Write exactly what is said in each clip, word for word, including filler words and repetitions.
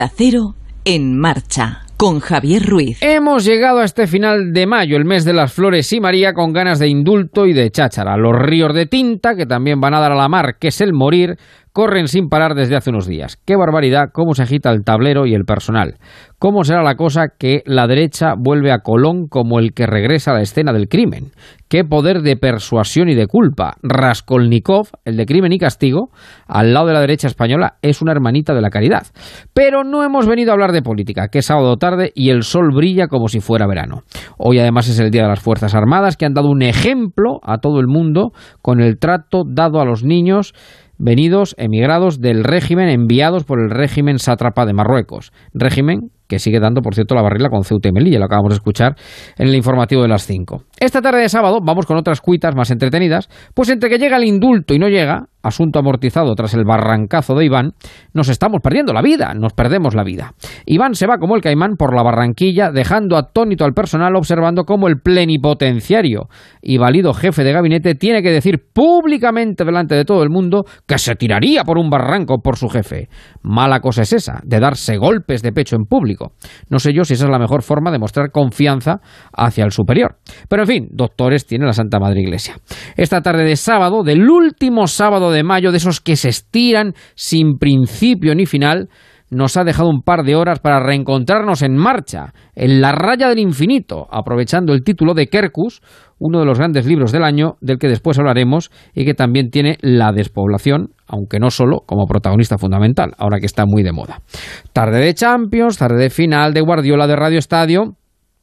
Cero en marcha con Javier Ruiz. Hemos llegado a este final de mayo, el mes de las flores y María, con ganas de indulto y de cháchara. Los ríos de tinta, que también van a dar a la mar, que es el morir, corren sin parar desde hace unos días. ¡Qué barbaridad! Cómo se agita el tablero y el personal. ¿Cómo será la cosa que la derecha vuelve a Colón como el que regresa a la escena del crimen? ¡Qué poder de persuasión y de culpa! Raskolnikov, el de Crimen y Castigo, al lado de la derecha española, es una hermanita de la caridad. Pero no hemos venido a hablar de política, que es sábado tarde y el sol brilla como si fuera verano. Hoy además es el Día de las Fuerzas Armadas, que han dado un ejemplo a todo el mundo con el trato dado a los niños venidos, emigrados del régimen, enviados por el régimen sátrapa de Marruecos. Régimen que sigue dando, por cierto, la barrila con Ceuta y Melilla, lo acabamos de escuchar en el informativo de las cinco. Esta tarde de sábado vamos con otras cuitas más entretenidas, pues entre que llega el indulto y no llega, asunto amortizado tras el barrancazo de Iván, nos estamos perdiendo la vida, nos perdemos la vida. Iván se va como el caimán por la Barranquilla, dejando atónito al personal observando cómo el plenipotenciario y válido jefe de gabinete tiene que decir públicamente delante de todo el mundo que se tiraría por un barranco por su jefe. Mala cosa es esa, de darse golpes de pecho en público. No sé yo si esa es la mejor forma de mostrar confianza hacia el superior. Pero en fin, doctores tiene la Santa Madre Iglesia. Esta tarde de sábado, del último sábado de mayo, de esos que se estiran sin principio ni final, nos ha dejado un par de horas para reencontrarnos en marcha, en la raya del infinito, aprovechando el título de Quercus, uno de los grandes libros del año, del que después hablaremos, y que también tiene la despoblación, aunque no solo como protagonista fundamental, ahora que está muy de moda. Tarde de Champions, tarde de final de Guardiola de Radio Estadio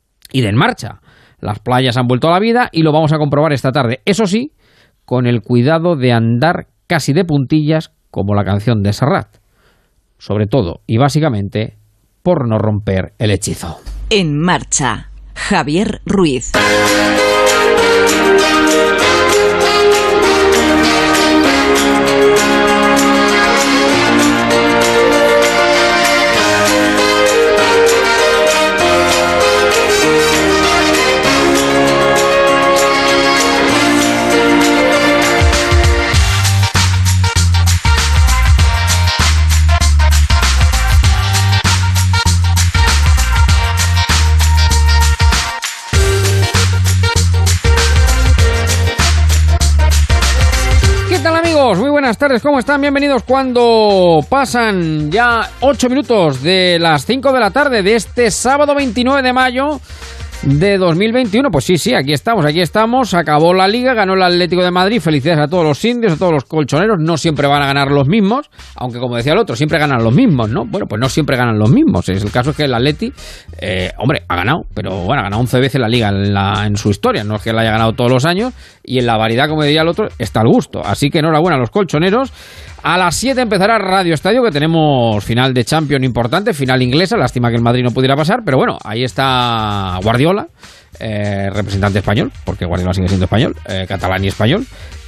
y de En Marcha. Las playas han vuelto a la vida y lo vamos a comprobar esta tarde. Eso sí, con el cuidado de andar casi de puntillas como la canción de Serrat. Sobre todo y básicamente por no romper el hechizo. En Marcha, Javier Ruiz. Muy buenas tardes, ¿cómo están? Bienvenidos cuando pasan ya ocho minutos de las cinco de la tarde de este sábado veintinueve de mayo de dos mil veintiuno. Pues sí, sí, aquí estamos, aquí estamos. Acabó la Liga, ganó el Atlético de Madrid. Felicidades a todos los indios, a todos los colchoneros. No siempre van a ganar los mismos, aunque como decía el otro, siempre ganan los mismos, ¿no? Bueno, pues no siempre ganan los mismos. Es el caso es que el Atleti, eh, hombre, ha ganado, pero bueno, ha ganado once veces la Liga en, la, en su historia. No es que la haya ganado todos los años. Y en la variedad, como decía el otro, está al gusto. Así que enhorabuena a los colchoneros. A las siete empezará Radio Estadio, que tenemos final de Champions importante, final inglesa. Lástima que el Madrid no pudiera pasar, pero bueno, ahí está Guardiola, eh, representante español, porque Guardiola sigue siendo español, eh, catalán y español.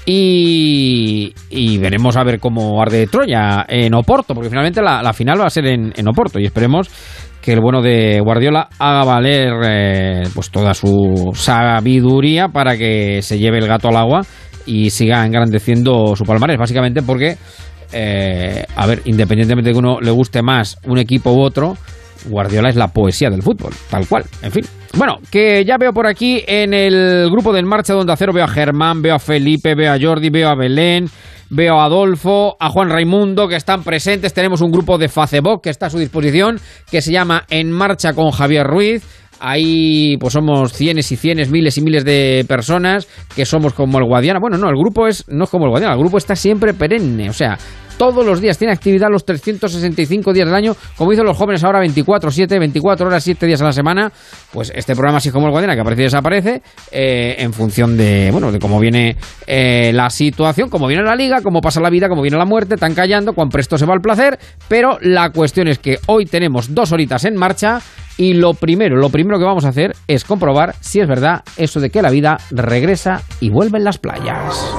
Y, y veremos a ver cómo arde Troya en Oporto, porque finalmente la, la final va a ser en, en Oporto y esperemos que el bueno de Guardiola haga valer eh, pues toda su sabiduría para que se lleve el gato al agua y siga engrandeciendo su palmarés, básicamente porque, eh, a ver, independientemente de que uno le guste más un equipo u otro, Guardiola es la poesía del fútbol, tal cual, en fin. Bueno, que ya veo por aquí en el grupo de En Marcha de Onda Cero, veo a Germán, veo a Felipe, veo a Jordi, veo a Belén, veo a Adolfo, a Juan Raimundo, que están presentes. Tenemos un grupo de Facebook que está a su disposición, que se llama En Marcha con Javier Ruiz. Ahí pues somos cienes y cienes, miles y miles de personas que somos como el Guadiana. Bueno, no, el grupo es no es como el Guadiana, el grupo está siempre perenne, o sea, todos los días tiene actividad los trescientos sesenta y cinco días del año, como dicen los jóvenes ahora, veinticuatro siete, veinticuatro horas, siete días a la semana. Pues este programa así como el Guadiana, que aparece y desaparece, eh, en función de, bueno, de cómo viene eh, la situación, cómo viene la liga, cómo pasa la vida, cómo viene la muerte, tan callando, cuán presto se va el placer. Pero la cuestión es que hoy tenemos dos horitas en marcha. Y lo primero, lo primero que vamos a hacer es comprobar si es verdad eso de que la vida regresa y vuelve en las playas.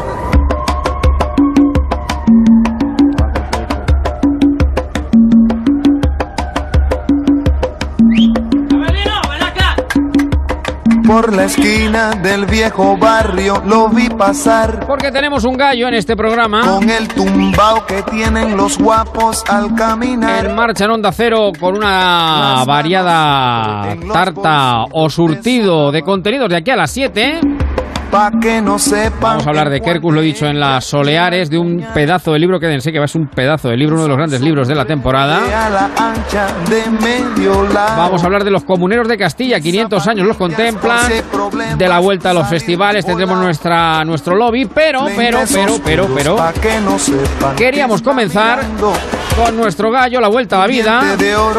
por la esquina del viejo barrio lo vi pasar. Porque tenemos un gallo en este programa. Con el tumbao que tienen los guapos al caminar. En marcha en Onda Cero con una variada tarta o surtido de contenidos de aquí a las siete. Pa' que no sepan. Vamos a hablar de Quercus, lo he dicho, en las Soleares, de un pedazo de libro, quédense que va a ser un pedazo de libro, uno de los grandes libros de la temporada. Vamos a hablar de los comuneros de Castilla, quinientos años los contemplan, de la vuelta a los festivales, tendremos nuestra nuestro lobby, pero, pero, pero, pero, pero, queríamos comenzar con nuestro gallo, la vuelta a la vida.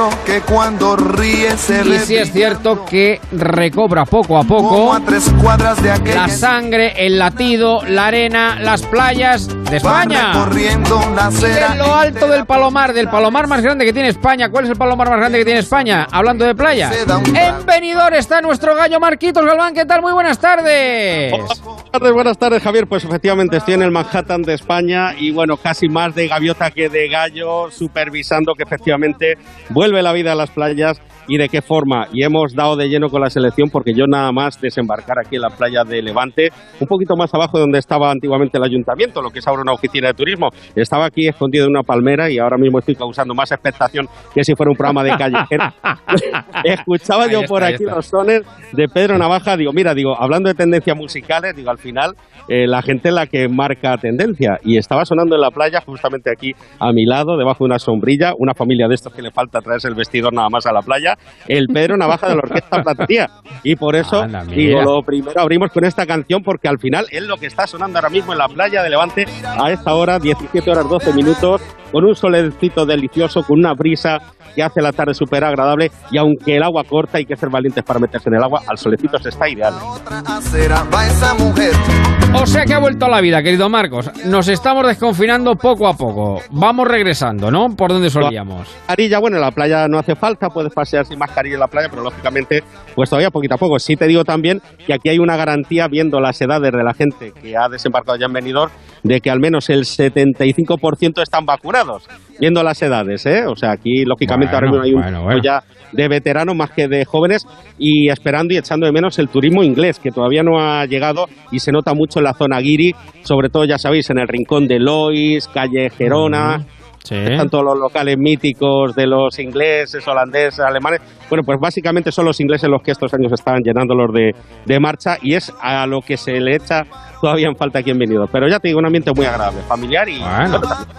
Y sí es cierto que recobra poco a poco la sangre, el latido, la arena, las playas de España. En lo alto del Palomar, del Palomar más grande que tiene España. ¿Cuál es el Palomar más grande que tiene España? Hablando de playas. En Benidorm está nuestro gallo Marquitos Galván. ¿Qué tal? Muy buenas tardes. Buenas tardes, buenas tardes, Javier. Pues efectivamente estoy en el Manhattan de España y bueno, casi más de gaviota que de gallo, supervisando que efectivamente vuelve la vida a las playas y de qué forma. Y hemos dado de lleno con la selección porque yo nada más desembarcar aquí en la playa de Levante, un poquito más abajo de donde estaba antiguamente el ayuntamiento, lo que es ahora una oficina de turismo. Estaba aquí escondido en una palmera y ahora mismo estoy causando más expectación que si fuera un programa de callejero. Escuchaba yo por aquí los sones de Pedro Navaja, digo, mira, digo, hablando de tendencias musicales, digo, al final eh, la gente es la que marca tendencia y estaba sonando en la playa justamente aquí a mi lado, debajo de una sombrilla, una familia de estos que le falta traerse el vestidor nada más a la playa, el Pedro Navaja de la Orquesta Platería. Y por eso, Anda, digo, lo primero abrimos con esta canción porque al final es lo que está sonando ahora mismo en la playa de Levante a esta hora, diecisiete horas doce minutos, con un solecito delicioso, con una brisa que hace la tarde súper agradable y aunque el agua corta hay que ser valientes para meterse en el agua, al solecito se está ideal. O sea que ha vuelto a la vida, querido Marcos. Nos estamos desconfinando poco a poco. Vamos regresando, ¿no? Por donde solíamos. Mascarilla, bueno, en la playa no hace falta, puedes pasear sin mascarilla en la playa, pero lógicamente, pues todavía poquito a poco. Sí te digo también que aquí hay una garantía, viendo las edades de la gente que ha desembarcado ya en Benidorm, de que al menos el setenta y cinco por ciento están vacunados, viendo las edades, ¿eh? O sea, aquí lógicamente bueno, ahora mismo hay un bueno, bueno. ya de veteranos más que de jóvenes y esperando y echando de menos el turismo inglés, que todavía no ha llegado y se nota mucho en la zona guiri, sobre todo, ya sabéis, en el rincón de Lois, calle Gerona. Mm. Sí. Están todos los locales míticos de los ingleses, holandeses, alemanes. Bueno, pues básicamente son los ingleses los que estos años están llenándolos de, de marcha y es a lo que se le echa todavía en falta aquí en Benidorm. Pero ya te digo, un ambiente muy agradable, familiar y... Bueno.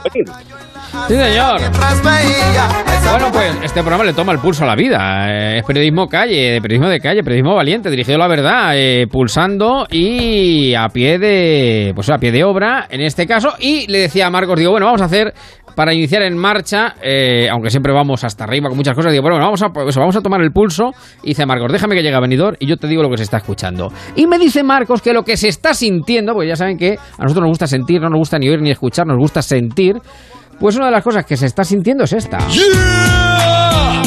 Sí, señor. Bueno, pues este programa le toma el pulso a la vida. Es periodismo calle, periodismo de calle, periodismo valiente, dirigido a la verdad, eh, pulsando y a pie de, pues a pie de obra, en este caso. Y le decía a Marcos, digo, bueno, vamos a hacer... Para iniciar en marcha, eh, aunque siempre vamos hasta arriba con muchas cosas, digo, bueno, vamos a, pues vamos a tomar el pulso. Y dice Marcos, déjame que llegue a Benidorm y yo te digo lo que se está escuchando. Y me dice Marcos que lo que se está sintiendo, porque ya saben que a nosotros nos gusta sentir, no nos gusta ni oír ni escuchar, nos gusta sentir. Pues una de las cosas que se está sintiendo es esta. Yeah.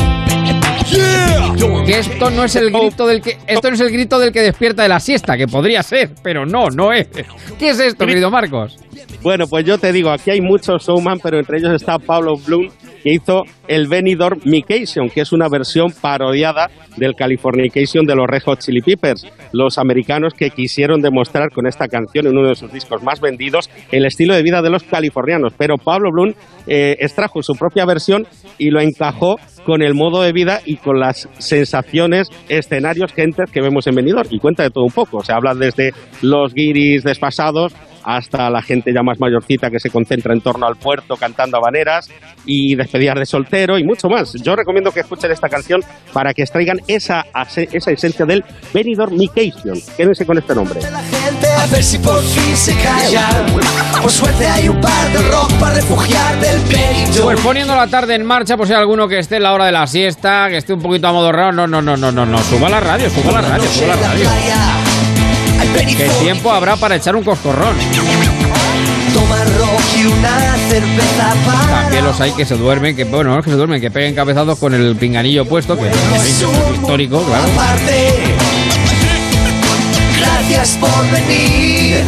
Yeah. Que esto no es el grito del que esto no es el grito del que despierta de la siesta, que podría ser, pero no, no es. ¿Qué es esto, querido Marcos? Bueno, pues yo te digo, aquí hay muchos showman, pero entre ellos está Pablo Bloom, que hizo el Benidorm Mication, que es una versión parodiada del Californication de los Red Hot Chili Peppers, los americanos que quisieron demostrar con esta canción en uno de sus discos más vendidos el estilo de vida de los californianos. Pero Pablo Bloom eh, extrajo su propia versión y lo encajó con el modo de vida y con las sensaciones, escenarios, gentes que vemos en Benidorm. Y cuenta de todo un poco, o sea, habla desde los guiris desfasados hasta la gente ya más mayorcita que se concentra en torno al puerto cantando habaneras y despedidas de soltero y mucho más. Yo recomiendo que escuchen esta canción para que extraigan esa, esa esencia del Benidorm Mication. Quédense con este nombre. A ver si por fin se callan. Por suerte hay un par de rock para refugiar del Benidorm. Pues poniendo la tarde en marcha, por si hay alguno que esté en la hora de la siesta, que esté un poquito amodorrado, no, no, no, no, no, no, suba la radio, suba la radio, suba la radio. ¿Qué tiempo habrá para echar un coscorrón? Toma rock y una cerveza para... También los hay que se duermen, que bueno, no es que se duermen, que peguen cabezados con el pinganillo puesto, que es histórico, claro. Aparte, gracias por venir.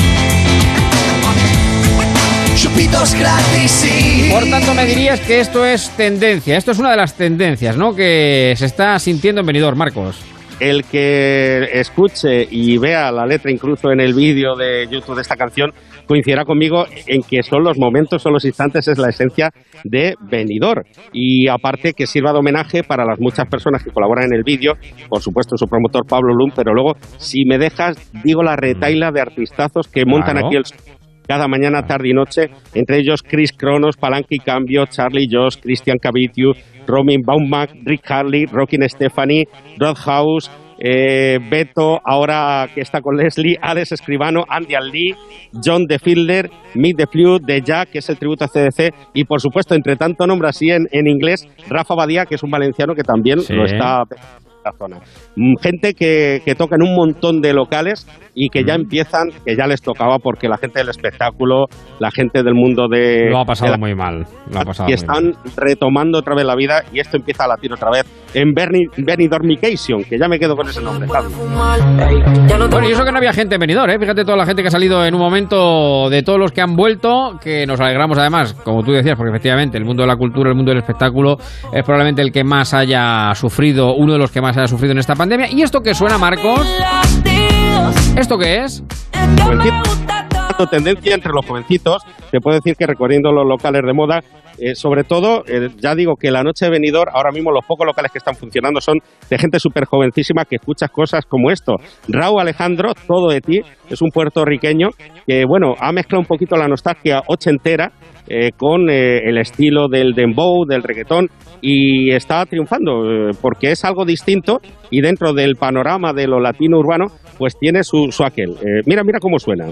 Chupitos gratis, sí. Por tanto, me dirías que esto es tendencia, esto es una de las tendencias, ¿no?, que se está sintiendo en Benidorm, Marcos. el que escuche y vea la letra incluso en el vídeo de YouTube de esta canción coincidirá conmigo en que son los momentos, son los instantes, es la esencia de Benidorm. Y aparte que sirva de homenaje para las muchas personas que colaboran en el vídeo, por supuesto su promotor Pablo Lund, pero luego, si me dejas, digo la retaila de artistazos que montan claro. aquí el cada mañana, tarde y noche, entre ellos Chris Cronos, Palanque y Cambio, Charlie Joss, Christian Cavitius, Romin Baumack, Rick Harley, Rockin' Stephanie, Rod House, eh, Beto, ahora que está con Leslie, Alex Escribano, Andy Lee, John The Fielder, Mick The Flute, The Jack, que es el tributo a C D C, y por supuesto, entre tanto nombre así en, en inglés, Rafa Badía, que es un valenciano que también sí. lo está... zona. Gente que, que toca en un montón de locales y que ya empiezan, que ya les tocaba porque la gente del espectáculo, la gente del mundo de... Lo ha pasado la, muy mal. Lo ha pasado y muy están mal. retomando otra vez la vida y esto empieza a latir otra vez en Benidormication, que ya me quedo con ese nombre, Javi. Bueno, y eso que no había gente en Benidorm, ¿eh? Fíjate toda la gente que ha salido en un momento, de todos los que han vuelto, que nos alegramos además, como tú decías, porque efectivamente el mundo de la cultura, el mundo del espectáculo es probablemente el que más haya sufrido, uno de los que más haya sufrido en esta pandemia. ¿Y esto qué suena, Marcos? ¿Esto qué es? Tendencia entre los jovencitos, te puedo decir que recorriendo los locales de moda, eh, sobre todo, eh, ya digo que la noche de Benidorm, ahora mismo los pocos locales que están funcionando son de gente súper jovencísima que escuchas cosas como esto. Raúl Alejandro, Todo de ti, es un puertorriqueño que, bueno, ha mezclado un poquito la nostalgia ochentera eh, con eh, el estilo del dembow, del reggaetón, y está triunfando eh, porque es algo distinto y dentro del panorama de lo latino urbano, pues tiene su, su aquel. Eh, mira, mira cómo suena.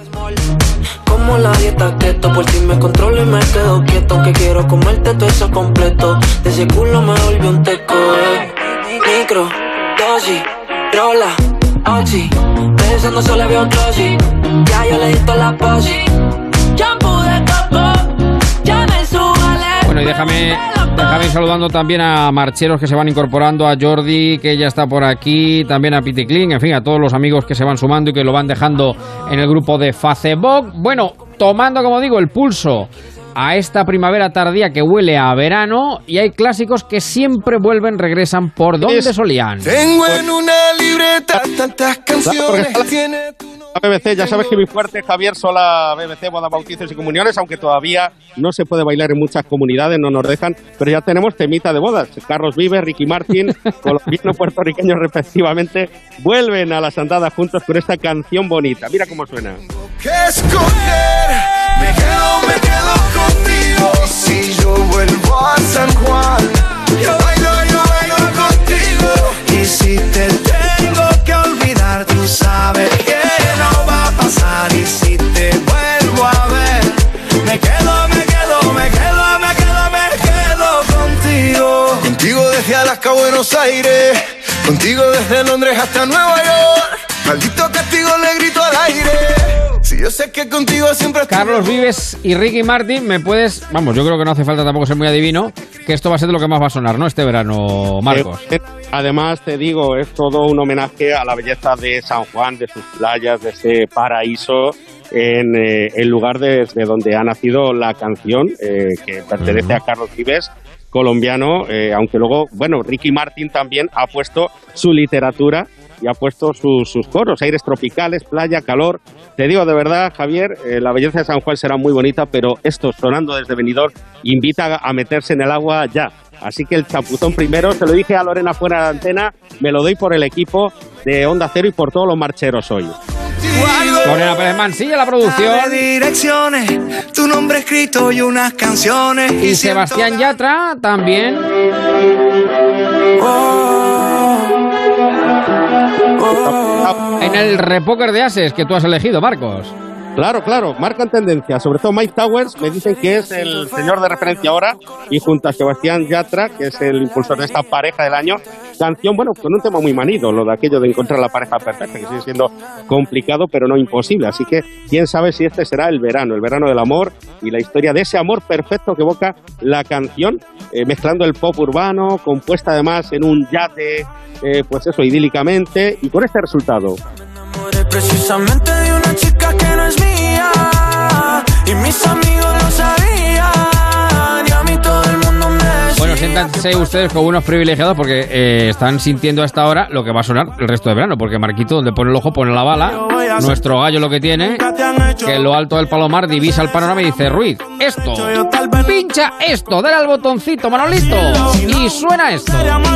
Como la dieta keto, por ti me controlo y me quedo quieto, que quiero comerte todo eso completo, de ese culo me volvió un teco, eh. Micro, dosis, rola, oxi, pensando solo había un trozi, ya yo le di toda la posi, shampoo de coco, ya me subale. Bueno, y déjame, déjame ir saludando también a marcheros que se van incorporando, a Jordi, que ya está por aquí, también a Piti Kling, en fin, a todos los amigos que se van sumando y que lo van dejando en el grupo de Facebook. Bueno, tomando, como digo, el pulso a esta primavera tardía que huele a verano, y hay clásicos que siempre vuelven, regresan por donde solían. Tengo en una libreta tantas canciones. Tiene tu La B B C, ya sabes que mi fuerte, Javier, son la B B C, bodas, bautizos y comuniones, aunque todavía no se puede bailar en muchas comunidades, no nos dejan, pero ya tenemos temita de bodas. Carlos Vives, Ricky Martin, colombiano, puertorriqueño respectivamente, vuelven a las andadas juntos con esta canción bonita. Mira cómo suena. que escoger, me quedo, me quedo contigo. Si yo vuelvo a San Juan, yo bailo, yo bailo contigo. Y si te tengo que olvidar, tú sabes que no va a pasar. Y si te vuelvo a ver, me quedo, me quedo, me quedo, me quedo, me quedo contigo. Contigo desde Alaska a Buenos Aires, contigo desde Londres hasta Nueva York. Maldito castigo, le grito al aire. Si yo sé que contigo siempre estoy. Carlos Vives y Ricky Martin, me puedes... Vamos, yo creo que no hace falta tampoco ser muy adivino, que esto va a ser de lo que más va a sonar, ¿no? Este verano, Marcos. Eh, además, te digo, es todo un homenaje a la belleza de San Juan, de sus playas, de ese paraíso, en eh, el lugar desde donde ha nacido la canción, eh, que pertenece a Carlos Vives, colombiano, eh, aunque luego, bueno, Ricky Martin también ha puesto su literatura y ha puesto su, sus coros, aires tropicales, playa, calor. Te digo de verdad, Javier, eh, la belleza de San Juan será muy bonita, pero esto, sonando desde Benidorm, invita a meterse en el agua ya. Así que el chapuzón primero, se lo dije a Lorena fuera de antena, me lo doy por el equipo de Onda Cero y por todos los marcheros hoy. Lorena Pérez Mansilla, la producción. Direcciones, tu nombre escrito y unas canciones. Y Sebastián Yatra también. En el repóker de ases que tú has elegido, Marcos. Claro, claro, marcan tendencia, sobre todo Mike Towers, me dicen que es el señor de referencia ahora, y junto a Sebastián Yatra, que es el impulsor de esta pareja del año, canción, bueno, con un tema muy manido, lo de aquello de encontrar la pareja perfecta, que sigue siendo complicado, pero no imposible, así que quién sabe si este será el verano, el verano del amor, y la historia de ese amor perfecto que evoca la canción, eh, mezclando el pop urbano, compuesta además en un yate, eh, pues eso, idílicamente, y con este resultado. Precisamente de una chica que no es mía, y mis amigos lo sabían, y a mí todo el mundo me decía. Bueno, siéntanse ustedes como unos privilegiados porque eh, están sintiendo a esta hora lo que va a sonar el resto de verano, porque Marquito, donde pone el ojo, pone la bala. Nuestro gallo lo que tiene, que en lo alto del Palomar divisa el panorama y dice: Ruiz, esto, pincha esto, dale al botoncito, Manolito, y suena esto.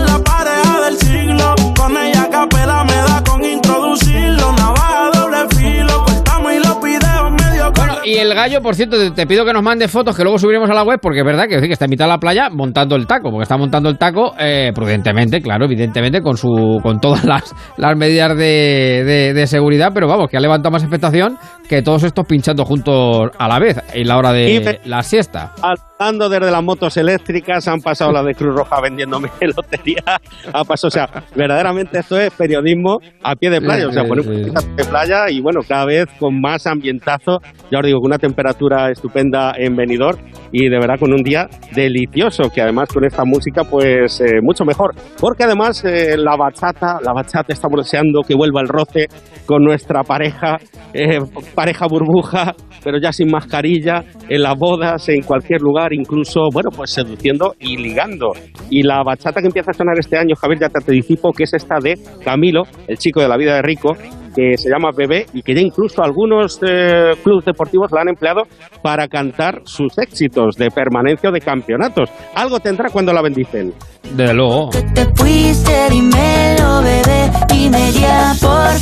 Con ella capela me da con introducirlo, navaja doble filo, cortamos y los videos medio. Bueno, y el gallo, por cierto, te, te pido que nos mande fotos que luego subiremos a la web, porque es verdad que, que está en mitad de la playa montando el taco, porque está montando el taco eh, prudentemente, claro, evidentemente, con su con todas las, las medidas de, de, de seguridad, pero vamos, que ha levantado más expectación que todos estos pinchando juntos a la vez en la hora de la siesta. Hablando desde las motos eléctricas, han pasado las de Cruz Roja vendiéndome lotería, ha pasado, o sea, verdaderamente esto es periodismo a pie de playa, o sea, ponemos de playa y bueno, cada vez con más ambientazo, ya os digo, con una temperatura estupenda en Benidorm y de verdad con un día delicioso, que además con esta música pues eh, mucho mejor, porque además eh, la bachata, la bachata estamos deseando que vuelva el roce con nuestra pareja, eh, pareja burbuja, pero ya sin mascarilla, en las bodas, en cualquier lugar, incluso, bueno, pues seduciendo y ligando. Y la bachata que empieza a sonar este año, Javier, ya te anticipo, que es esta de Camilo, el chico de La Vida de Rico, que se llama Bebé y que ya incluso algunos eh, clubes deportivos la han empleado para cantar sus éxitos de permanencia o de campeonatos. Algo tendrá cuando la bendicen. Desde luego. Que te fuiste, dímelo, bebé, dime ya por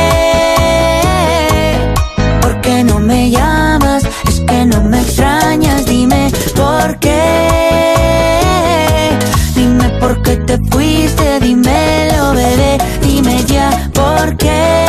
qué. ¿Por qué no me llamas? Es que no me extrañas, dime por qué. Dime por qué te fuiste, dímelo, bebé, dime ya por qué.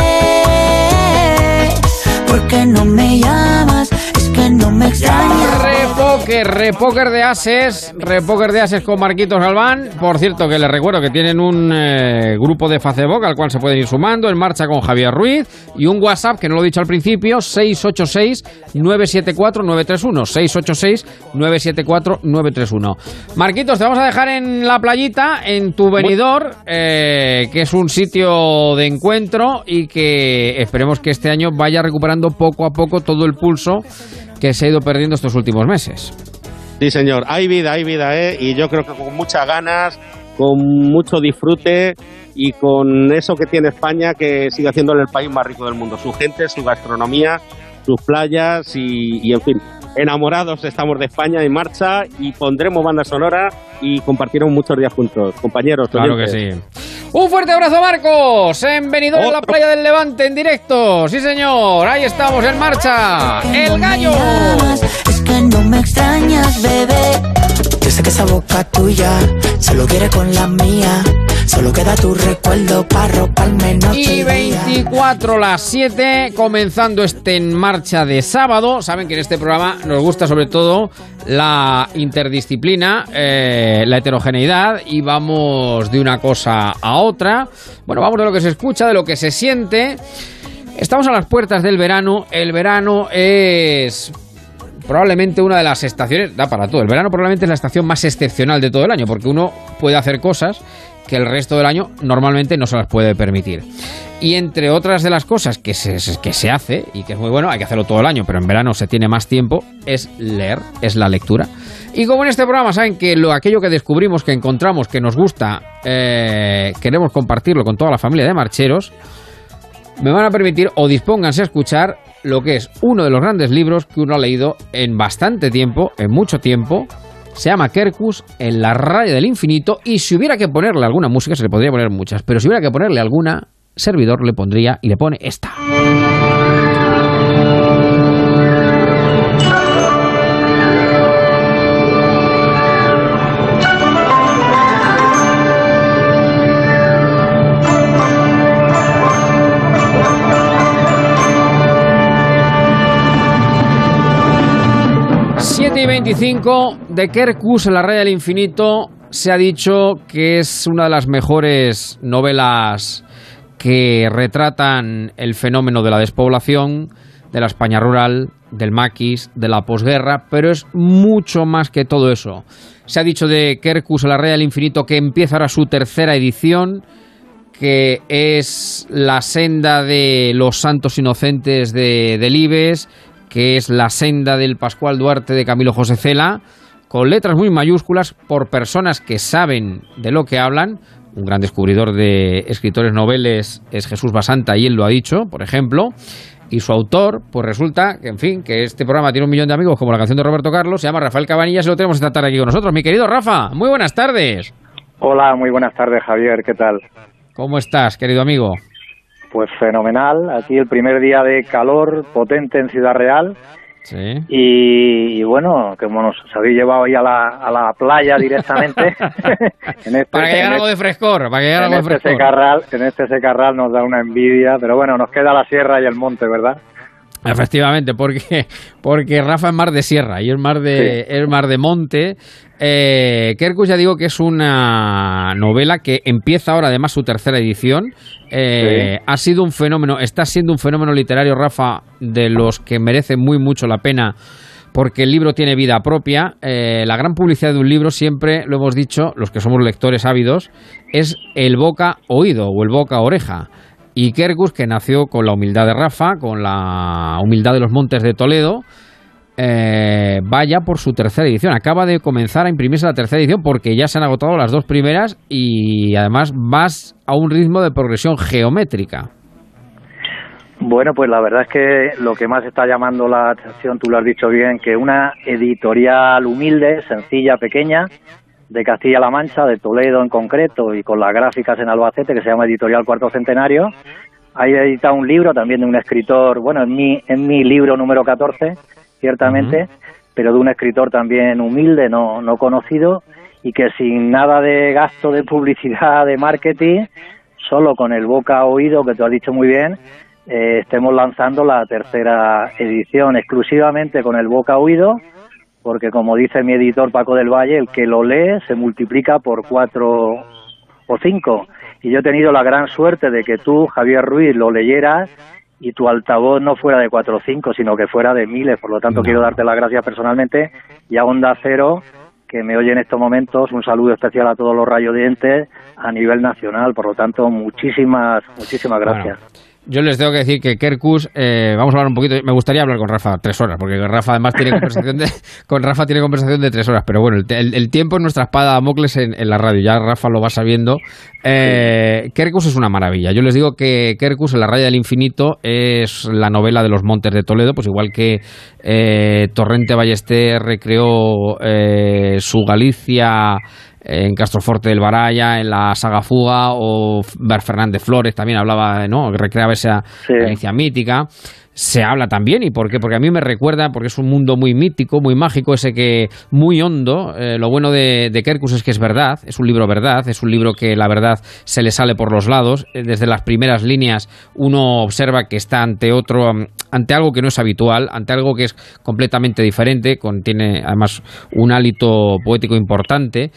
¿Por qué no me llamas? Es que no me extrañas. Repóker, repóker de ases, repóker de ases con Marquitos Galván. Por cierto, que les recuerdo que tienen un eh, grupo de Facebook al cual se pueden ir sumando, En Marcha con Javier Ruiz, y un WhatsApp, que no lo he dicho al principio, seis ocho seis, nueve siete cuatro, nueve tres uno, seis ocho seis, nueve siete cuatro, nueve tres uno. Marquitos, te vamos a dejar en la playita, en tu Benidorm, eh, que es un sitio de encuentro y que esperemos que este año vaya recuperando poco a poco todo el pulso que se ha ido perdiendo estos últimos meses. Sí, señor, hay vida, hay vida, ¿eh? Y yo creo que con muchas ganas, con mucho disfrute y con eso que tiene España, que sigue haciéndole el país más rico del mundo. Su gente, su gastronomía, sus playas y, y en fin, enamorados estamos de España, En Marcha, y pondremos banda sonora y compartiremos muchos días juntos. Compañeros, claro oyentes. que sí. Un fuerte abrazo, Marcos, en Benidorm, en la playa del Levante, en directo. Sí, señor, ahí estamos, En Marcha. El gallo. Es que no me extrañas, bebé. Yo sé que esa boca tuya solo quiere con la mía. Solo queda tu recuerdo para roparme noche y Y veinticuatro las siete, comenzando este En Marcha de sábado. Saben que en este programa nos gusta sobre todo la interdisciplina, eh, la heterogeneidad, y vamos de una cosa a otra. Bueno, vamos de lo que se escucha, de lo que se siente. Estamos a las puertas del verano. El verano es probablemente una de las estaciones, da para todo. El verano probablemente es la estación más excepcional de todo el año, porque uno puede hacer cosas que el resto del año normalmente no se las puede permitir. Y entre otras de las cosas que se, que se hace, y que es muy bueno, hay que hacerlo todo el año, pero en verano se tiene más tiempo, es leer, es la lectura. Y como en este programa saben que lo, aquello que descubrimos, que encontramos, que nos gusta, eh, queremos compartirlo con toda la familia de marcheros, me van a permitir, o dispónganse a escuchar, lo que es uno de los grandes libros que uno ha leído en bastante tiempo, en mucho tiempo. Se llama Quercus, En la raya del infinito, y si hubiera que ponerle alguna música, se le podría poner muchas, pero si hubiera que ponerle alguna, servidor le pondría y le pone esta. siete y veinticinco, de Quercus, En la raya del infinito. Se ha dicho que es una de las mejores novelas que retratan el fenómeno de la despoblación, de la España rural, del maquis, de la posguerra, pero es mucho más que todo eso. Se ha dicho de Quercus, En la raya del infinito, que empieza ahora su tercera edición, que es la senda de los santos inocentes de Delibes, que es la senda del Pascual Duarte de Camilo José Cela, con letras muy mayúsculas por personas que saben de lo que hablan. Un gran descubridor de escritores noveles es Jesús Basanta y él lo ha dicho, por ejemplo. Y su autor, pues resulta que, en fin, que este programa tiene un millón de amigos como la canción de Roberto Carlos, se llama Rafael Cabanillas y lo tenemos esta tarde aquí con nosotros. Mi querido Rafa, muy buenas tardes. Hola, muy buenas tardes, Javier, ¿qué tal? ¿Cómo estás, querido amigo? Pues fenomenal, aquí el primer día de calor potente en Ciudad Real. Sí. Y, y bueno, como nos habéis llevado ahí a la, a la playa directamente. en este, para que llegara algo de frescor, para que llegara algo de frescor. Secarral, en este secarral nos da una envidia, pero bueno, nos queda la sierra y el monte, ¿verdad? Efectivamente, porque porque Rafa es mar de sierra y es mar de, sí. es mar de monte. Eh, Quercus, ya digo que es una novela que empieza ahora además su tercera edición. Eh, sí. Ha sido un fenómeno, está siendo un fenómeno literario, Rafa, de los que merece muy mucho la pena, porque el libro tiene vida propia. Eh, la gran publicidad de un libro, siempre lo hemos dicho, los que somos lectores ávidos, es el boca-oído o el boca-oreja. Y Quercus, que nació con la humildad de Rafa, con la humildad de los Montes de Toledo, eh, vaya por su tercera edición. Acaba de comenzar a imprimirse la tercera edición porque ya se han agotado las dos primeras y además vas a un ritmo de progresión geométrica. Bueno, pues la verdad es que lo que más está llamando la atención, tú lo has dicho bien, que una editorial humilde, sencilla, pequeña, de Castilla-La Mancha, de Toledo en concreto, y con las gráficas en Albacete, que se llama Editorial Cuarto Centenario. Ahí he editado un libro también de un escritor, bueno, en mi, en mi libro número catorce, ciertamente, uh-huh. pero de un escritor también humilde, no, no conocido, y que sin nada de gasto de publicidad, de marketing, solo con el boca a oído, que tú has dicho muy bien, eh, estemos lanzando la tercera edición exclusivamente con el boca a oído, porque como dice mi editor Paco del Valle, el que lo lee se multiplica por cuatro o cinco. Y yo he tenido la gran suerte de que tú, Javier Ruiz, lo leyeras y tu altavoz no fuera de cuatro o cinco, sino que fuera de miles. Por lo tanto, no. quiero darte las gracias personalmente y a Onda Cero, que me oye en estos momentos, un saludo especial a todos los radioyentes a nivel nacional. Por lo tanto, muchísimas, muchísimas gracias. Bueno. Yo les tengo que decir que Quercus, eh, vamos a hablar un poquito, me gustaría hablar con Rafa tres horas, porque Rafa además tiene conversación de, con Rafa tiene conversación de tres horas, pero bueno, el, el, el tiempo es nuestra espada de Damocles en, en la radio, ya Rafa lo va sabiendo. Eh, Quercus es una maravilla. Yo les digo que Quercus, en La raya del infinito, es la novela de los Montes de Toledo, pues igual que eh, Torrente Ballester recreó eh, su Galicia en Castroforte del Baraya, en la saga Fuga, o Fernández Flores también hablaba, ¿no? Recreaba esa sí. Galicia mítica. Se habla también, ¿y por qué? Porque a mí me recuerda, porque es un mundo muy mítico, muy mágico, ese que muy hondo. Eh, lo bueno de, de Quercus es que es verdad, es un libro verdad, es un libro que la verdad se le sale por los lados. Eh, desde las primeras líneas uno observa que está ante otro, ante algo que no es habitual, ante algo que es completamente diferente, contiene además un hálito poético importante.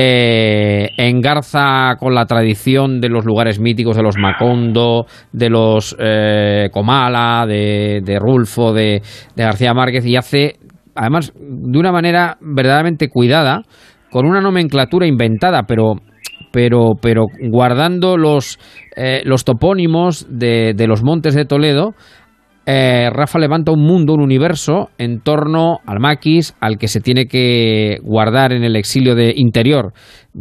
Eh, engarza con la tradición de los lugares míticos, de los Macondo, de los eh, Comala, de, de Rulfo, de, de García Márquez, y hace, además, de una manera verdaderamente cuidada, con una nomenclatura inventada, pero pero pero guardando los eh, los topónimos de, de los Montes de Toledo. Eh, Rafa levanta un mundo, un universo en torno al maquis, al que se tiene que guardar en el exilio de interior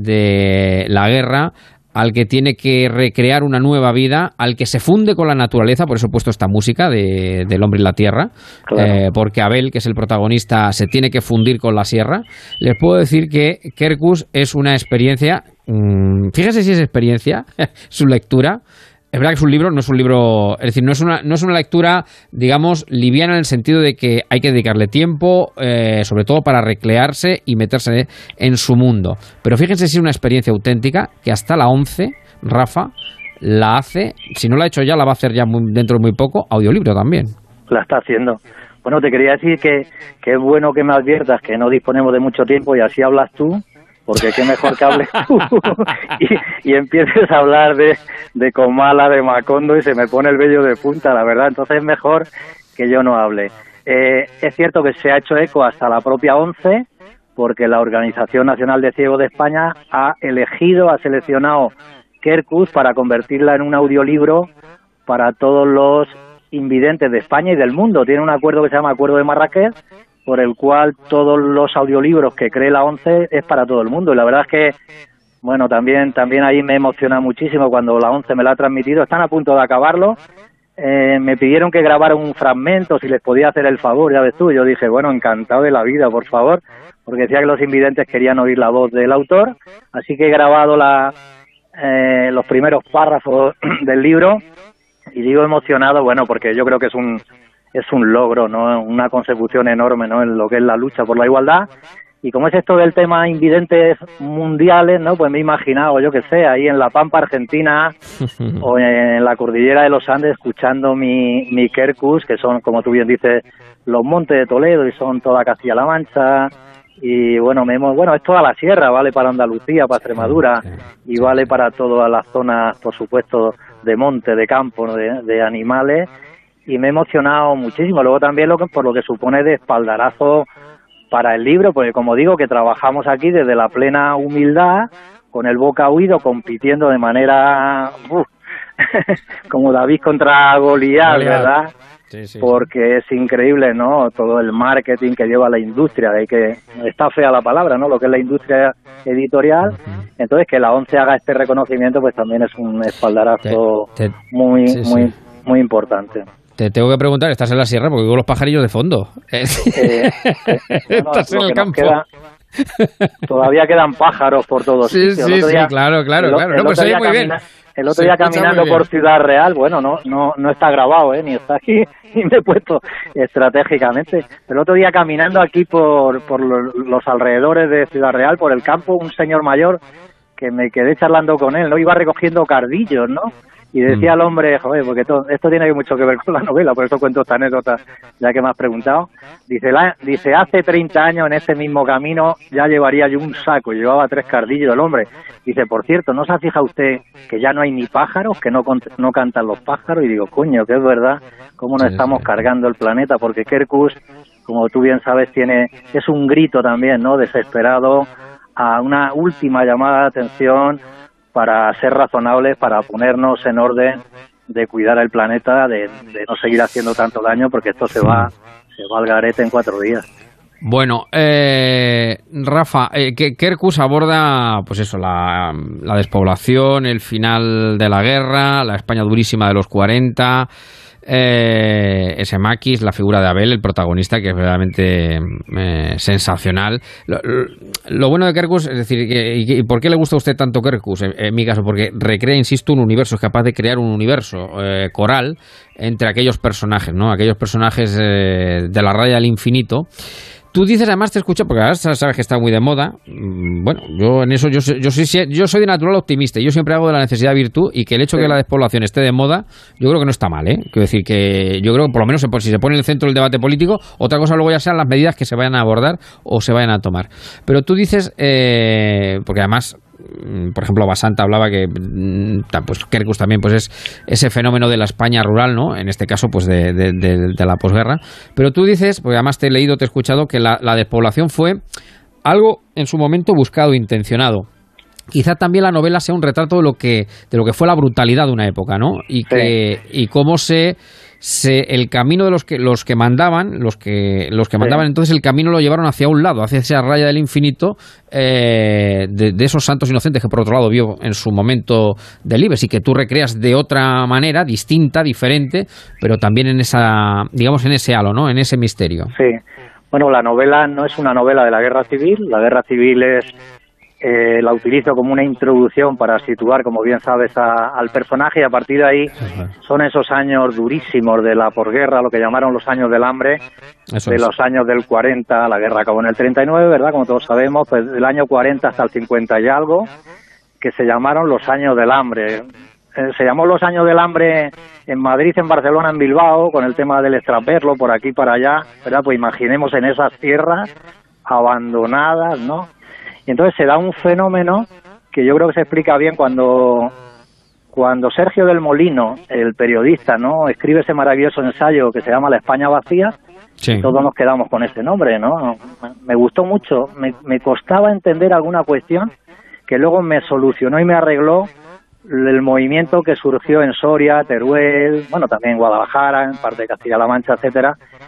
de la guerra, al que tiene que recrear una nueva vida, al que se funde con la naturaleza. Por eso he puesto esta música de, del hombre y la tierra, claro. eh, porque Abel, que es el protagonista, se tiene que fundir con la sierra. Les puedo decir que Quercus es una experiencia, mmm, fíjese si es experiencia, su lectura. Es verdad que es un libro, no es un libro, es decir, no es una, no es una lectura, digamos, liviana en el sentido de que hay que dedicarle tiempo, eh, sobre todo para recrearse y meterse en su mundo. Pero fíjense si es una experiencia auténtica, que hasta la once, Rafa, la hace, si no la ha hecho ya, la va a hacer ya muy, dentro de muy poco, audiolibro también. La está haciendo. Bueno, te quería decir que, que es bueno que me adviertas que no disponemos de mucho tiempo y así hablas tú, porque qué mejor que hables tú y, y empieces a hablar de, de Comala, de Macondo, y se me pone el vello de punta, la verdad. Entonces es mejor que yo no hable. Eh, es cierto que se ha hecho eco hasta la propia ONCE, porque la Organización Nacional de Ciegos de España ha elegido, ha seleccionado Quercus para convertirla en un audiolibro para todos los invidentes de España y del mundo. Tiene un acuerdo que se llama Acuerdo de Marrakech, por el cual todos los audiolibros que cree la ONCE es para todo el mundo. Y la verdad es que, bueno, también también ahí me emociona muchísimo cuando la ONCE me lo ha transmitido. Están a punto de acabarlo. Eh, me pidieron que grabara un fragmento, si les podía hacer el favor, ya ves tú. Yo dije, bueno, encantado de la vida, por favor, porque decía que los invidentes querían oír la voz del autor. Así que he grabado la, eh, los primeros párrafos del libro y digo emocionado, bueno, porque yo creo que es un es un logro, ¿no? Una consecución enorme, ¿no? En lo que es la lucha por la igualdad. Y como es esto del tema invidentes mundiales, ¿no? Pues me he imaginado, yo que sé, ahí en la Pampa Argentina o en la cordillera de los Andes escuchando mi, mi Quercus, que son, como tú bien dices, los montes de Toledo y son toda Castilla-La Mancha. Y bueno, me hemos, bueno, es toda la sierra, vale para Andalucía, para Extremadura y vale para todas las zonas, por supuesto, de monte, de campo, de, de animales. Y me he emocionado muchísimo. Luego también lo que, por lo que supone de espaldarazo para el libro, porque como digo, que trabajamos aquí desde la plena humildad, con el boca oído, compitiendo de manera uh, como David contra Goliat, ¿verdad? Sí, sí, porque es increíble, ¿no? Todo el marketing que lleva la industria, de que está fea la palabra, ¿no? Lo que es la industria editorial. Uh-huh. Entonces, que la ONCE haga este reconocimiento, pues también es un espaldarazo te, te, muy, sí, muy, sí. muy importante. Te tengo que preguntar, ¿estás en la sierra? Porque digo los pajarillos de fondo. Eh, eh, bueno, estás en el campo. Queda, todavía quedan pájaros por todos sí, sitios. Sí, sí, día, claro, claro, el, claro. El no, pues oye, muy camina, bien. El otro día caminando por Ciudad Real, bueno, no no no está grabado, ¿eh? Ni está aquí, ni me he puesto estratégicamente. El otro día caminando aquí por, por los, los alrededores de Ciudad Real, por el campo, un señor mayor que me quedé charlando con él, ¿no? Iba recogiendo cardillos, ¿no? Y decía el hombre, joder, porque todo, esto tiene mucho que ver con la novela, por eso cuento esta anécdota, ya que me has preguntado. Dice, la, dice hace treinta años en ese mismo camino ya llevaría yo un saco, llevaba tres cardillos el hombre. Dice, por cierto, ¿no se ha fijado usted que ya no hay ni pájaros, que no, no cantan los pájaros? Y digo, coño, que es verdad, cómo nos sí, estamos sí. cargando el planeta, porque Quercus, como tú bien sabes, tiene es un grito también, ¿no? Desesperado, a una última llamada de atención para ser razonables, para ponernos en orden de cuidar el planeta, de, de no seguir haciendo tanto daño, porque esto se va, se va al garete en cuatro días. Bueno, eh, Rafa, eh, Quercus aborda, pues eso, la, la despoblación, el final de la guerra, la España durísima de los cuarenta, eh, ese Maquis, la figura de Abel, el protagonista, que es verdaderamente eh, sensacional. Lo, lo bueno de Quercus, es decir, que, y, y ¿por qué le gusta a usted tanto Quercus? En, en mi caso, porque recrea, insisto, un universo, es capaz de crear un universo eh, coral entre aquellos personajes, ¿no? Aquellos personajes eh, de la raya del infinito. Tú dices, además te escucho, porque ahora sabes que está muy de moda. Bueno, yo en eso, yo, yo, soy, yo soy de natural optimista. Yo siempre hago de la necesidad virtud, y que el hecho de sí. que la despoblación esté de moda, yo creo que no está mal, ¿eh? Quiero decir que yo creo que por lo menos si se pone en el centro del debate político, otra cosa luego ya sean las medidas que se vayan a abordar o se vayan a tomar. Pero tú dices, eh, porque además, por ejemplo, Basanta hablaba que pues Quercus también pues es ese fenómeno de la España rural, ¿no? En este caso, pues de, de, de, de la posguerra. Pero tú dices, porque además te he leído, te he escuchado, que la, la despoblación fue algo en su momento buscado, intencionado. Quizá también la novela sea un retrato de lo que de lo que fue la brutalidad de una época, ¿no? Y que sí. y cómo se Se, el camino de los que los que mandaban, los que los que mandaban sí. entonces el camino lo llevaron hacia un lado, hacia esa raya del infinito eh, de, de esos santos inocentes que por otro lado vio en su momento Delibes y que tú recreas de otra manera, distinta, diferente, pero también en esa, digamos, en ese halo, ¿no? En ese misterio. Sí. Bueno, la novela no es una novela de la guerra civil, la guerra civil es Eh, la utilizo como una introducción para situar, como bien sabes, a, al personaje, y a partir de ahí son esos años durísimos de la posguerra, lo que llamaron los años del hambre, Eso de es. los años del cuarenta, la guerra acabó en el treinta y nueve, ¿verdad? Como todos sabemos, pues del año cuarenta hasta el cincuenta y algo, que se llamaron los años del hambre. Eh, se llamó los años del hambre en Madrid, en Barcelona, en Bilbao, con el tema del extraperlo, por aquí, para allá, ¿verdad? Pues imaginemos en esas tierras abandonadas, ¿no? Y entonces se da un fenómeno que yo creo que se explica bien cuando, cuando Sergio del Molino, el periodista, ¿no? escribe ese maravilloso ensayo que se llama La España vacía. Sí. Todos nos quedamos con ese nombre, ¿no? Me gustó mucho, me, me costaba entender alguna cuestión que luego me solucionó y me arregló el movimiento que surgió en Soria, Teruel, bueno, también en Guadalajara, en parte de Castilla-La Mancha, etcétera,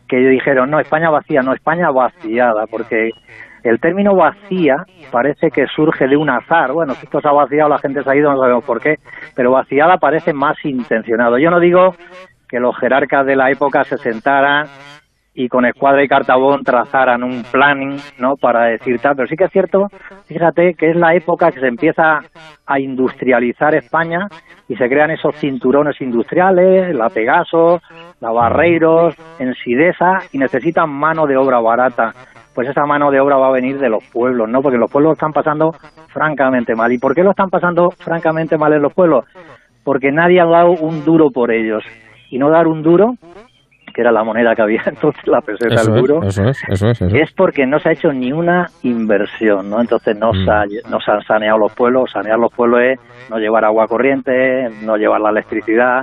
que dijeron, no, España vacía, no, España vaciada, porque el término vacía parece que surge de un azar. Bueno, si esto se ha vaciado, la gente se ha ido, no sabemos por qué, pero vaciada parece más intencionado. Yo no digo que los jerarcas de la época se sentaran y con escuadra y cartabón trazaran un planning, ¿no?, para decir tal, pero sí que es cierto, fíjate, que es la época que se empieza a industrializar España y se crean esos cinturones industriales, la Pegaso, la Barreiros, en Sidesa, y necesitan mano de obra barata. Pues esa mano de obra va a venir de los pueblos, ¿no?, porque los pueblos están pasando francamente mal. ¿Y por qué lo están pasando francamente mal en los pueblos? Porque nadie ha dado un duro por ellos. Y no dar un duro, que era la moneda que había entonces, la peseta, eso el duro, es, eso es, eso es, eso es. es porque no se ha hecho ni una inversión, ¿no? Entonces no, mm. se ha, no se han saneado los pueblos. Sanear los pueblos es no llevar agua corriente, no llevar la electricidad,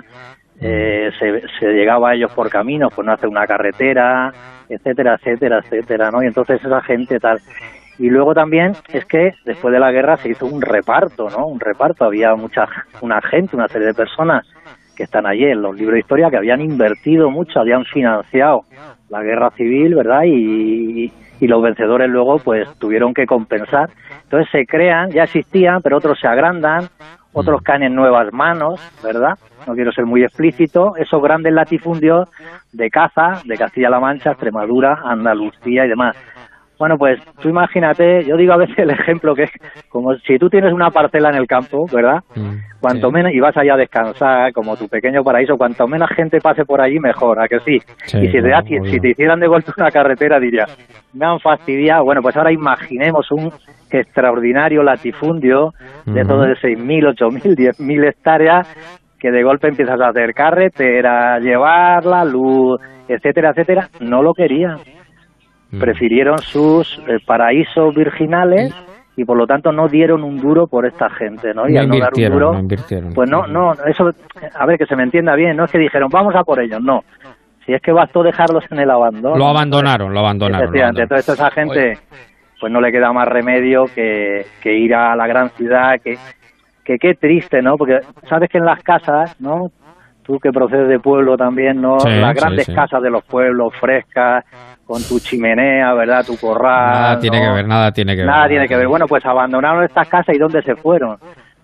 eh, se, se llegaba a ellos por caminos, pues no hacer una carretera, etcétera, etcétera, etcétera, ¿no? Y entonces esa gente tal... Y luego también es que después de la guerra se hizo un reparto, ¿no? Un reparto, había mucha una gente, una serie de personas que están allí en los libros de historia, que habían invertido mucho, habían financiado la guerra civil, ¿verdad? Y, y los vencedores luego pues tuvieron que compensar. Entonces se crean, ya existían, pero otros se agrandan, otros caen en nuevas manos, ¿verdad? No quiero ser muy explícito, esos grandes latifundios de caza, de Castilla-La Mancha, Extremadura, Andalucía y demás. Bueno, pues tú imagínate, yo digo a veces el ejemplo que es como si tú tienes una parcela en el campo, ¿verdad? Mm, cuanto sí. menos, y vas allá a descansar, como tu pequeño paraíso, cuanto menos gente pase por allí, mejor, ¿a que sí? sí y si, no, te, si te hicieran de golpe una carretera, diría, me han fastidiado. Bueno, pues ahora imaginemos un extraordinario latifundio de uh-huh. todo de seis mil, ocho mil, diez mil hectáreas, que de golpe empiezas a hacer carretera, llevar la luz, etcétera, etcétera. No lo querían. Prefirieron sus eh, paraísos virginales y por lo tanto no dieron un duro por esta gente, ¿no? Y no al no dar un duro, no invirtieron. Pues no, no, eso, a ver, que se me entienda bien, no es que dijeron vamos a por ellos, no. Si es que bastó dejarlos en el abandono. Lo abandonaron, lo abandonaron. Efectivamente, entonces esa gente, pues no le queda más remedio que, que ir a la gran ciudad, que, que qué triste, ¿no? Porque sabes que en las casas, ¿no? Tú que procedes de pueblo también, ¿no? Sí, las grandes sí, sí. casas de los pueblos, frescas, con tu chimenea, ¿verdad? Tu corral. Nada tiene ¿no? que ver, nada tiene que ver. Nada tiene que ver. Bueno, pues abandonaron estas casas y ¿dónde se fueron?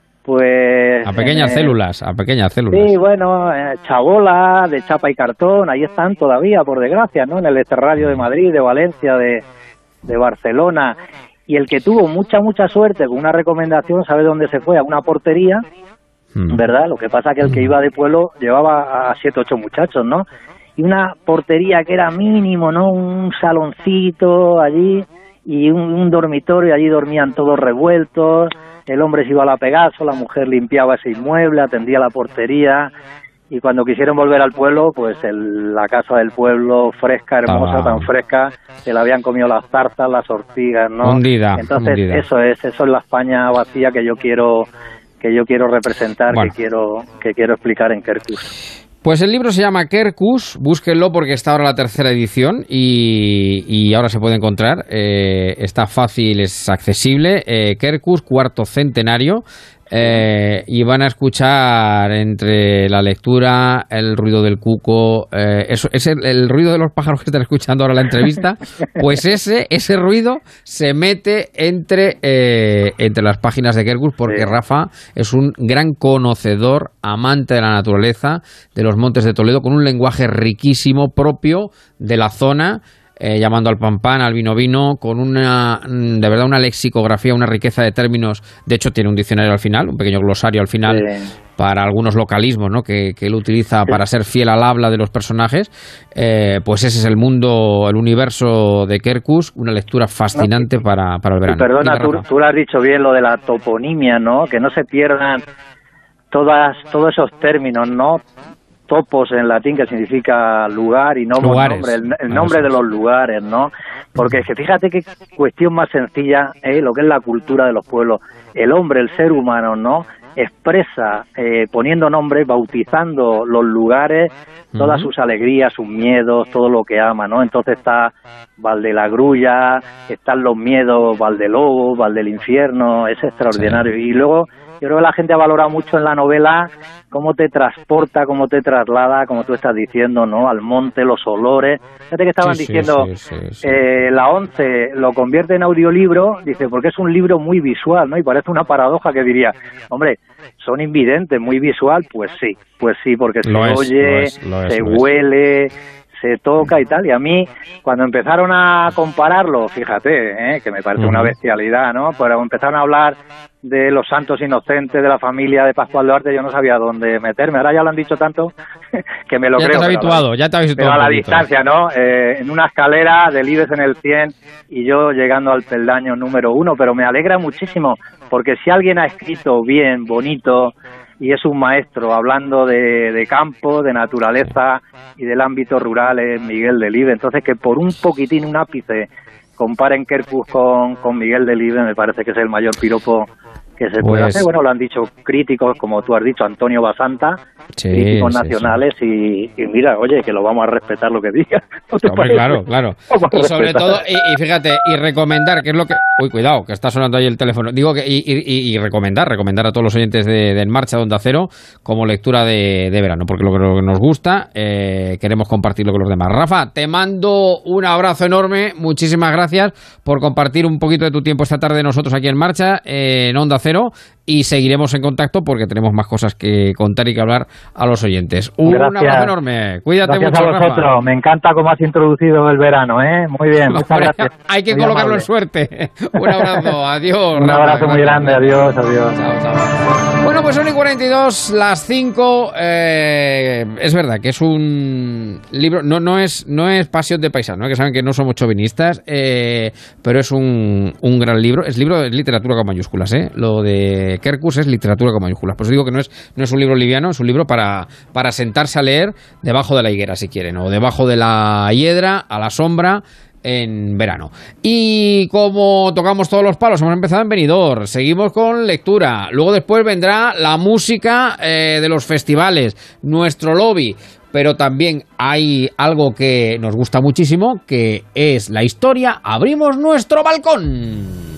Pues... A pequeñas eh, células, a pequeñas células. Sí, bueno, eh, chabolas, de chapa y cartón, ahí están todavía, por desgracia, ¿no? En el extrarradio de Madrid, de Valencia, de, de Barcelona. Y el que tuvo mucha, mucha suerte con una recomendación, ¿sabe dónde se fue? A una portería, hmm. ¿verdad? Lo que pasa que el que iba de pueblo llevaba a siete, ocho muchachos, ¿no? Y una portería que era mínimo, ¿no? Un saloncito allí y un, un dormitorio, y allí dormían todos revueltos, el hombre se iba a la Pegaso, la mujer limpiaba ese inmueble, atendía la portería, y cuando quisieron volver al pueblo, pues el, la casa del pueblo, fresca, hermosa, ah. tan fresca, se la habían comido las zarzas, las ortigas, ¿no? Hundida, Entonces, hundida. eso es, eso es la España vacía que yo quiero que yo quiero representar, bueno. que quiero que quiero explicar en Quercus. Pues el libro se llama Quercus, búsquenlo porque está ahora la tercera edición y, y ahora se puede encontrar, eh, está fácil, es accesible, eh, Quercus, cuarto centenario, eh, y van a escuchar entre la lectura, el ruido del cuco, eh, eso, es el, el ruido de los pájaros que están escuchando ahora la entrevista, pues ese ese ruido se mete entre, eh, entre las páginas de Quercus porque sí. Rafa es un gran conocedor, amante de la naturaleza, de los Montes de Toledo, con un lenguaje riquísimo propio de la zona, eh, llamando al pan pan, al vino vino, con una, de verdad, una lexicografía, una riqueza de términos. De hecho, tiene un diccionario al final, un pequeño glosario al final, sí. para algunos localismos, ¿no? que, que él utiliza sí. para ser fiel al habla de los personajes. Eh, pues ese es el mundo, el universo de Quercus, una lectura fascinante no, para, para el verano. Perdona, tú, tú lo has dicho bien, lo de la toponimia, ¿no? Que no se pierdan todas todos esos términos, ¿no? Topos en latín, que significa lugar, y nomos, nombre, el, el nombre de los lugares, ¿no? Porque es que fíjate qué cuestión más sencilla, ¿eh? Lo que es la cultura de los pueblos. El hombre, el ser humano, ¿no? Expresa, eh, poniendo nombres, bautizando los lugares, todas uh-huh. sus alegrías, sus miedos, todo lo que ama, ¿no? Entonces está Valdelagrulla, están los miedos, Valdelobo, Valdelinfierno, es extraordinario. Sí. Y luego Yo creo que la gente ha valorado mucho en la novela cómo te transporta, cómo te traslada, como tú estás diciendo, ¿no? Al monte, los olores. Fíjate que estaban sí, diciendo, sí, sí, sí. Eh, la once lo convierte en audiolibro, dice, porque es un libro muy visual, ¿no? Y parece una paradoja que diría, hombre, son invidentes, muy visual, pues sí, pues sí, porque se Lo es, oye, lo es, lo es, se lo es. huele, se toca y tal. Y a mí, cuando empezaron a compararlo, fíjate, ¿eh? Que me parece Uh-huh. una bestialidad, ¿no? Pero empezaron a hablar de los santos inocentes de la familia de Pascual Duarte, yo no sabía dónde meterme. Ahora ya lo han dicho tanto que me lo ya creo. te has pero habituado, a la- ya te has habituado. Pero a un la poquito. distancia, ¿no? Eh, en una escalera del Ives en el cien y yo llegando al peldaño número uno, pero me alegra muchísimo, porque si alguien ha escrito bien, bonito, y es un maestro hablando de, de campo, de naturaleza y del ámbito rural, es Miguel Delibes. Entonces, que por un poquitín, un ápice, comparen Kerkus con, con Miguel Delibes, me parece que es el mayor piropo que se puede Pues- hacer. Bueno, lo han dicho críticos, como tú has dicho, Antonio Basanta, Sí, críticos sí, nacionales, Y, y mira, oye, que lo vamos a respetar lo que diga. ¿No te Hombre, parece? claro, claro. Vamos a Y sobre respetar. todo, y, y fíjate, y recomendar, que es lo que... Uy, cuidado, que está sonando ahí el teléfono. Digo que, y, y, y recomendar, recomendar a todos los oyentes de, de En Marcha de Onda Cero como lectura de, de verano, porque lo que, lo que nos gusta, eh, queremos compartirlo con los demás. Rafa, te mando un abrazo enorme, muchísimas gracias por compartir un poquito de tu tiempo esta tarde nosotros aquí en Marcha, eh, en Onda Cero, y seguiremos en contacto porque tenemos más cosas que contar y que hablar a los oyentes. Un Gracias. abrazo enorme, cuídate Gracias mucho, a vosotros, Rafa. me encanta cómo has introducido el verano, ¿eh? Muy bien, muchas Hombre, gracias. hay que Muy colocarlo amable. en suerte. Un abrazo, adiós. Un Rafa, abrazo muy gracias. grande, adiós, adiós. Chao, chao. Bueno, pues son y cuarenta y dos, las cinco. Eh, es verdad que es un libro, no, no, es, no es Pasión de Paisano, ¿eh? Que saben que no somos chauvinistas, eh, pero es un, un gran libro. Es libro de literatura con mayúsculas, ¿eh? Lo de Kerkus es literatura con mayúsculas. Pues digo que no es, no es un libro liviano, es un libro para, para sentarse a leer debajo de la higuera, si quieren, o debajo de la hiedra, a la sombra, en verano. Y como tocamos todos los palos, hemos empezado en Benidorm, seguimos con lectura, luego después vendrá la música eh, de los festivales, nuestro lobby, pero también hay algo que nos gusta muchísimo, que es la historia. Abrimos nuestro balcón.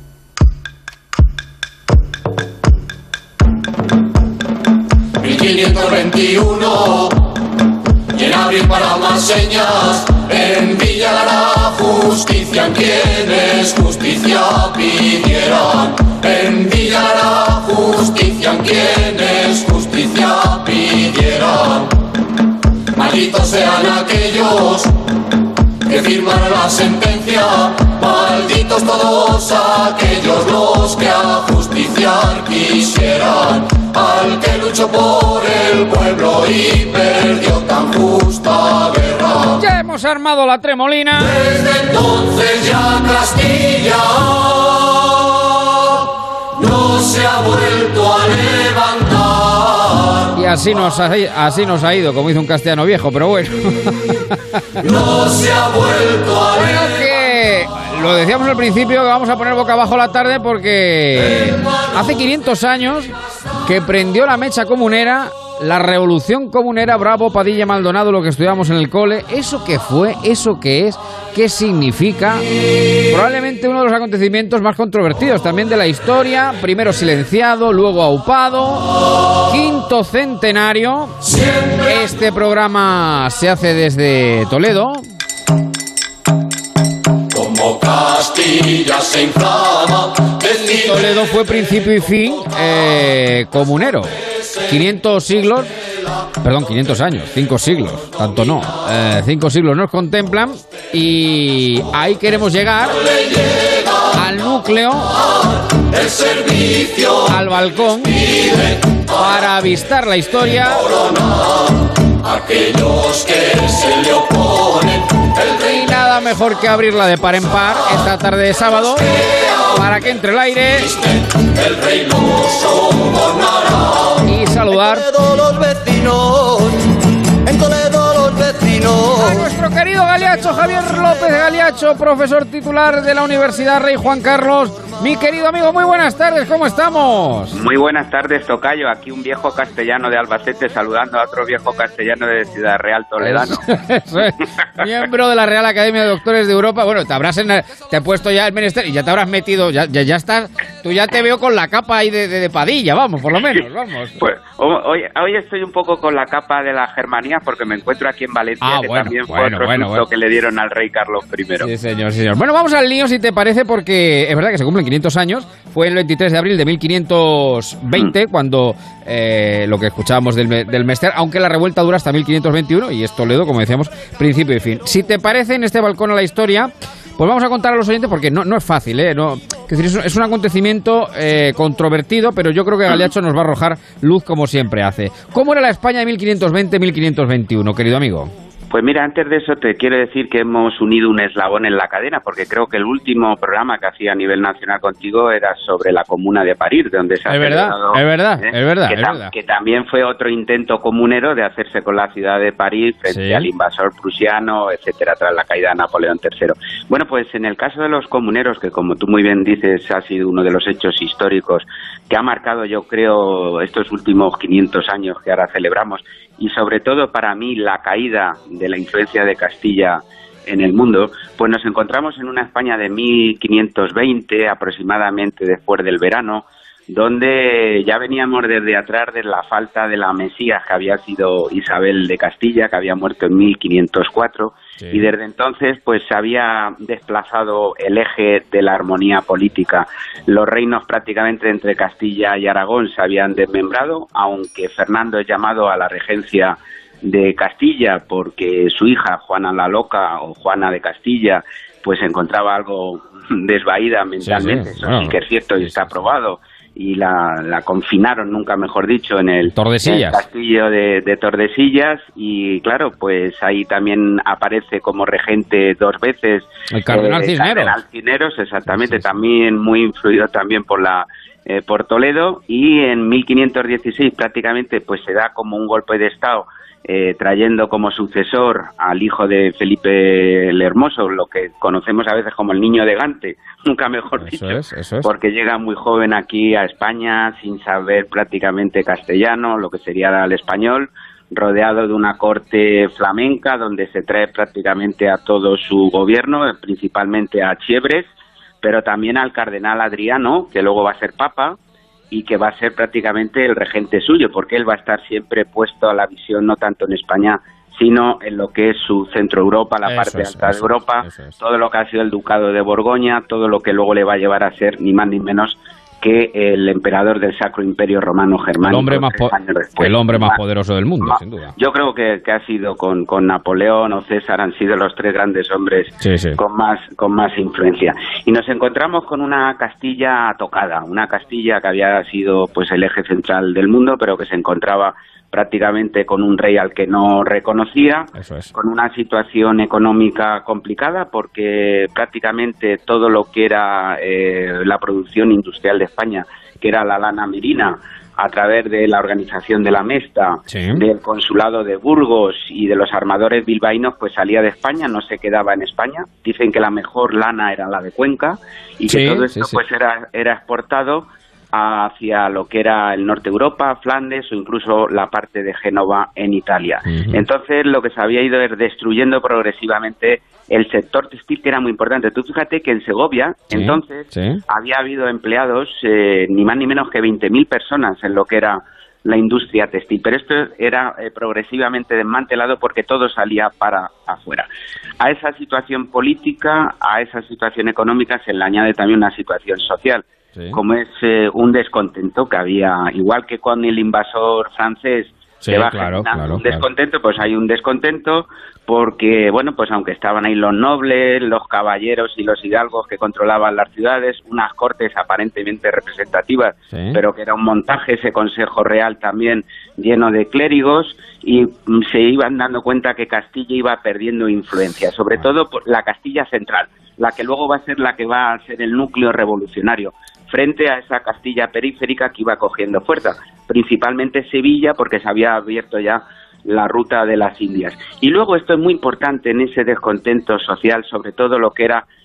mil quinientos veintiuno y en abril para más señas en Villa la justicia en quienes justicia pidieran en Villa la justicia en quienes justicia pidieran malditos sean aquellos que firmaron la sentencia malditos todos aquellos los que a justiciar quisieran al que luchó por el pueblo y perdió tan justa guerra. Ya hemos armado la tremolina. Desde entonces ya Castilla no se ha vuelto a levantar. Y así nos ha, así nos ha ido, como hizo un castellano viejo, pero bueno. No se ha vuelto a Creo levantar. que lo decíamos al principio, que vamos a poner boca abajo la tarde porque hace quinientos años que prendió la mecha comunera, la revolución comunera. Bravo, Padilla, Maldonado, lo que estudiamos en el cole. ¿Eso qué fue? ¿Eso qué es? ¿Qué significa? Probablemente uno de los acontecimientos más controvertidos también de la historia. Primero silenciado, luego aupado. Quinto centenario. Este programa se hace desde Toledo. Como Castilla se inflama. Y Toledo fue principio y fin eh, comunero. quinientos siglos, perdón, quinientos años, cinco siglos, tanto no, eh, cinco siglos nos contemplan y ahí queremos llegar al núcleo, El servicio al balcón, para avistar la historia. aquellos que se le oponen. El rey Y nada mejor que abrirla de par en par esta tarde de sábado para que entre el aire el rey lo sobornará. y saludar Todos los vecinos, en Toledo los vecinos. a nuestro querido Galiacho, Javier López Galiacho, profesor titular de la Universidad Rey Juan Carlos, Mi querido amigo, muy buenas tardes, ¿cómo estamos? Muy buenas tardes, tocayo. Aquí un viejo castellano de Albacete saludando a otro viejo castellano de Ciudad Real Toledano. Eso es. Miembro de la Real Academia de Doctores de Europa. Bueno, te habrás en, te he puesto ya el menester y ya te habrás metido, ya, ya, ya estás, tú ya te veo con la capa ahí de, de, de Padilla, vamos, por lo menos, vamos. Pues hoy, hoy estoy un poco con la capa de la Germanía porque me encuentro aquí en Valencia, ah, que bueno, también fue bueno, otro bueno, susto bueno. que le dieron al rey Carlos primero. Sí, señor, sí, señor. Bueno, vamos al lío, si te parece, porque es verdad que se cumplen quinientos años. Fue el veintitrés de abril de mil quinientos veinte mm. cuando eh, lo que escuchábamos del, del Mester, aunque la revuelta dura hasta mil quinientos veintiuno y es Toledo, como decíamos, principio y fin. Si te parece, en este balcón a la historia, pues vamos a contar a los oyentes, porque no, no es fácil, ¿eh? No, es, decir, es, un, es un acontecimiento eh, controvertido, pero yo creo que Galiacho nos va a arrojar luz como siempre hace. ¿Cómo era la España de mil quinientos veinte a mil quinientos veintiuno, querido amigo? Pues mira, antes de eso te quiero decir que hemos unido un eslabón en la cadena, porque creo que el último programa que hacía a nivel nacional contigo era sobre la Comuna de París, de donde se ha es verdad, es verdad, ¿eh? es verdad, que, es tam- verdad. que también fue otro intento comunero de hacerse con la ciudad de París frente sí. al invasor prusiano, etcétera, tras la caída de Napoleón tercero. Bueno, pues en el caso de los comuneros, que como tú muy bien dices, ha sido uno de los hechos históricos que ha marcado, yo creo, estos últimos quinientos años que ahora celebramos, y sobre todo para mí la caída de la influencia de Castilla en el mundo, pues nos encontramos en una España de mil quinientos veinte aproximadamente, después del verano, donde ya veníamos desde atrás de la falta de la Mesías, que había sido Isabel de Castilla, que había muerto en mil quinientos cuatro, sí. y desde entonces pues se había desplazado el eje de la armonía política. Los reinos prácticamente entre Castilla y Aragón se habían desmembrado, aunque Fernando es llamado a la regencia de Castilla porque su hija, Juana la Loca, o Juana de Castilla, pues se encontraba algo desvaída mentalmente, sí, sí. eso bueno, sí que es cierto y sí, está sí, probado. Y la, la confinaron, nunca mejor dicho, en el, Tordesillas. el castillo de, de Tordesillas, y claro, pues ahí también aparece como regente dos veces el cardenal eh, Cisneros. Cardenal Cisneros, exactamente, sí, sí, sí. también muy influido también por la eh, por Toledo, y en mil quinientos dieciséis prácticamente pues se da como un golpe de estado, Eh, trayendo como sucesor al hijo de Felipe el Hermoso, lo que conocemos a veces como el niño de Gante, nunca mejor eso dicho, es, eso es. porque llega muy joven aquí a España sin saber prácticamente castellano, lo que sería el español, rodeado de una corte flamenca donde se trae prácticamente a todo su gobierno, principalmente a Chievres, pero también al cardenal Adriano, que luego va a ser papa, y que va a ser prácticamente el regente suyo, porque él va a estar siempre puesto a la visión no tanto en España, sino en lo que es su Centro Europa, la eso parte es, alta de Europa, es, es. todo lo que ha sido el Ducado de Borgoña, todo lo que luego le va a llevar a ser ni más ni menos que el emperador del Sacro Imperio Romano Germánico. El hombre más, po- el hombre más poderoso del mundo, ma- sin duda. Yo creo que, que ha sido con, con Napoleón o César, han sido los tres grandes hombres sí, sí. con más con más influencia. Y nos encontramos con una Castilla tocada, una Castilla que había sido pues el eje central del mundo, pero que se encontraba prácticamente con un rey al que no reconocía, Eso es. con una situación económica complicada, porque prácticamente todo lo que era eh, la producción industrial de España, que era la lana merina, a través de la organización de la Mesta, sí. del consulado de Burgos y de los armadores bilbaínos, pues salía de España, no se quedaba en España. Dicen que la mejor lana era la de Cuenca y sí, que todo esto sí, sí. pues era, era exportado hacia lo que era el norte de Europa, Flandes o incluso la parte de Génova en Italia. Uh-huh. Entonces lo que se había ido es destruyendo progresivamente el sector textil, que era muy importante. Tú fíjate que en Segovia sí, entonces sí. había habido empleados eh, ni más ni menos que veinte mil personas en lo que era la industria textil, pero esto era eh, progresivamente desmantelado porque todo salía para afuera. A esa situación política, a esa situación económica se le añade también una situación social, sí. como es eh, un descontento que había, igual que con el invasor francés, sí, que va claro, generando claro, un descontento, pues hay un descontento porque, bueno, pues aunque estaban ahí los nobles, los caballeros y los hidalgos que controlaban las ciudades, unas cortes aparentemente representativas, sí. pero que era un montaje, ese Consejo Real también lleno de clérigos, y se iban dando cuenta que Castilla iba perdiendo influencia, sobre todo por la Castilla central, la que luego va a ser la que va a ser el núcleo revolucionario, frente a esa Castilla periférica que iba cogiendo fuerza, principalmente Sevilla, porque se había abierto ya la ruta de las Indias. Y luego esto es muy importante en ese descontento social, sobre todo lo que era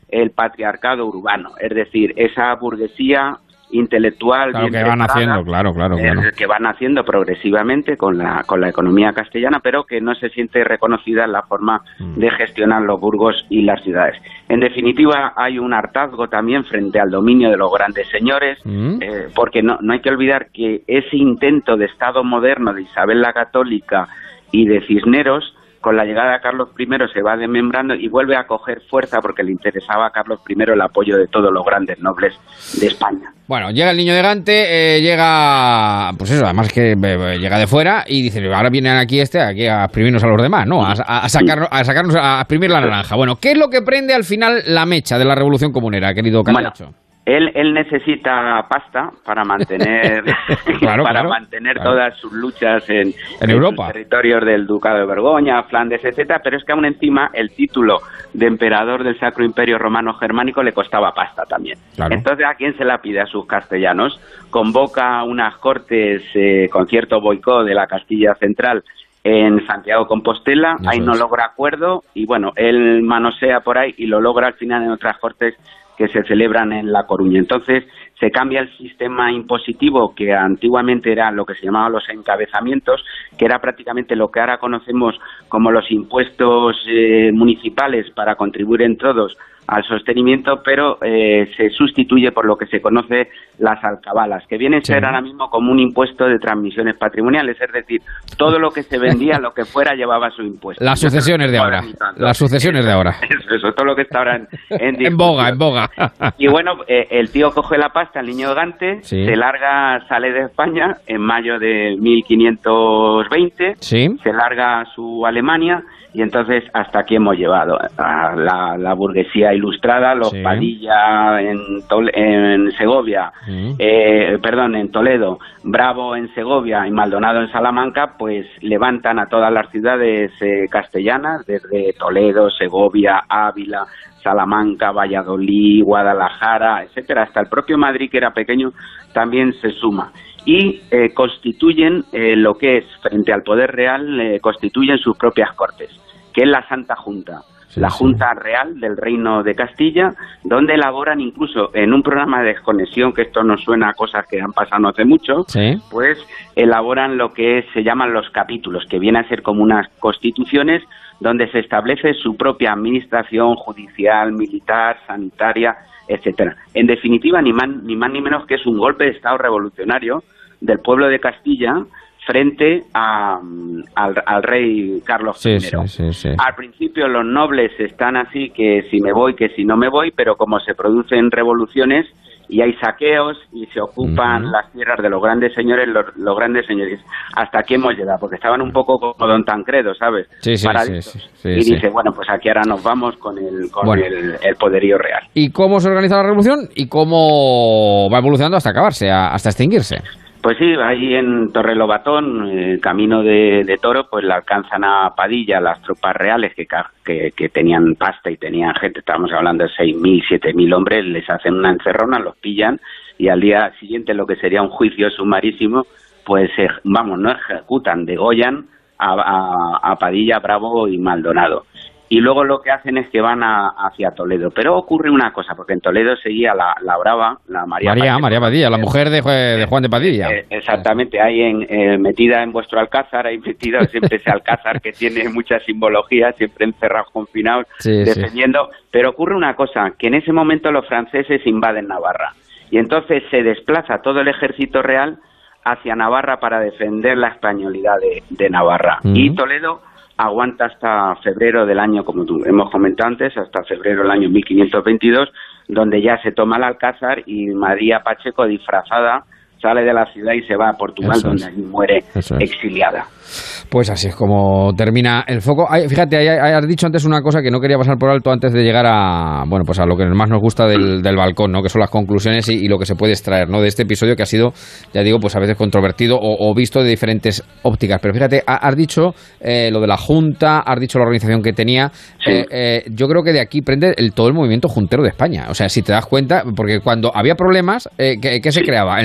el patriarcado urbano, es decir, esa burguesía intelectual claro, que van haciendo, claro, claro, claro. Eh, que van haciendo progresivamente con la con la economía castellana, pero que no se siente reconocida en la forma mm. de gestionar los burgos y las ciudades. En definitiva, hay un hartazgo también frente al dominio de los grandes señores, mm. eh, porque no, no hay que olvidar que ese intento de Estado moderno de Isabel la Católica y de Cisneros, con la llegada de Carlos primero se va desmembrando y vuelve a coger fuerza porque le interesaba a Carlos primero el apoyo de todos los grandes nobles de España. Bueno, llega el niño de Gante, eh, llega, pues eso, además que eh, llega de fuera y dice, ahora vienen aquí este, aquí a exprimirnos a los demás, ¿no? A, a, a, sacar, a sacarnos, a exprimir la naranja. Bueno, ¿qué es lo que prende al final la mecha de la Revolución Comunera, querido Camacho? Bueno. Él, él necesita pasta para mantener claro, para claro, mantener claro. todas sus luchas en, en, en Europa, los territorios del Ducado de Borgoña, Flandes, etcétera. Pero es que aún encima el título de emperador del Sacro Imperio Romano Germánico le costaba pasta también. Claro. Entonces, ¿a quién se la pide? A sus castellanos. Convoca unas cortes eh, con cierto boicot de la Castilla Central en Santiago Compostela. Eso ahí no es. logra acuerdo y bueno, él manosea por ahí y lo logra al final en otras cortes que se celebran en La Coruña. Entonces se cambia el sistema impositivo que antiguamente era lo que se llamaba los encabezamientos, que era prácticamente lo que ahora conocemos como los impuestos eh, municipales para contribuir en todos al sostenimiento, pero eh, se sustituye por lo que se conoce las alcabalas, que vienen a ser sí. ahora mismo como un impuesto de transmisiones patrimoniales, es decir, todo lo que se vendía, lo que fuera, llevaba su impuesto. Las sucesiones de ahora, las sucesiones de ahora. Eso, eso, todo lo que está ahora en, en, en boga, en boga. Y bueno, eh, el tío coge la pasta, el niño Gante, sí. se larga, sale de España en mayo de mil quinientos veinte, sí. se larga a su Alemania. Y entonces, hasta aquí hemos llevado a la, la burguesía ilustrada, los sí. Padilla en, Tol en Segovia, sí. eh, perdón, en Toledo, Bravo en Segovia y Maldonado en Salamanca, pues levantan a todas las ciudades eh, castellanas, desde Toledo, Segovia, Ávila, Salamanca, Valladolid, Guadalajara, etcétera, hasta el propio Madrid, que era pequeño, también se suma. Y eh, constituyen eh, lo que es, frente al poder real, eh, constituyen sus propias cortes, que es la Santa Junta, sí, la Junta sí. Real del Reino de Castilla, donde elaboran incluso en un programa de desconexión, que esto nos suena a cosas que han pasado no hace mucho, sí. pues elaboran lo que es, se llaman los capítulos, que vienen a ser como unas constituciones donde se establece su propia administración judicial, militar, sanitaria, etcétera. En definitiva, ni más, ni más ni menos que es un golpe de Estado revolucionario del pueblo de Castilla frente a, al, al rey Carlos sí, primero. Sí, sí, sí. Al principio los nobles están así, que si me voy, que si no me voy, pero como se producen revoluciones y hay saqueos y se ocupan uh-huh. las tierras de los grandes señores, los, los grandes señores. Hasta aquí hemos llegado, porque estaban un poco como Don Tancredo, ¿sabes? Sí, sí, sí, sí, sí, y sí. dice, bueno, pues aquí ahora nos vamos con el con bueno. el, el poderío real. ¿Y cómo se organiza la revolución? ¿Y cómo va evolucionando hasta acabarse, hasta extinguirse? Pues sí, ahí en Torrelobatón, el camino de, de Toro, pues le alcanzan a Padilla las tropas reales que, que, que tenían pasta y tenían gente, estábamos hablando de seis mil, siete mil hombres, les hacen una encerrona, los pillan y al día siguiente, lo que sería un juicio sumarísimo, pues eh, vamos, no ejecutan, degollan a, a, a Padilla, Bravo y Maldonado. Y luego lo que hacen es que van a, hacia Toledo. Pero ocurre una cosa, porque en Toledo seguía la, la brava, la María María, Pacheco, María Padilla, la mujer de, de Juan de Padilla. Eh, exactamente, ahí en, eh, metida en vuestro alcázar, ahí metida siempre ese alcázar que tiene mucha simbología, siempre encerrados, confinados, sí, defendiendo. Sí. Pero ocurre una cosa, que en ese momento los franceses invaden Navarra. Y entonces se desplaza todo el ejército real hacia Navarra para defender la españolidad de, de Navarra. Uh-huh. Y Toledo aguanta hasta febrero del año, como tú, hemos comentado antes, hasta febrero del año mil quinientos veintidós, donde ya se toma el Alcázar y María Pacheco, disfrazada, sale de la ciudad y se va a Portugal, Eso donde es. allí muere Eso es. exiliada. Pues así es como termina el foco. Ay, fíjate, hay, hay, has dicho antes una cosa que no quería pasar por alto antes de llegar a bueno pues a lo que más nos gusta del, del balcón, ¿no? Que son las conclusiones y, y lo que se puede extraer, ¿no? De este episodio que ha sido, ya digo, pues a veces controvertido o, o visto de diferentes ópticas. Pero fíjate, has dicho eh, lo de la Junta, has dicho la organización que tenía. Sí. Eh, eh, yo creo que de aquí prende el, todo el movimiento juntero de España. O sea, si te das cuenta, porque cuando había problemas, eh, ¿qué, qué se sí. creaba? En el diecinueve,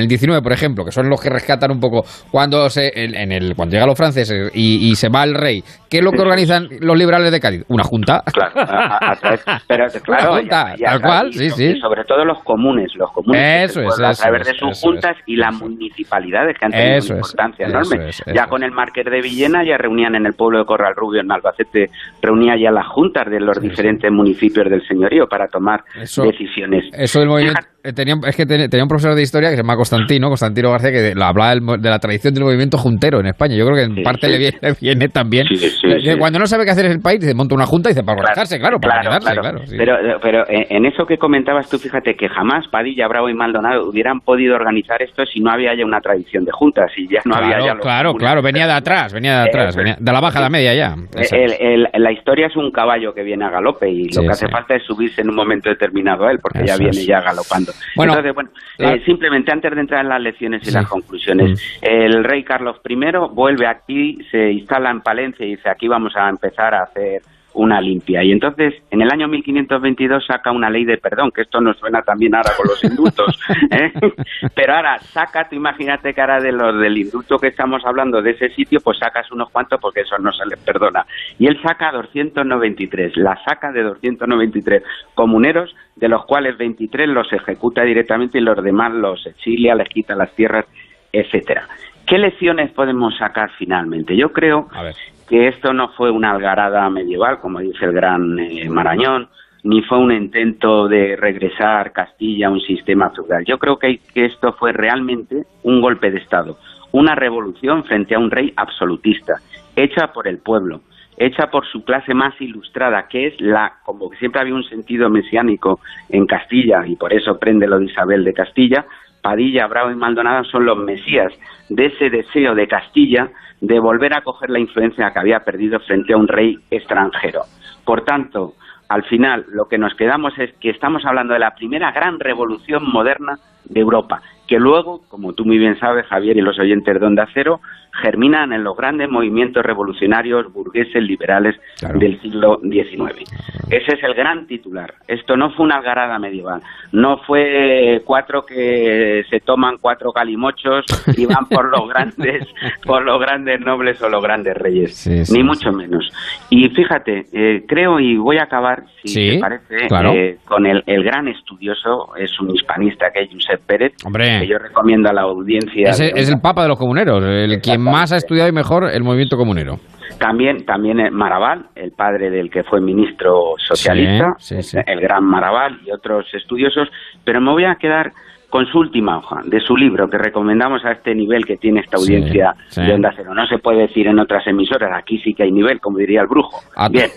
por ejemplo, que son los que rescatan un poco cuando se en, en el cuando llegan los franceses y, y se va el rey, ¿qué es lo que organizan los liberales de Cádiz? Una junta. Claro, a, a, a través, pero claro, una junta, y a, y a, tal cual, y, sí, y sí. sobre todo los comunes, los comunes eso que es, a eso través es, de sus eso juntas es, y las eso municipalidades que han tenido eso una es, importancia eso enorme. es, eso ya es. con el Marqués de Villena ya reunían en el pueblo de Corralrubio, en Albacete, reunía ya las juntas de los sí, diferentes sí. municipios del señorío para tomar eso, decisiones. Eso del movimiento, tenía, es que tenía un profesor de historia que se llama Constantino, Constantino García, que de, hablaba del, de la tradición del movimiento juntero en España. Yo creo que en sí, parte sí. le viene, viene también. Sí, sí, de, sí. Cuando no sabe qué hacer en el país, se monta una junta y dice para organizarse, claro, claro, para claro, claro. claro sí. Pero, pero en eso que comentabas tú, fíjate que jamás Padilla, Bravo y Maldonado hubieran podido organizar esto si no había ya una tradición de juntas y ya no claro, había ya los Claro, comunes. claro, venía de atrás, venía de atrás, eh, venía de la baja a la media ya. El, el, la historia es un caballo que viene a galope y sí, lo que hace sí. falta es subirse en un momento determinado a él, porque eso ya viene es. ya galopando. Bueno, Entonces, bueno, la... eh, simplemente antes de entrar en las lecciones y sí. las conclusiones, mm. el rey Carlos primero vuelve aquí, se instala en Palencia y dice, aquí vamos a empezar a hacer una limpia. Y entonces, en el año mil quinientos veintidós saca una ley de perdón, que esto nos suena también ahora con los indultos, ¿eh? Pero ahora saca, tú imagínate que ahora de los del indulto que estamos hablando de ese sitio, pues sacas unos cuantos porque eso no se les perdona. Y él saca doscientos noventa y tres, la saca de doscientos noventa y tres comuneros, de los cuales veintitrés los ejecuta directamente y los demás los exilia, les quita las tierras, etcétera. ¿Qué lecciones podemos sacar finalmente? Yo creo que esto no fue una algarada medieval, como dice el gran eh, Marañón, ni fue un intento de regresar Castilla a un sistema feudal. Yo creo que, que esto fue realmente un golpe de Estado, una revolución frente a un rey absolutista, hecha por el pueblo, hecha por su clase más ilustrada, que es la, como que siempre había un sentido mesiánico en Castilla, y por eso prende lo de Isabel de Castilla. Padilla, Bravo y Maldonado son los mesías de ese deseo de Castilla de volver a coger la influencia que había perdido frente a un rey extranjero. Por tanto, al final, lo que nos quedamos es que estamos hablando de la primera gran revolución moderna de Europa, que luego, como tú muy bien sabes, Javier, y los oyentes de Onda Cero, germinan en los grandes movimientos revolucionarios burgueses liberales claro. del siglo diecinueve. Ese es el gran titular. Esto no fue una algarada medieval, no fue cuatro que se toman cuatro calimochos y van por los grandes, por los grandes nobles o los grandes reyes, sí, sí, ni mucho sí. menos. Y fíjate, eh, creo, y voy a acabar, si sí, te parece, claro. eh, con el, el gran estudioso, es un hispanista que es Josep Pérez, Hombre. que yo recomiendo a la audiencia. Es, es el papa de los comuneros, el quien más ha estudiado y mejor el movimiento comunero. También, también Maraval, el padre del que fue ministro socialista, sí, sí, sí. el gran Maraval y otros estudiosos, pero me voy a quedar con su última hoja de su libro que recomendamos a este nivel que tiene esta audiencia sí, sí. de Onda Cero. No se puede decir en otras emisoras, aquí sí que hay nivel, como diría el brujo. At Bien.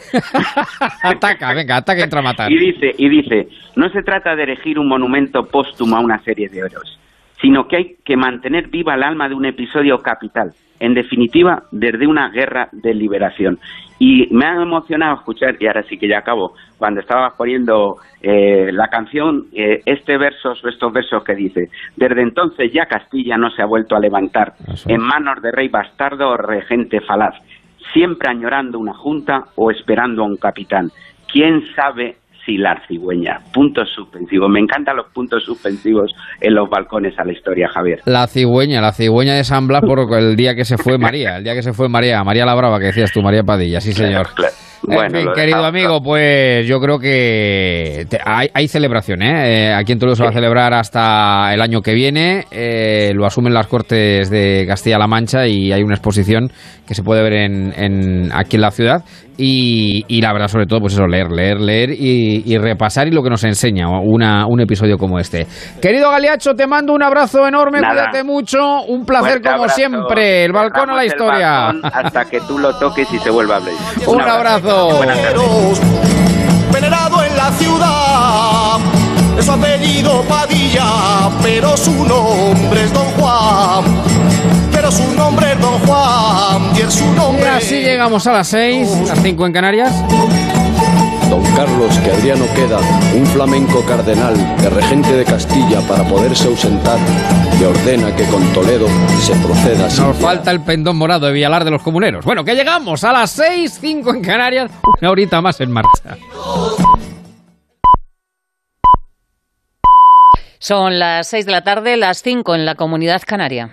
Ataca, venga, ataca y entra a matar. Y dice, y dice, no se trata de erigir un monumento póstumo a una serie de héroes, sino que hay que mantener viva el alma de un episodio capital, en definitiva, desde una guerra de liberación. Y me ha emocionado escuchar, y ahora sí que ya acabo, cuando estabas poniendo eh, la canción, eh, este verso, estos versos que dice, desde entonces ya Castilla no se ha vuelto a levantar en manos de rey bastardo o regente falaz, siempre añorando una junta o esperando a un capitán. ¿Quién sabe y la cigüeña? Puntos suspensivos. Me encantan los puntos suspensivos en los balcones a la historia, Javier. La cigüeña, la cigüeña de San Blas por el día que se fue María, el día que se fue María, María la Brava, que decías tú, María Padilla, sí señor. Claro, claro. Bueno, en fin, querido amigo, pues yo creo que te, hay, hay celebración, ¿eh? Aquí en Toledo se va a celebrar hasta el año que viene, eh, lo asumen las Cortes de Castilla-La Mancha y hay una exposición que se puede ver en, en aquí en la ciudad y, y la verdad, sobre todo, pues eso, leer, leer, leer y, y repasar y lo que nos enseña una, un episodio como este. Querido Galiacho, te mando un abrazo enorme, Nada. Cuídate mucho, un placer Fuerte como abrazo. Siempre, el balcón Cerramos a la historia. Hasta que tú lo toques y se vuelva a abrir. Un, un abrazo. Venerado en la ciudad, es su apellido Padilla, pero su nombre es Don Juan, pero su nombre es Don Juan, y es su nombre. Y así llegamos a las seis, las cinco en Canarias. Don Carlos, que Adriano queda, un flamenco cardenal, de regente de Castilla para poderse ausentar, le ordena que con Toledo se proceda. Nos falta el pendón morado de Villalar de los Comuneros. Bueno, que llegamos a las seis, cinco en Canarias, una horita más en marcha. Son las seis de la tarde, las cinco en la Comunidad Canaria.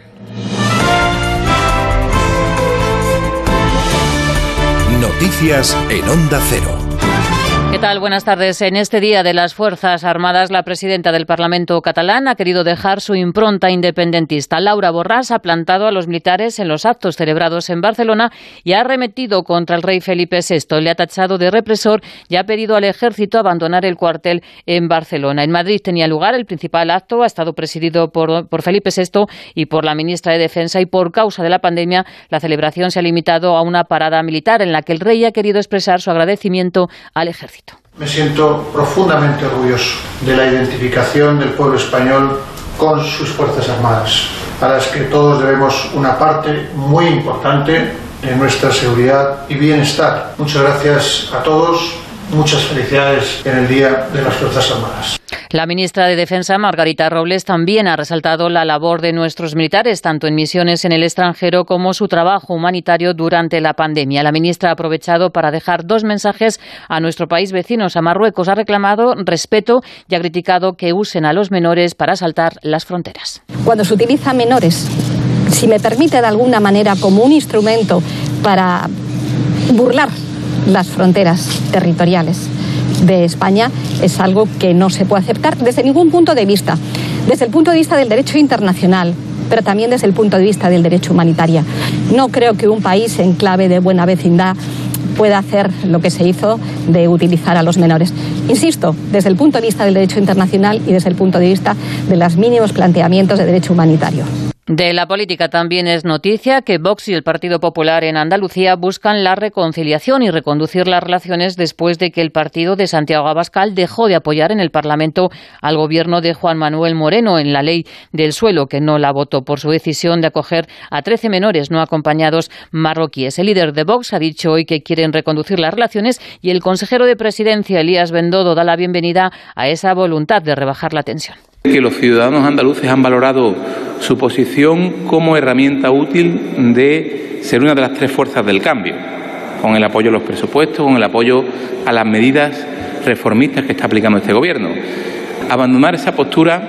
Noticias en Onda Cero. ¿Qué tal? Buenas tardes. En este Día de las Fuerzas Armadas, la presidenta del Parlamento catalán ha querido dejar su impronta independentista. Laura Borràs ha plantado a los militares en los actos celebrados en Barcelona y ha arremetido contra el rey Felipe sexto. Le ha tachado de represor y ha pedido al ejército abandonar el cuartel en Barcelona. En Madrid tenía lugar el principal acto, ha estado presidido por, por Felipe sexto y por la ministra de Defensa, y por causa de la pandemia la celebración se ha limitado a una parada militar en la que el rey ha querido expresar su agradecimiento al ejército. Me siento profundamente orgulloso de la identificación del pueblo español con sus Fuerzas Armadas, a las que todos debemos una parte muy importante de nuestra seguridad y bienestar. Muchas gracias a todos, muchas felicidades en el Día de las Fuerzas Armadas. La ministra de Defensa, Margarita Robles, también ha resaltado la labor de nuestros militares, tanto en misiones en el extranjero como su trabajo humanitario durante la pandemia. La ministra ha aprovechado para dejar dos mensajes a nuestro país vecinos. A Marruecos ha reclamado respeto y ha criticado que usen a los menores para asaltar las fronteras. Cuando se utiliza menores, si me permite de alguna manera, como un instrumento para burlar las fronteras territoriales de España, es algo que no se puede aceptar desde ningún punto de vista, desde el punto de vista del derecho internacional, pero también desde el punto de vista del derecho humanitario. No creo que un país en clave de buena vecindad pueda hacer lo que se hizo de utilizar a los menores. Insisto, desde el punto de vista del derecho internacional y desde el punto de vista de los mínimos planteamientos de derecho humanitario. De la política también es noticia que Vox y el Partido Popular en Andalucía buscan la reconciliación y reconducir las relaciones después de que el partido de Santiago Abascal dejó de apoyar en el Parlamento al gobierno de Juan Manuel Moreno en la ley del suelo, que no la votó por su decisión de acoger a trece menores no acompañados marroquíes. El líder de Vox ha dicho hoy que quieren reconducir las relaciones y el consejero de Presidencia, Elías Bendodo, da la bienvenida a esa voluntad de rebajar la tensión. Que los ciudadanos andaluces han valorado su posición como herramienta útil de ser una de las tres fuerzas del cambio, con el apoyo a los presupuestos, con el apoyo a las medidas reformistas que está aplicando este gobierno. Abandonar esa postura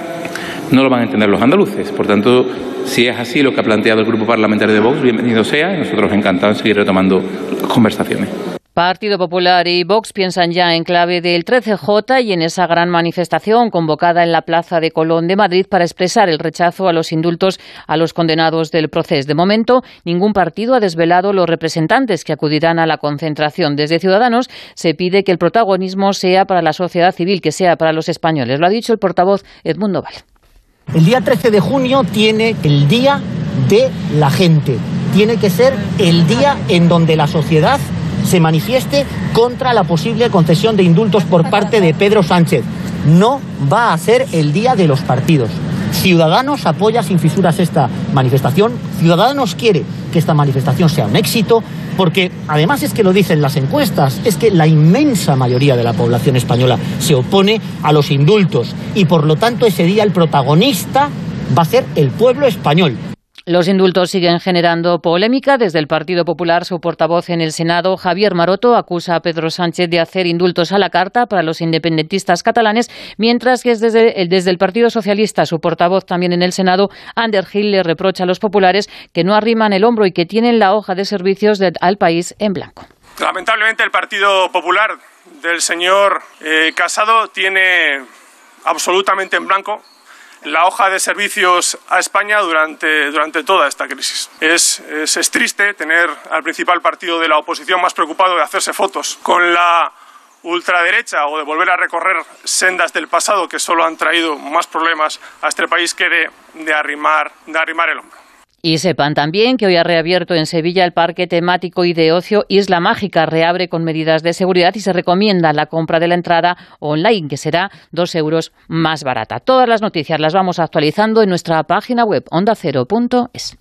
no lo van a entender los andaluces. Por tanto, si es así lo que ha planteado el Grupo Parlamentario de Vox, bienvenido sea, y nosotros encantados de seguir retomando conversaciones. Partido Popular y Vox piensan ya en clave del trece J y en esa gran manifestación convocada en la Plaza de Colón de Madrid para expresar el rechazo a los indultos a los condenados del Procés. De momento, ningún partido ha desvelado los representantes que acudirán a la concentración. Desde Ciudadanos se pide que el protagonismo sea para la sociedad civil, que sea para los españoles. Lo ha dicho el portavoz Edmundo Val. El día trece de junio tiene el día de la gente. Tiene que ser el día en donde la sociedad se manifieste contra la posible concesión de indultos por parte de Pedro Sánchez. No va a ser el día de los partidos. Ciudadanos apoya sin fisuras esta manifestación. Ciudadanos quiere que esta manifestación sea un éxito, porque además es que lo dicen las encuestas, es que la inmensa mayoría de la población española se opone a los indultos y por lo tanto ese día el protagonista va a ser el pueblo español. Los indultos siguen generando polémica. Desde el Partido Popular, su portavoz en el Senado, Javier Maroto, acusa a Pedro Sánchez de hacer indultos a la carta para los independentistas catalanes, mientras que es desde, desde el Partido Socialista, su portavoz también en el Senado, Ander Gil, le reprocha a los populares que no arriman el hombro y que tienen la hoja de servicios de, al país en blanco. Lamentablemente, el Partido Popular del señor eh, Casado tiene absolutamente en blanco la hoja de servicios a España durante, durante toda esta crisis. Es, es, es triste tener al principal partido de la oposición más preocupado de hacerse fotos con la ultraderecha o de volver a recorrer sendas del pasado que solo han traído más problemas a este país que de, de, arrimar, de arrimar el hombro. Y sepan también que hoy ha reabierto en Sevilla el parque temático y de ocio Isla Mágica. Reabre con medidas de seguridad y se recomienda la compra de la entrada online, que será dos euros más barata. Todas las noticias las vamos actualizando en nuestra página web onda cero punto es.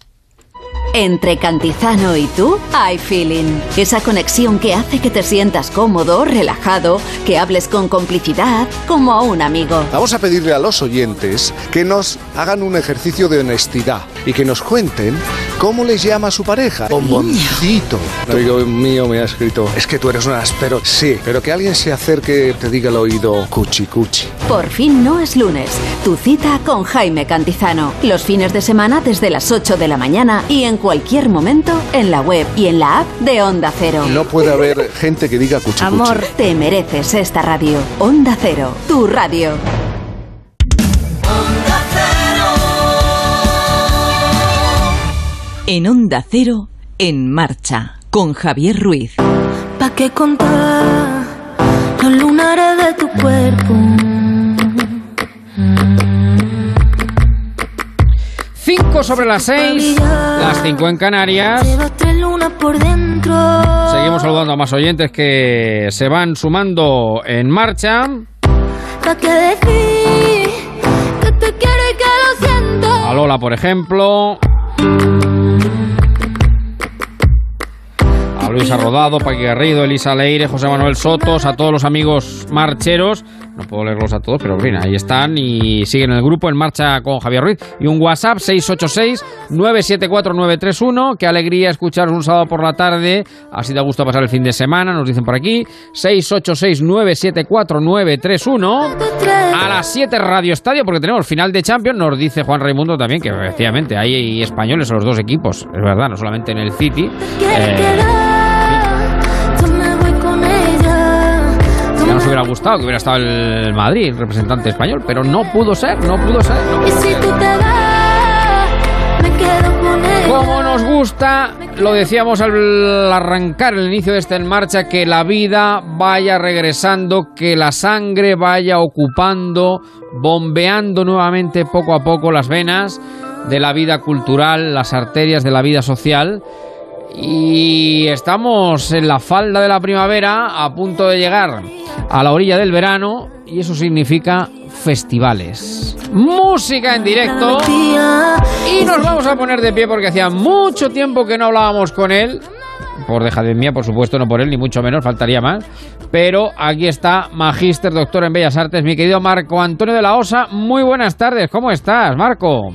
Entre Cantizano y tú hay feeling. Esa conexión que hace que te sientas cómodo, relajado, que hables con complicidad, como a un amigo. Vamos a pedirle a los oyentes que nos hagan un ejercicio de honestidad y que nos cuenten ¿Cómo les llama a su pareja? Bomboncito. Un amigo mío me ha escrito, es que tú eres un áspero. Sí, pero que alguien se acerque, te diga al oído, cuchi cuchi. Por fin no es lunes. Tu cita con Jaime Cantizano. Los fines de semana desde las ocho de la mañana y en cualquier momento en la web y en la app de Onda Cero. No puede haber gente que diga cuchi cuchi. Amor, te mereces esta radio. Onda Cero, tu radio. En Onda Cero, En Marcha, con Javier Ruiz. ¿Pa' qué contar los lunares de tu cuerpo? Cinco sobre las seis, las cinco en Canarias. Seguimos saludando a más oyentes que se van sumando en marcha. ¿Pa' qué decir que te quiero y que lo siento? A Lola, por ejemplo. A Luisa Rodado, Paqui Garrido, Elisa Leire, José Manuel Sotos, a todos los amigos marcheros. No puedo leerlos a todos, pero en fin, ahí están y siguen el grupo En Marcha con Javier Ruiz. Y un WhatsApp, seis ocho seis, nueve siete cuatro, nueve tres uno. Qué alegría escucharos un sábado por la tarde. Así da gusto pasar el fin de semana, nos dicen por aquí. seis ocho seis, nueve siete cuatro, nueve tres uno. A las siete Radio Estadio, porque tenemos final de Champions. Nos dice Juan Raimundo también que efectivamente hay españoles en los dos equipos. Es verdad, no solamente en el City. Eh, Ya nos hubiera gustado que hubiera estado el Madrid, el representante español, pero no pudo ser, no pudo ser. No pudo ser. Como nos gusta, lo decíamos al arrancar el inicio de este En Marcha, que la vida vaya regresando, que la sangre vaya ocupando, bombeando nuevamente poco a poco las venas de la vida cultural, las arterias de la vida social. Y estamos en la falda de la primavera, a punto de llegar a la orilla del verano, y eso significa festivales, música en directo, y nos vamos a poner de pie porque hacía mucho tiempo que no hablábamos con él, por dejadme mía, por supuesto, no por él, ni mucho menos, faltaría más, pero aquí está, magíster, doctor en Bellas Artes, mi querido Marco Antonio de la Osa. Muy buenas tardes, ¿cómo estás, Marco?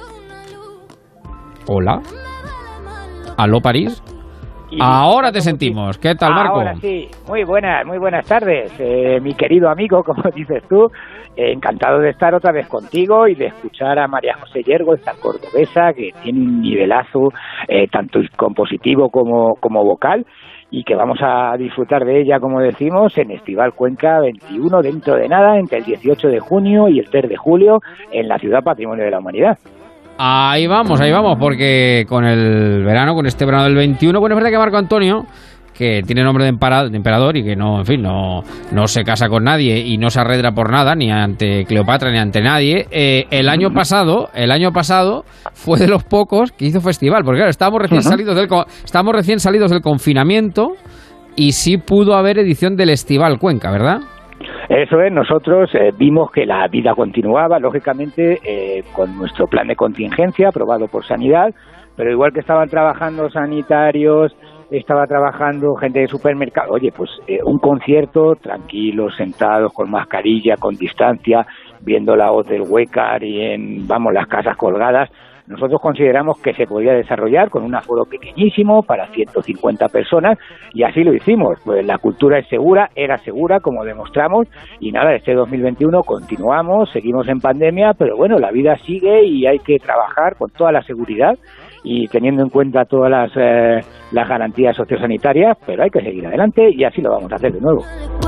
Hola. ¿Aló, París? Y ahora te sentimos. ¿Qué tal, Marco? Ahora sí. Muy buenas, muy buenas tardes, eh, mi querido amigo, como dices tú. Eh, encantado de estar otra vez contigo y de escuchar a María José Yergo, esta cordobesa que tiene un nivelazo eh, tanto compositivo como, como vocal, y que vamos a disfrutar de ella, como decimos, en Estival Cuenca veintiuno, dentro de nada, entre el dieciocho de junio y el tres de julio, en la ciudad Patrimonio de la Humanidad. Ahí vamos, ahí vamos, porque con el verano, con este verano del veintiuno, bueno, es verdad que Marco Antonio, que tiene nombre de emperador y que no, en fin, no, no se casa con nadie y no se arredra por nada, ni ante Cleopatra ni ante nadie, eh, el año pasado, el año pasado fue de los pocos que hizo festival, porque claro, estábamos recién uh-huh. salidos del, estábamos recién salidos del confinamiento y sí pudo haber edición del Estival Cuenca, ¿verdad? Eso es, nosotros eh, vimos que la vida continuaba, lógicamente, eh, con nuestro plan de contingencia aprobado por Sanidad, pero igual que estaban trabajando sanitarios, estaba trabajando gente de supermercado, oye, pues eh, un concierto, tranquilos, sentados, con mascarilla, con distancia, viendo la voz del Huécar y en, vamos, las casas colgadas. Nosotros consideramos que se podía desarrollar con un aforo pequeñísimo para ciento cincuenta personas y así lo hicimos. Pues la cultura es segura, era segura, como demostramos, y nada, este dos mil veintiuno continuamos, seguimos en pandemia, pero bueno, la vida sigue y hay que trabajar con toda la seguridad y teniendo en cuenta todas las, eh, las garantías sociosanitarias, pero hay que seguir adelante y así lo vamos a hacer de nuevo.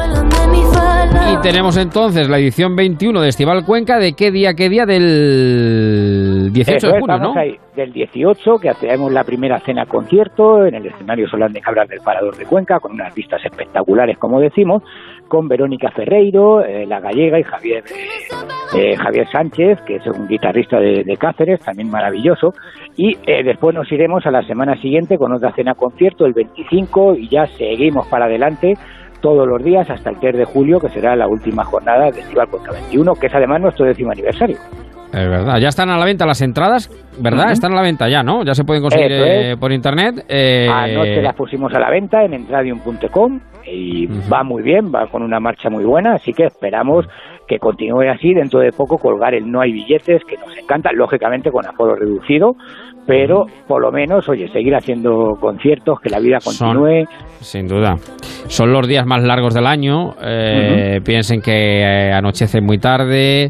Y tenemos entonces la edición veintiuno de Estival Cuenca. ¿De qué día, qué día? Del dieciocho de junio, ¿no? Ahí, del dieciocho, que hacemos la primera cena concierto en el escenario Solán de Cabral del Parador de Cuenca, con unas vistas espectaculares, como decimos, con Verónica Ferreiro, eh, la gallega, y Javier eh, eh, Javier Sánchez, que es un guitarrista de, de Cáceres, también maravilloso. Y eh, después nos iremos a la semana siguiente con otra cena concierto, el veinticinco, y ya seguimos para adelante todos los días hasta el tres de julio, que será la última jornada de Estival Cuenca veintiuno, que es además nuestro décimo aniversario. Es verdad, ya están a la venta las entradas, ¿verdad? Uh-huh. Están a la venta ya, ¿no? Ya se pueden conseguir eh, por internet. Eh... Anoche las pusimos a la venta en entradium punto com y uh-huh. va muy bien, va con una marcha muy buena, así que esperamos que continúe así. Dentro de poco colgar el No hay billetes, que nos encanta, lógicamente con aforo reducido, pero por lo menos, oye, seguir haciendo conciertos, que la vida continúe. Son, sin duda. Son los días más largos del año. Eh, uh-huh. Piensen que eh, anochece muy tarde,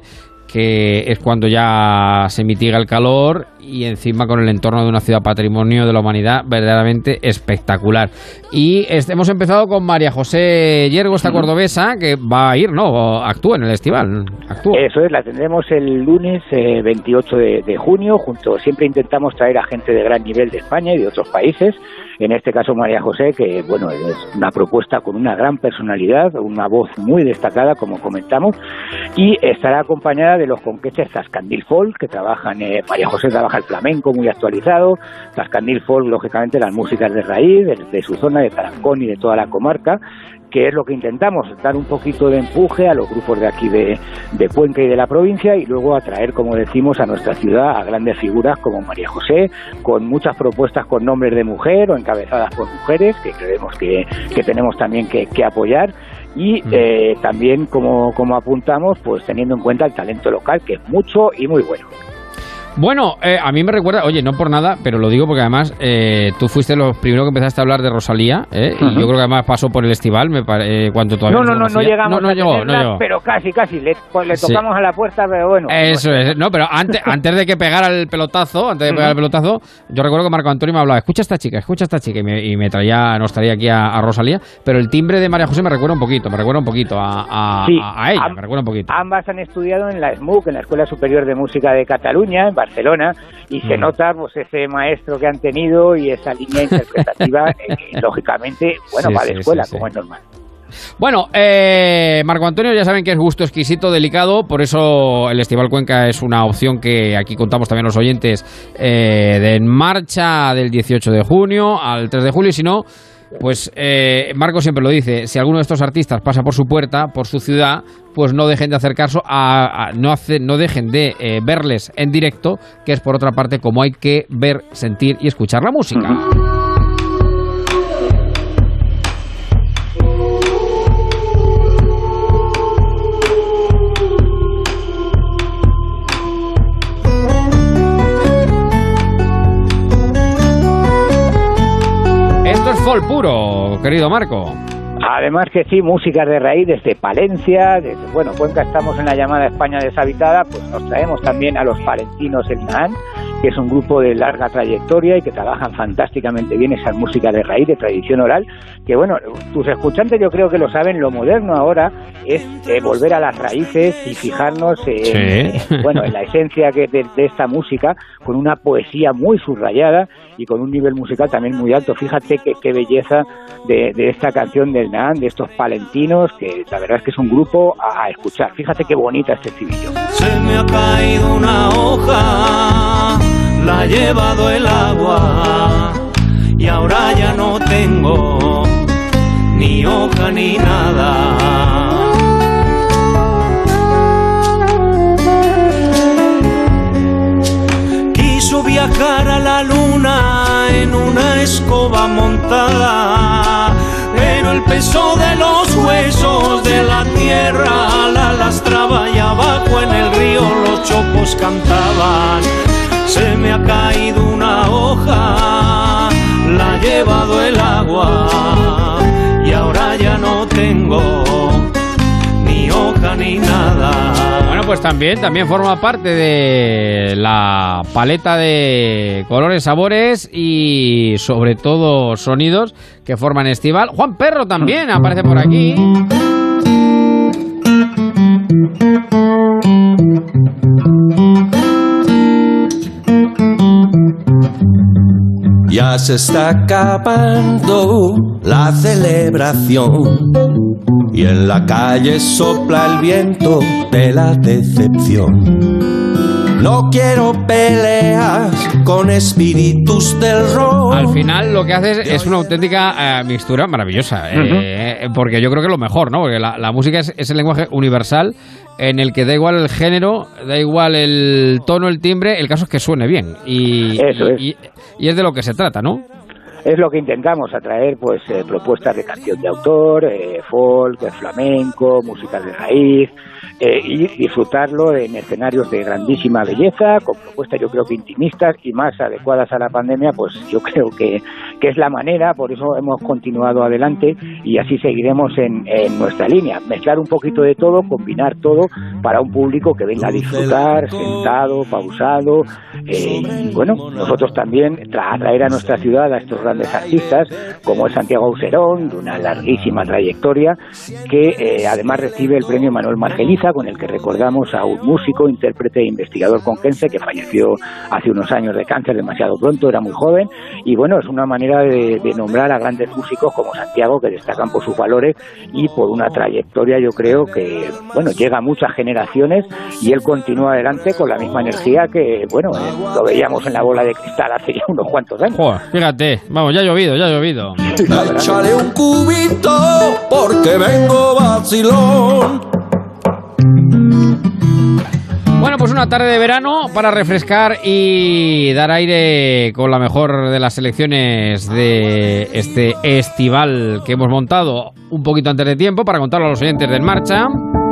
que es cuando ya se mitiga el calor y encima con el entorno de una ciudad patrimonio de la humanidad verdaderamente espectacular. Y este, hemos empezado con María José Yergo, esta cordobesa, que va a ir, ¿no? Actúa en el festival. Actúa. Eso es, la tendremos el lunes eh, veintiocho de, de junio. Junto, siempre intentamos traer a gente de gran nivel de España y de otros países. En este caso María José, que bueno, es una propuesta con una gran personalidad, una voz muy destacada, como comentamos, y estará acompañada de los conqueches Zascandil Folk, que trabajan, eh, María José trabaja el flamenco muy actualizado, Zascandil Folk, lógicamente, las músicas de raíz, de, de su zona, de Tarancón y de toda la comarca, que es lo que intentamos, dar un poquito de empuje a los grupos de aquí de, de Cuenca y de la provincia, y luego atraer, como decimos, a nuestra ciudad a grandes figuras como María José, con muchas propuestas con nombres de mujer o encabezadas por mujeres, que creemos que, que tenemos también que, que apoyar, y eh, también, como, como apuntamos, pues teniendo en cuenta el talento local, que es mucho y muy bueno. Bueno, eh, a mí me recuerda, oye, no por nada, pero lo digo porque además eh, tú fuiste los primeros que empezaste a hablar de Rosalía, ¿eh? Uh-huh. Y yo creo que además pasó por el estival, me pare, eh, cuando todavía no, no, no, no llegamos no, no a llegó, tenerla, no llegó. Pero casi, casi, le, pues, le tocamos sí. a la puerta, pero bueno. Eso pues, es, no, pero antes, antes de que pegara el pelotazo, antes de uh-huh. pegar el pelotazo, yo recuerdo que Marco Antonio me hablaba, escucha a esta chica, escucha a esta chica, y me, y me traía, nos traía aquí a, a Rosalía, pero el timbre de María José me recuerda un poquito, me recuerda un poquito a, a, sí, a, a ella, am, me recuerda un poquito. Ambas han estudiado en la S M U C, en la Escuela Superior de Música de Cataluña, en Barcelona, y se nota pues ese maestro que han tenido y esa línea interpretativa, eh, lógicamente, bueno, sí, va de sí, escuela, sí, como sí. es normal. Bueno, eh, Marco Antonio, ya saben que es gusto exquisito, delicado, por eso el Festival Cuenca es una opción que aquí contamos también los oyentes, eh, de En Marcha del dieciocho de junio al tres de julio, y si no, pues eh, Marco siempre lo dice, si alguno de estos artistas pasa por su puerta, por su ciudad, pues no dejen de hacer caso, a, a, no, hace, no dejen de eh, verles en directo, que es por otra parte como hay que ver, sentir y escuchar la música. Uh-huh. Folk puro, querido Marco. Además que sí, músicas de raíz desde Palencia, desde, bueno, Cuenca estamos en la llamada España deshabitada, pues nos traemos también a los palentinos El Nahán, que es un grupo de larga trayectoria y que trabajan fantásticamente bien esa música de raíz, de tradición oral, que bueno, tus escuchantes yo creo que lo saben, lo moderno ahora es eh, volver a las raíces y fijarnos en, sí. en, bueno, en la esencia que de, de esta música, con una poesía muy subrayada y con un nivel musical también muy alto. Fíjate qué, qué belleza de, de esta canción del Nahán, de estos palentinos, que la verdad es que es un grupo a, a escuchar. Fíjate qué bonita este estribillo. Se me ha caído una hoja, la ha llevado el agua y ahora ya no tengo ni hoja ni nada. Quiso viajar a la luna en una escoba montada, pero el peso de los huesos de la tierra la lastraba y abajo en el río los chopos cantaban. Se me ha caído una hoja, la ha llevado el agua y ahora ya no tengo ni hoja ni nada. Bueno, pues también, también forma parte de la paleta de colores, sabores y sobre todo sonidos que forman Estival. Juan Perro también aparece por aquí. Ya se está acabando la celebración y en la calle sopla el viento de la decepción. No quiero peleas con espíritus del rock. Al final lo que haces es una auténtica eh, mixtura maravillosa, eh, uh-huh. porque yo creo que es lo mejor, ¿no? Porque la, la música es, es el lenguaje universal en el que da igual el género, da igual el tono, el timbre, el caso es que suene bien. Y, Eso es. Y, y es de lo que se trata, ¿no? es lo que intentamos, atraer pues eh, propuestas de canción de autor, eh, folk, flamenco, música de raíz, eh, y disfrutarlo en escenarios de grandísima belleza, con propuestas yo creo que intimistas y más adecuadas a la pandemia, pues yo creo que, que es la manera, por eso hemos continuado adelante y así seguiremos en, en nuestra línea, mezclar un poquito de todo, combinar todo para un público que venga a disfrutar, sentado, pausado, eh, y bueno, nosotros también tra- traer a nuestra ciudad a estos grandes artistas, como es Santiago Auserón, de una larguísima trayectoria, que eh, además recibe el premio Manuel Margeliza, con el que recordamos a un músico, intérprete e investigador conquense que falleció hace unos años de cáncer demasiado pronto, era muy joven, y bueno, es una manera de, de nombrar a grandes músicos como Santiago, que destacan por sus valores y por una trayectoria, yo creo que, bueno, llega a muchas generaciones y él continúa adelante con la misma energía que, bueno, eh, lo veíamos en la bola de cristal hace ya unos cuantos años. Joder, fíjate, vamos, ya ha llovido, ya ha llovido. Échale un cubito porque vengo vacilón. Bueno, pues una tarde de verano para refrescar y dar aire con la mejor de las selecciones de este estival que hemos montado un poquito antes de tiempo para contarlo a los oyentes del Marcha.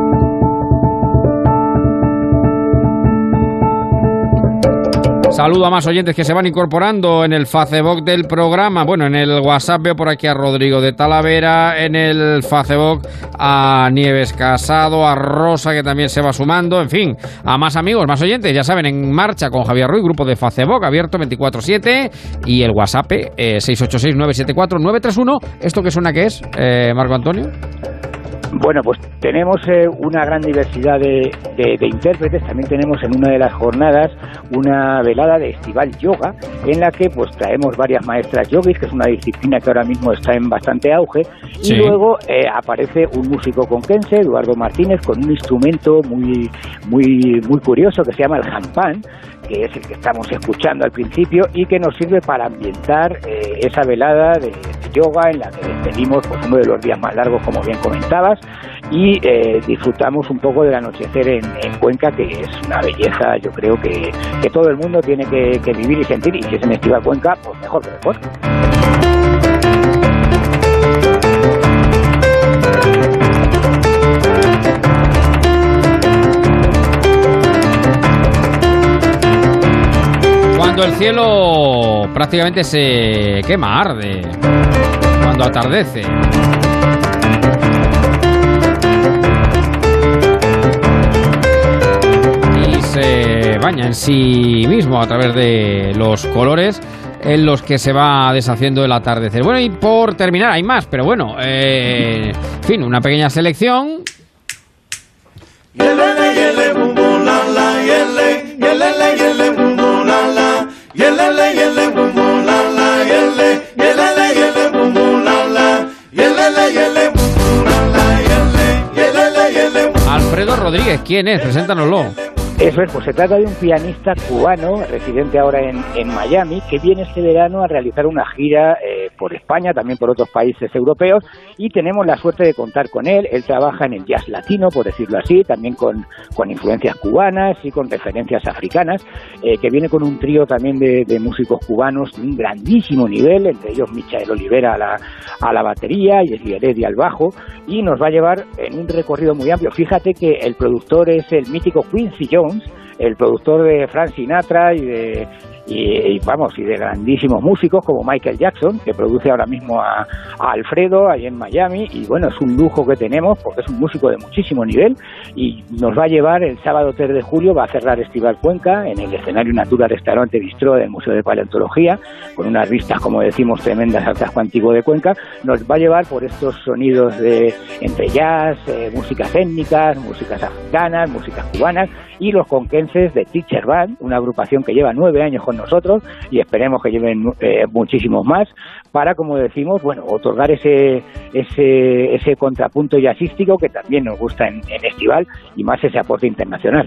Saludo a más oyentes que se van incorporando en el Facebook del programa. Bueno, en el WhatsApp veo por aquí a Rodrigo de Talavera, en el Facebook a Nieves Casado, a Rosa, que también se va sumando, en fin, a más amigos, más oyentes, ya saben, En Marcha con Javier Ruiz, grupo de Facebook abierto veinticuatro siete, y el WhatsApp eh, seis ocho seis nueve siete cuatro nueve tres uno. ¿Esto qué suena que es, eh, Marco Antonio? Bueno, pues tenemos eh, una gran diversidad de, de, de intérpretes. También tenemos en una de las jornadas una velada de estival yoga, en la que pues traemos varias maestras yogis, que es una disciplina que ahora mismo está en bastante auge. Sí. Y luego eh, aparece un músico conquense, Eduardo Martínez, con un instrumento muy, muy, muy curioso que se llama el jampan, que es el que estamos escuchando al principio y que nos sirve para ambientar eh, esa velada de, de yoga en la que despedimos pues, uno de los días más largos, como bien comentabas, y eh, disfrutamos un poco del anochecer en, en Cuenca, que es una belleza, yo creo que, que todo el mundo tiene que, que vivir y sentir, y si es en Estival Cuenca, pues mejor que mejor. Cuando el cielo prácticamente se quema, arde, cuando atardece. Y se baña en sí mismo a través de los colores en los que se va deshaciendo el atardecer. Bueno, y por terminar, hay más, pero bueno, eh, en fin, una pequeña selección. Alfredo Rodríguez, ¿quién es? Preséntanoslo. Eso es, pues se trata de un pianista cubano, residente ahora en, en Miami, que viene este verano a realizar una gira eh, por España, también por otros países europeos, y tenemos la suerte de contar con él. Él trabaja en el jazz latino, por decirlo así, también con, con influencias cubanas y con referencias africanas, eh, que viene con un trío también de, de músicos cubanos de un grandísimo nivel, entre ellos Michael Olivera a la, a la batería y Esli Heredia al bajo, y nos va a llevar en un recorrido muy amplio. Fíjate que el productor es el mítico Quincy Jones, el productor de Frank Sinatra y de y, y vamos y de grandísimos músicos como Michael Jackson, que produce ahora mismo a, a Alfredo ahí en Miami, y bueno, es un lujo que tenemos porque es un músico de muchísimo nivel y nos va a llevar el sábado tres de julio, va a cerrar Estival Cuenca en el escenario Natura Restaurante Bistró del Museo de Paleontología, con unas vistas, como decimos, tremendas al casco antiguo de Cuenca. Nos va a llevar por estos sonidos de entre jazz, eh, músicas étnicas, músicas africanas, músicas cubanas, y los conquenses de Teacher Band, una agrupación que lleva nueve años con nosotros y esperemos que lleven eh, muchísimos más, para, como decimos, bueno, otorgar ese ese ese contrapunto jazzístico que también nos gusta en, en Estival, y más ese aporte internacional.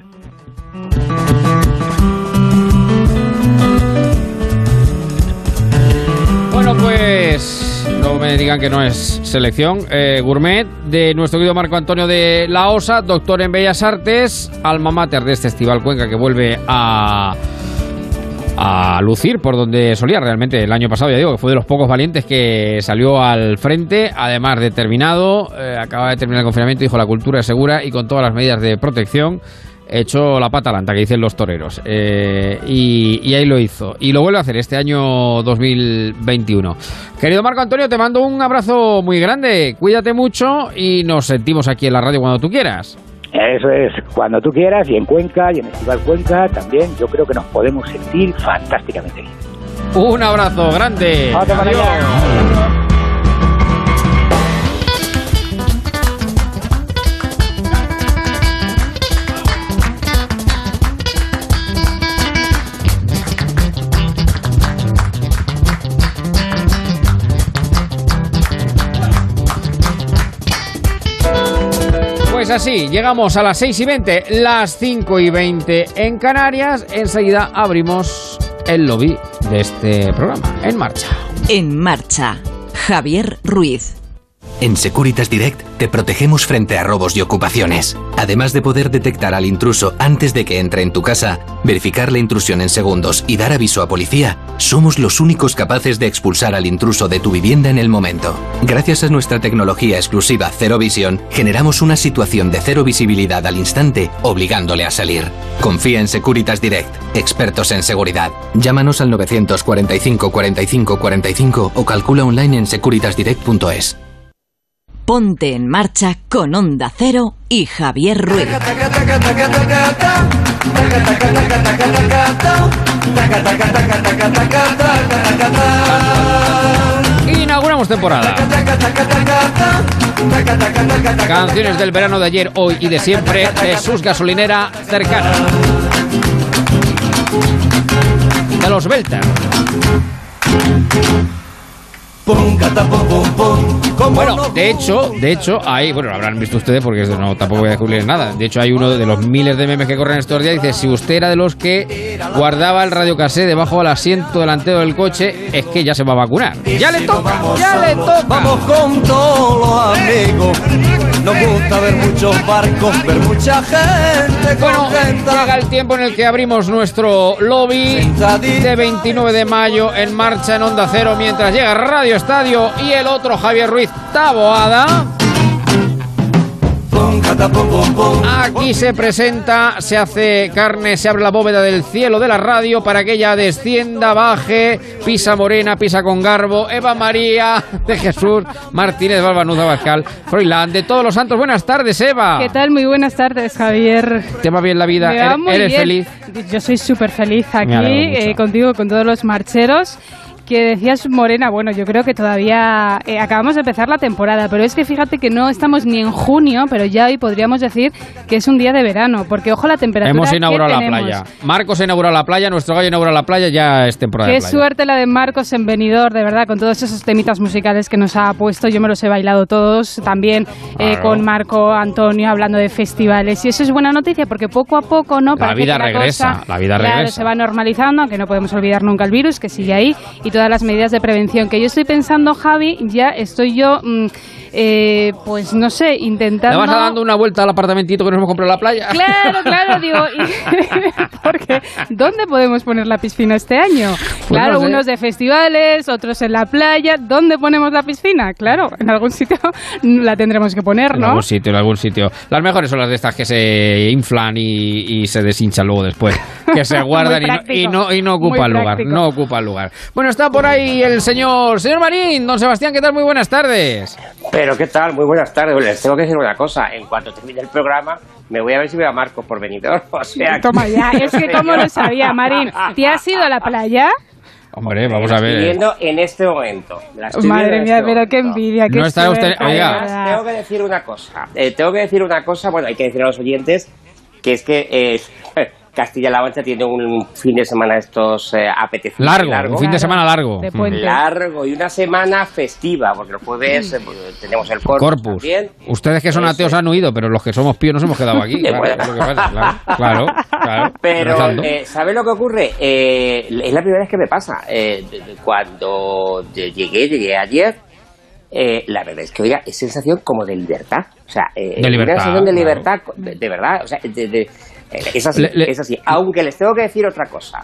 Bueno, pues no me digan que no es selección. Eh, gourmet de nuestro querido Marco Antonio de la Osa, doctor en Bellas Artes, alma mater de este Estival Cuenca, que vuelve a a lucir por donde solía. Realmente el año pasado, ya digo, que fue de los pocos valientes que salió al frente, además determinado, eh, acaba de terminar el confinamiento, dijo la cultura es segura y con todas las medidas de protección echó la pata alanta, que dicen los toreros, eh, y, y ahí lo hizo y lo vuelve a hacer este año dos mil veintiuno. Querido Marco Antonio, te mando un abrazo muy grande, cuídate mucho y nos sentimos aquí en la radio cuando tú quieras. Eso es, cuando tú quieras, y en Cuenca y en Festival Cuenca también, yo creo que nos podemos sentir fantásticamente bien. Un abrazo grande. Adiós. Pues así, llegamos a las seis y veinte, las cinco y veinte en Canarias. Enseguida abrimos el lobby de este programa. En marcha. En marcha. Javier Ruiz. En Securitas Direct te protegemos frente a robos y ocupaciones. Además de poder detectar al intruso antes de que entre en tu casa, verificar la intrusión en segundos y dar aviso a policía, somos los únicos capaces de expulsar al intruso de tu vivienda en el momento. Gracias a nuestra tecnología exclusiva Cero Visión, generamos una situación de cero visibilidad al instante, obligándole a salir. Confía en Securitas Direct, expertos en seguridad. Llámanos al novecientos cuarenta y cinco cuarenta y cinco cuarenta y cinco o calcula online en securitas direct punto es. Ponte en marcha con Onda Cero y Javier Ruiz. Inauguramos temporada. Canciones del verano de ayer, hoy y de siempre. Jesús Gasolinera Cercana. De los Belter. Bueno, de hecho, de hecho, hay, bueno, lo habrán visto ustedes porque no, tampoco voy a descubrir nada. De hecho, hay uno de los miles de memes que corren estos días. Dice, si usted era de los que guardaba el radiocasé debajo del asiento delantero del coche, es que ya se va a vacunar. Ya le toca, ya le toca. Vamos con todos los amigos. Nos gusta ver muchos barcos, ver mucha gente. Bueno, llega el tiempo en el que abrimos nuestro lobby de veintinueve de mayo en marcha en Onda Cero, mientras llega Radio Estadio y el otro Javier Ruiz Taboada. Aquí se presenta, se hace carne, se abre la bóveda del cielo de la radio para que ella descienda, baje, pisa morena, pisa con garbo, Eva María de Jesús Martínez Balbanuza Bascal, Froilán de Todos los Santos. Buenas tardes, Eva. ¿Qué tal? Muy buenas tardes, Javier. ¿Te va bien la vida? Me va muy ¿Eres bien. feliz? Yo soy súper feliz aquí eh, contigo, con todos los marcheros. Que decías Morena, bueno, yo creo que todavía eh, acabamos de empezar la temporada, pero es que fíjate que no estamos ni en junio, pero ya hoy podríamos decir que es un día de verano, porque ojo la temperatura. Hemos inaugurado que la tenemos. playa. Marcos ha inaugurado la playa, nuestro gallo inaugura la playa, ya es temporada Qué de playa. suerte la de Marcos en Benidorm, de verdad, con todos esos temitas musicales que nos ha puesto. Yo me los he bailado todos, también eh, Claro. con Marco Antonio hablando de festivales. Y eso es buena noticia, porque poco a poco, ¿no? La Parece vida que regresa, cosa, la vida claro, regresa. se va normalizando, aunque no podemos olvidar nunca el virus, que sigue ahí, y todas las medidas de prevención. Que yo estoy pensando, Javi, ya estoy yo, mmm, eh, pues no sé, intentando... ¿Le vas a dando una vuelta al apartamentito que nos hemos comprado en la playa? Claro, claro, digo, y- porque ¿dónde podemos poner la piscina este año? Claro, no sé. unos de festivales, otros en la playa. ¿Dónde ponemos la piscina? Claro, en algún sitio la tendremos que poner, En ¿no? algún sitio, en algún sitio. Las mejores son las de estas que se inflan y, y se deshinchan luego después. Que se guardan y no, y, no, y no ocupan Muy lugar. práctico. No ocupan lugar. Bueno, está por ahí el señor, señor Marín, don Sebastián, ¿qué tal? Muy buenas tardes. Pero ¿qué tal? Muy buenas tardes. Les tengo que decir una cosa. En cuanto termine el programa, me voy a ver si veo a Marcos por Benidorm. O sea, Toma ya, es que cómo lo sabía, Marín. ¿Te has ido a la playa? Hombre, vamos la a estoy ver. viendo en este momento. La estoy Madre viendo en mía, este pero qué momento. envidia, qué No está usted- suerte, oiga. de Además, verdad. tengo que decir una cosa. Eh, tengo que decir una cosa, bueno, hay que decir a los oyentes que es que eh, Castilla-La Mancha tiene un fin de semana estos eh, apetecibles. Largo, un fin de semana largo. De puente. Largo y una semana festiva, porque el jueves eh, pues, tenemos el Corpus, Corpus. también. Ustedes que son Eso ateos han huido, pero los que somos píos nos hemos quedado aquí. Claro, Bueno. es lo que pasa, claro, claro, claro. Pero, Rezando. eh, ¿sabes lo que ocurre? Eh, es la primera vez que me pasa. Eh, de- de- cuando de- llegué, llegué ayer, eh, la verdad es que, oiga, es sensación como de libertad. O sea, eh, De libertad, una sensación de claro. libertad, de, de verdad. O sea, de- de- eh, es así, Le- le- es así. Aunque les tengo que decir otra cosa.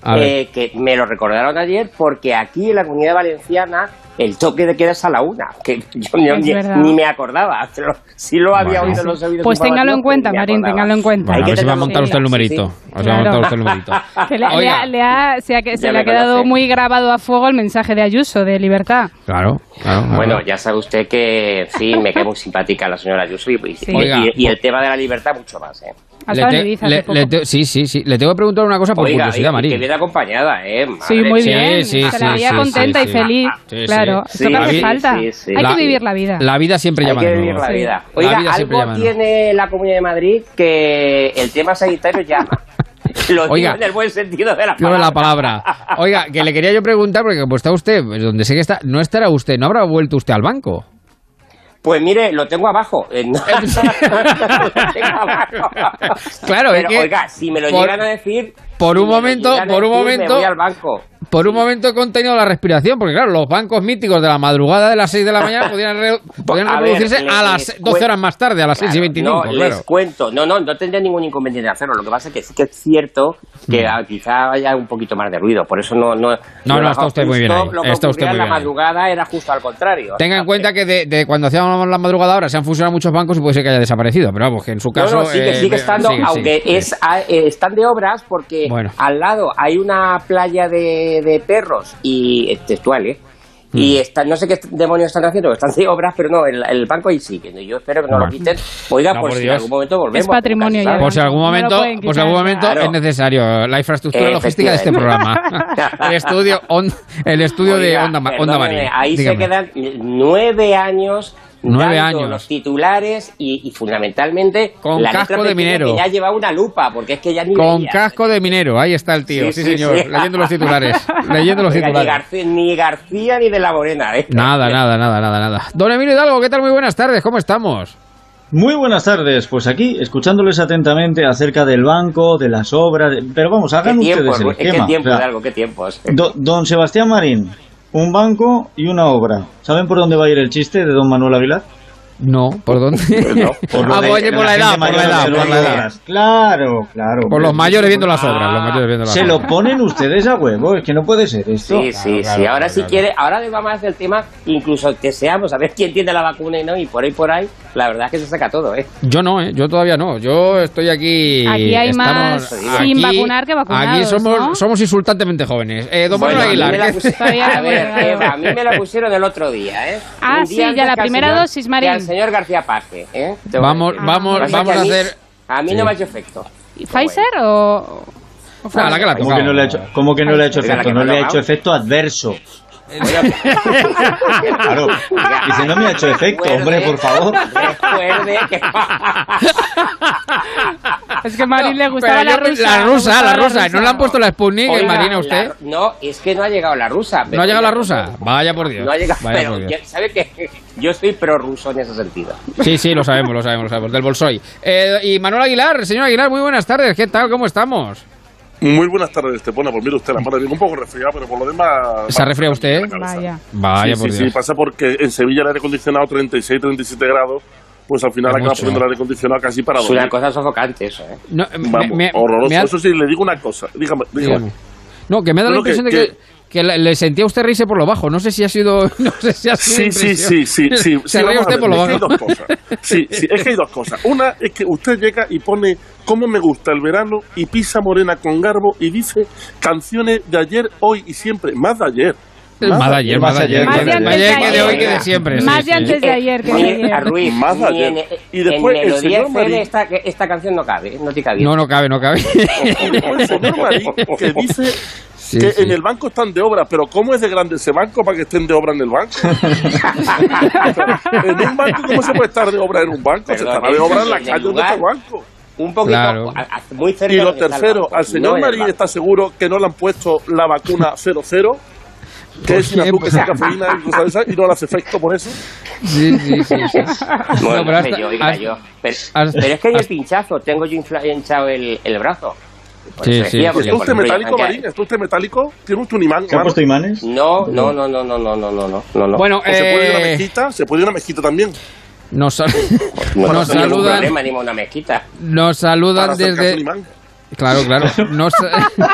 eh, que me lo recordaron ayer porque aquí en la Comunidad Valenciana el toque de queda es a la una, que yo ni, ni, ni me acordaba. Pero sí lo había bueno, oído en los oídos. Pues téngalo en cuenta, Marín, téngalo en cuenta. Bueno, a ver si va a montar usted el numerito. Sí, sí. A ver si va a montar usted el numerito. Se le, le ha, le ha, se, ha, se le ha quedado conoce. muy grabado a fuego el mensaje de Ayuso, de libertad. Claro, claro. claro. Bueno, ya sabe usted que, en fin, me cae muy simpática la señora Ayuso y, sí. y, y, y el tema de la libertad mucho más, ¿eh? Le te, le, le te, sí, sí, sí. Le tengo que preguntar una cosa por Oiga, curiosidad, Marín. Que viene acompañada, ¿eh? Madre sí, muy bien. Sí, sí, se la veía sí, contenta sí, y sí. feliz. Sí, claro, sí, esto que hace sí, falta. Sí, sí. Hay la, que vivir la vida. La vida siempre llama Hay que de vivir nuevo. la vida. Sí. Oiga, la vida algo tiene la Comunidad de Madrid que el tema sanitario llama. Lo Oiga, digo en el buen sentido de la palabra. palabra. la palabra. Oiga, que le quería yo preguntar, porque como está usted, donde sé que está, no estará usted, ¿no habrá vuelto usted al banco? Pues mire, lo tengo abajo. Eh, no, lo tengo abajo. Claro, pero, es que oiga, si me lo por, llegan a decir... Por un si momento, por un decir, momento... Me voy al banco. Por un momento he contenido la respiración, porque claro, los bancos míticos de la madrugada de las seis de la mañana podían, re, podían a reproducirse ver, a las doce horas más tarde, a las claro, seis y veinticinco. No, claro. les cuento. No, no, no tendría ningún inconveniente de hacerlo. Lo que pasa es que sí que es cierto que mm. quizá haya un poquito más de ruido. Por eso no... No, no, no está usted muy bien ahí. Lo que está usted muy en la bien madrugada ahí. Era justo al contrario. Tenga en cuenta que de, de cuando hacíamos la madrugada ahora se han fusionado muchos bancos y puede ser que haya desaparecido. Pero vamos, que en su caso... No, no, sigue, eh, sigue estando, sigue, aunque sigue, es, eh, están de obras porque bueno. al lado hay una playa de, de perros y textual, ¿eh? Mm. Y está, no sé qué demonios están haciendo, están de obras, pero no, el, el banco ahí sí, que yo espero que no bueno. lo quiten. Oiga, no, por, por si en algún momento volvemos. Es patrimonio ya. Por si algún momento, no por si algún momento claro. es necesario la infraestructura logística de este programa. el estudio, on, el estudio Oiga, de Onda, Onda Marín. Ahí Dígame. se quedan nueve años Nueve años. Los titulares y, y fundamentalmente con la casco letra de minero. Que ya lleva una lupa, porque es que ya ni Con veía. casco de minero, ahí está el tío. Sí, sí, sí señor, sí. leyendo los titulares. leyendo los Oiga, titulares. Ni García, ni García ni de la Morena, ¿eh? Nada, nada, nada, nada, nada. Don Emilio Hidalgo, ¿qué tal? Muy buenas tardes, ¿cómo estamos? Muy buenas tardes, pues aquí, escuchándoles atentamente acerca del banco, de las obras, de... pero vamos, hagan ¿Qué ustedes tiempos, el ¿Qué esquema. tiempos, o sea, algo, qué tiempos? Do, don Sebastián Marín, un banco y una obra. ¿Saben por dónde va a ir el chiste de don Manuel Aguilar? No, ¿por dónde? Pues no, por ah, de, por la edad, por la edad, por la edad. Claro, claro. Por los mayores viendo las obras, los mayores viendo las Se obras. lo ponen ustedes a huevo, es que no puede ser esto. Sí, sí, claro, sí. Claro, ahora claro, si claro. quiere, ahora les vamos a hacer el tema, incluso que seamos a ver quién tiene la vacuna y no, y por ahí por ahí, la verdad es que se saca todo, ¿eh? Yo no, ¿eh? Yo todavía no. Yo estoy aquí. Aquí hay más aquí, sin vacunar que vacunados, Aquí somos, ¿no? somos insultantemente jóvenes. Eh, don bueno, Manuel Aguilar. A mí, me la a, ver, Eva, a mí me la pusieron el otro día, ¿eh? Ah, Un sí, día ya la primera señor, dosis, Marín. al señor García Paz. ¿Eh? Vamos, vamos, ah, vamos a, a mí, hacer. A mí sí. no me ha hecho efecto. ¿Pfizer bueno. o.? o ah, la que la ¿Cómo que no le ha hecho, cómo que no le ha hecho efecto? No le ha hecho efecto adverso. Claro, dice, no me ha hecho efecto, recuerde, hombre, por favor. Recuerde que... Es que Marín no, le gustaba la rusa. La rusa, la rusa. ¿No le han puesto la Sputnik, Oiga, Marín, a usted? La, no, es que no ha llegado la rusa. ¿No ha llegado la rusa? Vaya por Dios. No ha llegado, Vaya pero por Dios. ¿sabe que yo soy pro-ruso en ese sentido? Sí, sí, lo sabemos, lo sabemos, lo sabemos. Del Bolsoy. Eh, y Manuel Aguilar, señor Aguilar, muy buenas tardes. ¿Qué tal? ¿Cómo estamos? Muy buenas tardes, Estepona. Pues mire usted, la madre, un poco resfriada, pero por lo demás... ¿Se ha resfriado usted? Vaya. Vaya, sí, por sí, Dios. Sí, pasa porque en Sevilla el aire acondicionado treinta y seis, treinta y siete grados, pues al final acaba poniendo el aire acondicionado casi para dormir. Es una cosa sofocante eso, ¿eh? No, Vamos, me, horroroso. Me ha... Eso sí, le digo una cosa. Dígame, dígame. dígame. No, que me da la impresión que, de que... que... Que le sentía usted reírse por lo bajo. No sé si ha sido... No sé si ha sido sí, sí, sí, sí, sí. Se sí, ríe usted por lo bajo. Hay dos cosas. Sí, sí, es que hay dos cosas. Una es que usted llega y pone cómo me gusta el verano y pisa morena con garbo y dice canciones de ayer, hoy y siempre. Más de ayer. Más, más de ayer, más de ayer. Más de ayer, ayer que de hoy que de siempre. Más de antes de ayer que de ayer. Ruiz, más de ayer. En, y después en el señor Marín... esta, esta canción no cabe, no te cabe. No, no cabe, no cabe. Y después el señor Marín que dice... Sí, que sí. En el banco están de obra, pero ¿cómo es de grande ese banco para que estén de obra en el banco? En un banco, ¿cómo se puede estar de obra en un banco? Perdón, se estará de obra en la calle donde está el banco. Un poquito, claro. muy cerca. Y lo tercero, ¿al señor no Marín está seguro que no le han puesto la vacuna cero cero? Que es sin azúcar, sin cafeína y cosas de esas, y no le hace efecto por eso. Sí, sí, sí. sí. Bueno, no, pero hasta, hasta, yo, oiga, hasta, yo. Pero, hasta, pero es que hay el pinchazo, tengo yo infla, hinchado el, el brazo. Sí, sí, sí. ¿Es usted metálico, Marín? ¿Es usted metálico? ¿Tiene usted un imán? ¿Se ha puesto imanes? No, no, no, no, no, no, no, no, no, no. Bueno, eh... ¿se puede ir a una eh... mezquita? ¿Se puede ir a una mezquita también? Nos, sal... bueno, nos no saludan. Problema, ni una mezquita. Nos saludan desde. Claro, claro. No sé.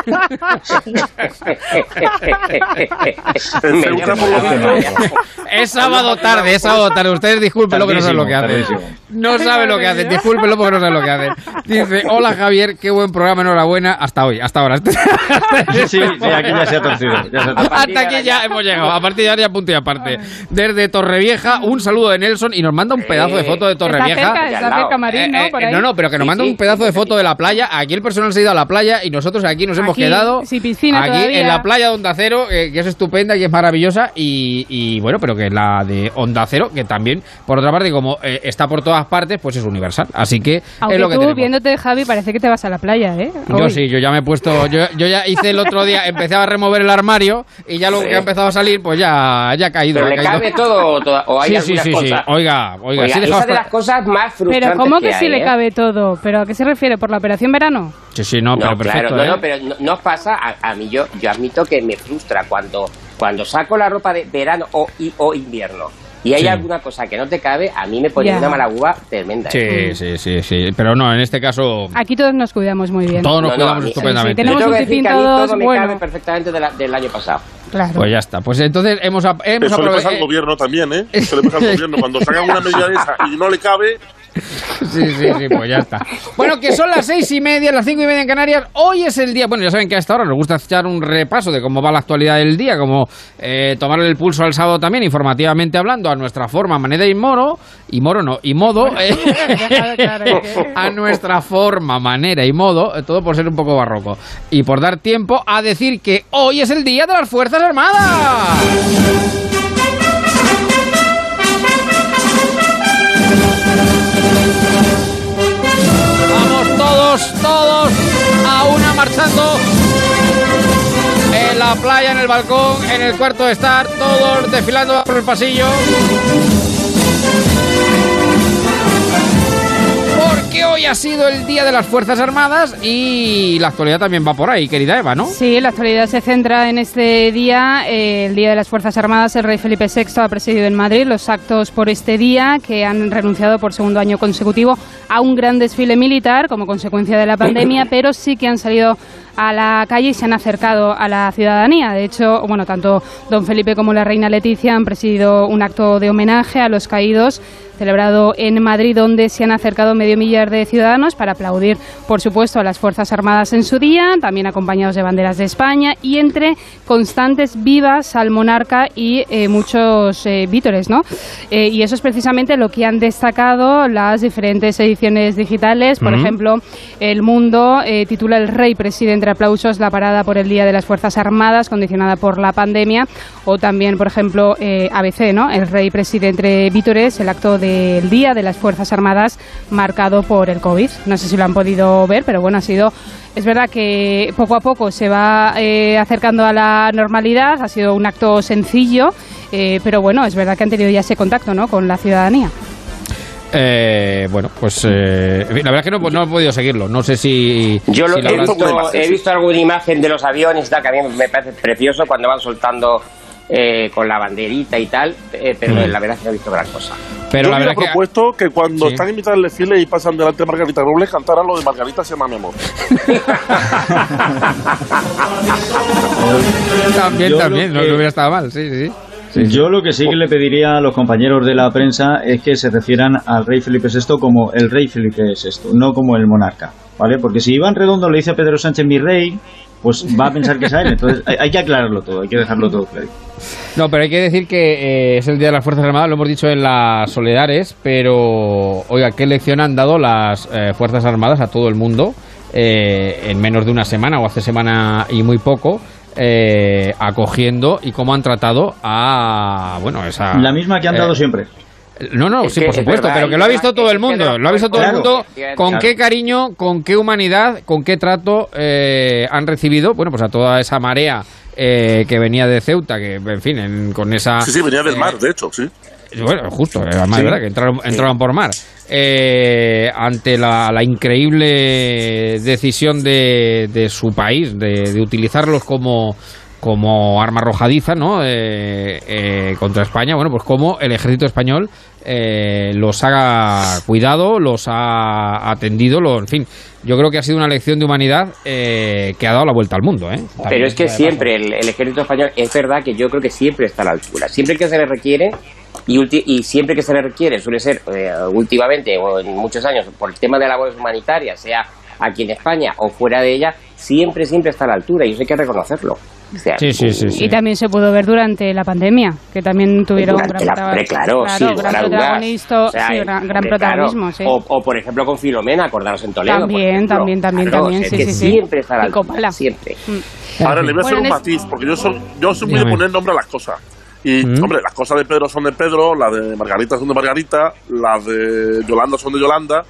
Es sábado tarde, es sábado tarde. Ustedes discúlpenlo que no saben lo que hacen. No saben lo que hacen, discúlpenlo porque no saben lo que hacen. Dice, hola Javier, qué buen programa, enhorabuena. Hasta hoy, hasta ahora. Sí, sí, aquí ya se ha torcido. Ya se ha torcido. Hasta aquí ya hemos llegado. A partir de ahora ya punto y aparte. Desde Torrevieja, un saludo de Nelson y nos manda un pedazo de foto de Torrevieja. Está cerca, está cerca Marín, ¿no? Por ahí. No, no, pero que nos manda un pedazo de foto de la playa. Aquí el personal se ha ido a la playa y nosotros aquí nos hemos Aquí, quedado sí, piscina aquí todavía. en la playa de Onda Cero, eh, que es estupenda, que es maravillosa y, y bueno, pero que la de Onda Cero, que también, por otra parte, como eh, está por todas partes, pues es universal. Así que Aunque es lo que tú, tenemos. viéndote, Javi, parece que te vas a la playa, ¿eh? Yo Hoy. sí, yo ya me he puesto, yo, yo ya hice el otro día, empecé a remover el armario y ya lo Sí. que ha empezado a salir, pues ya, ya ha caído. ¿Pero ha le caído. cabe todo o, toda- o hay Sí, sí, algunas sí, sí. cosas? Oiga, oiga, Oiga, sí esa dejamos de las cosas más frustrantes Pero ¿cómo que, que sí hay, le ¿eh? cabe todo? ¿Pero a qué se refiere? ¿Por la operación verano? Sí, sí, no, No, pero claro, perfecto, no, ¿eh? no, pero no, no os pasa, a, a mí yo, yo admito que me frustra cuando, cuando saco la ropa de verano o, y, o invierno y hay Sí. alguna cosa que no te cabe, a mí me pone Ya. una mala uva tremenda. ¿eh? Sí, sí, sí, sí, pero no, en este caso Aquí todos nos cuidamos muy bien. todos nos No, no, cuidamos a mí- estupendamente. Sí, tenemos Yo tengo un que decir tipín que a mí todos, todo me bueno. cabe perfectamente de la- del año pasado. Claro. Pues ya está. Pues entonces hemos, ap- hemos Eso le pasa al aprovechado. gobierno también, ¿eh? Eso le pasa al gobierno. Cuando sacan una medida de esa y no le cabe, Sí, sí, sí, pues ya está. Bueno, que son las seis y media, las cinco y media en Canarias. Hoy es el día. Bueno, ya saben que a esta hora nos gusta echar un repaso de cómo va la actualidad del día, como eh, tomarle el pulso al sábado también, informativamente hablando, a nuestra forma, manera y moro. Y moro no, y modo. eh, a nuestra forma, manera y modo. eh, Todo por ser un poco barroco. Y por dar tiempo a decir que hoy es el día de las Fuerzas Armadas. Vamos todos, todos a una marchando en la playa, en el balcón, en el cuarto de estar, todos desfilando por el pasillo. Porque hoy ha sido el Día de las Fuerzas Armadas y la actualidad también va por ahí, querida Eva, ¿no? Sí, la actualidad se centra en este día, eh, el Día de las Fuerzas Armadas. El rey Felipe sexto ha presidido en Madrid los actos por este día, que han renunciado por segundo año consecutivo a un gran desfile militar como consecuencia de la pandemia, pero sí que han salido a la calle y se han acercado a la ciudadanía. De hecho, bueno, tanto don Felipe como la reina Leticia han presidido un acto de homenaje a los caídos celebrado en Madrid, donde se han acercado medio millar de ciudadanos para aplaudir, por supuesto, a las Fuerzas Armadas en su día, también acompañados de banderas de España y entre constantes vivas al monarca y eh, muchos eh, vítores, ¿no? Eh, y eso es precisamente lo que han destacado las diferentes ediciones digitales. Por Mm. ejemplo, El Mundo eh, titula El rey preside entre aplausos la parada por el Día de las Fuerzas Armadas, condicionada por la pandemia. O también, por ejemplo, eh, A B C, ¿no? El rey preside entre vítores el acto del Día de las Fuerzas Armadas marcado por el COVID. No sé si lo han podido ver, pero bueno, ha sido... Es verdad que poco a poco se va eh, acercando a la normalidad, ha sido un acto sencillo, eh, pero bueno, es verdad que han tenido ya ese contacto, ¿no?, con la ciudadanía. Eh, bueno, pues eh, en fin, la verdad es que no, no he podido seguirlo. No sé si. Yo lo, si la he, verdad- visto, he visto alguna imagen de los aviones y tal, que a mí me parece precioso cuando van soltando eh, con la banderita y tal, eh, pero Mm. la verdad es que no he visto gran cosa. Pero yo la hubiera verdad que- propuesto que, cuando Sí. están en mitad del desfile y pasan delante de Margarita Robles, cantaran lo de Margarita se llama mi amor. También, Yo también, lo no, que- no hubiera estado mal, sí, sí. Sí, sí. Yo lo que sí que le pediría a los compañeros de la prensa es que se refieran al rey Felipe sexto como el rey Felipe sexto, no como el monarca, ¿vale? Porque si Iván Redondo le dice a Pedro Sánchez mi rey, pues va a pensar que es a él. Entonces hay, hay que aclararlo todo, hay que dejarlo todo claro. No, pero hay que decir que eh, es el Día de las Fuerzas Armadas, lo hemos dicho en las Soledares, pero, oiga, ¿qué lección han dado las eh, Fuerzas Armadas a todo el mundo eh, en menos de una semana o hace semana y muy poco? Eh, acogiendo y cómo han tratado a, bueno, esa... La misma que han dado eh, siempre. No, no, Es sí, que por es supuesto, verdad, pero que es lo ha verdad visto todo que- el mundo, que lo ha visto todo el claro. mundo, con Claro. qué cariño, con qué humanidad, con qué trato eh, han recibido, bueno, pues a toda esa marea eh, que venía de Ceuta, que, en fin, en- con esa... Sí, sí, venía del eh, mar, de hecho, sí. Bueno, justo, además Sí. es verdad que entraron, entraron por mar. Eh, ante la, la increíble decisión de, de su país de, de utilizarlos como como arma arrojadiza, ¿no? Eh, eh, contra España, bueno, pues como el ejército español eh, los ha cuidado, los ha atendido, los, en fin, yo creo que ha sido una lección de humanidad eh, que ha dado la vuelta al mundo, ¿eh? También, pero es que siempre el, el ejército español, es verdad que yo creo que siempre está a la altura, siempre que se le requiere. Y, ulti- y siempre que se le requiere, suele ser eh, últimamente o en muchos años, por el tema de labores humanitarias, sea aquí en España o fuera de ella, siempre, siempre está a la altura y eso hay que reconocerlo. O sea, sí, sí, sí, sí. Y también se pudo ver durante la pandemia, que también tuvieron un gran, la, tra- claro, claro, sí, gran protagonismo, o sea, sí, gran, gran claro. protagonismo, sí. O, o por ejemplo con Filomena, acordaros en Toledo. También, también, también, claro, también, o sea, sí, que sí, siempre sí. está a la altura, siempre. Mm. Ahora le voy a hacer bueno, un es... matiz, porque yo soy, yo soy muy de Dígame. poner nombre a las cosas. Y, ¿Mm? hombre, las cosas de Pedro son de Pedro, las de Margarita son de Margarita, las de Yolanda son de Yolanda,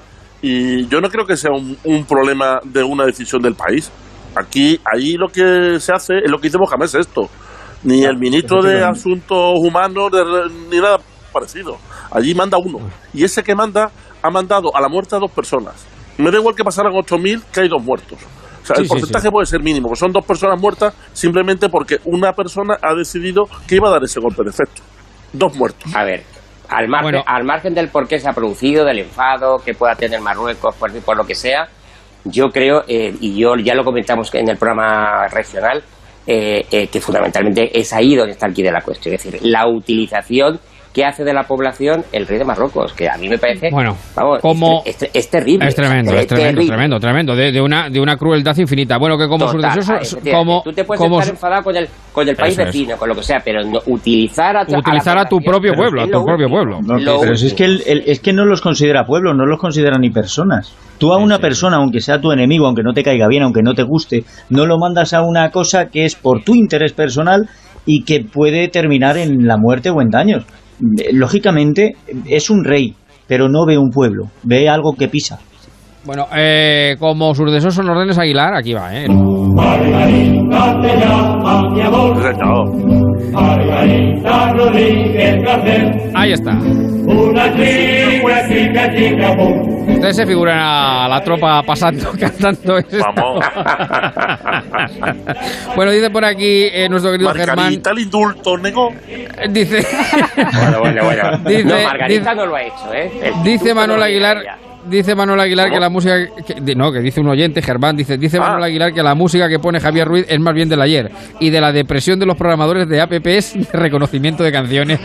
y yo no creo que sea un, un problema de una decisión del país. Aquí, ahí lo que se hace es lo que dice Mohamed Sexto. Ni el ministro de Asuntos Humanos, de, ni nada parecido. Allí manda uno. Y ese que manda, ha mandado a la muerte a dos personas. Me da igual que pasaran ocho mil, que hay dos muertos. O sea, Sí, el sí, porcentaje sí. puede ser mínimo, pues son dos personas muertas simplemente porque una persona ha decidido que iba a dar ese golpe de efecto. Dos muertos. A ver, al margen, Bueno. al margen del por qué se ha producido, del enfado que pueda tener Marruecos, por, por lo que sea, yo creo, eh, y yo ya lo comentamos en el programa regional, eh, eh, que fundamentalmente es ahí donde está el quid de la cuestión. Es decir, la utilización que hace de la población el rey de Marruecos, que a mí me parece, Bueno, vamos, como- es, es, es terrible. Es tremendo, es tremendo, terrible. tremendo, tremendo, de, de una de una crueldad infinita. Bueno, que como Total, sus ah, deseos, efectivamente. como Tú te puedes como estar su- enfadado con el, con el país Eso es. vecino, con lo que sea, pero no, utilizar a, utilizar la a tu población, propio pero pueblo, a es tu lo propio último. pueblo. No, Lo pero si es que, el, el- es que no los considera pueblo, no los considera ni personas. Tú a una persona, aunque sea tu enemigo, aunque no te caiga bien, aunque no te guste, no lo mandas a una cosa que es por tu interés personal y que puede terminar en la muerte o en daños. Eh, Lógicamente, es un rey, pero no ve un pueblo, ve algo que pisa. Bueno, eh, como sus deseos son órdenes Aguilar, aquí va, ¿eh? Margarita te llama mi amor. Margarita Rodríguez Garcés. Ahí está. Una chica, chica, chica, pum. Ustedes se figuran a la tropa pasando, cantando. Vamos. Bueno, dice por aquí eh, nuestro querido Germán. Margarita el indulto negó. Dice. Bueno, bueno, bueno. Dice- no, Margarita dice- no lo ha hecho, ¿eh? El Dice indulto Manuel no Aguilar, llega ya. dice Manuel Aguilar ¿Cómo? que la música, que- di- no, que dice un oyente, Germán, dice, dice Ah. Manuel Aguilar que la música que pone Javier Ruiz es más bien del ayer y de la depresión de los programadores de apps de reconocimiento de canciones.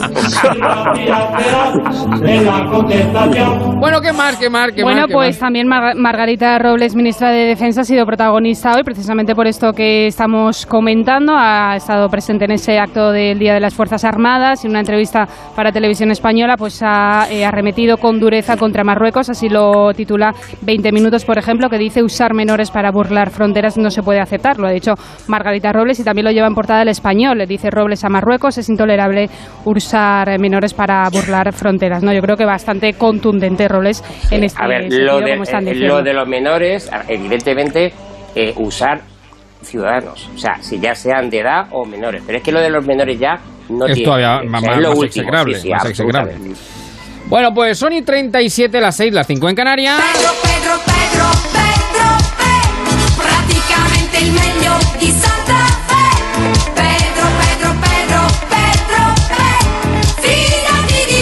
De la contestación. Bueno, ¿qué más, qué más, qué Bueno, más? qué pues más? también Mar- Margarita Robles, ministra de Defensa, ha sido protagonista hoy, precisamente por esto que estamos comentando. Ha estado presente en ese acto del Día de las Fuerzas Armadas y en una entrevista para Televisión Española pues ha eh, arremetido con dureza contra Marruecos, así lo titula veinte minutos, por ejemplo, que dice: usar menores para burlar fronteras no se puede aceptar. Lo ha dicho Margarita Robles y también lo lleva en portada El Español. Le dice Robles a Marruecos: es intolerable usar menores para burlar fronteras. No, yo creo que bastante contundente Robles en este A ver, sentido, lo de, como están eh, diciendo. lo de los menores, evidentemente, eh, usar ciudadanos, o sea, si ya sean de edad o menores, pero es que lo de los menores ya no Es tiene. todavía o sea, más- es más lo último, execrable, sí, sí, más execrable. absolutamente. Bueno, pues son y treinta y siete, las seis, las cinco en Canarias. Pedro, Pedro, Pedro, Pedro, Pedro, praticamente il meglio di Santa Fe. Pedro, Pedro, Pedro, Pedro, Pedro, fidati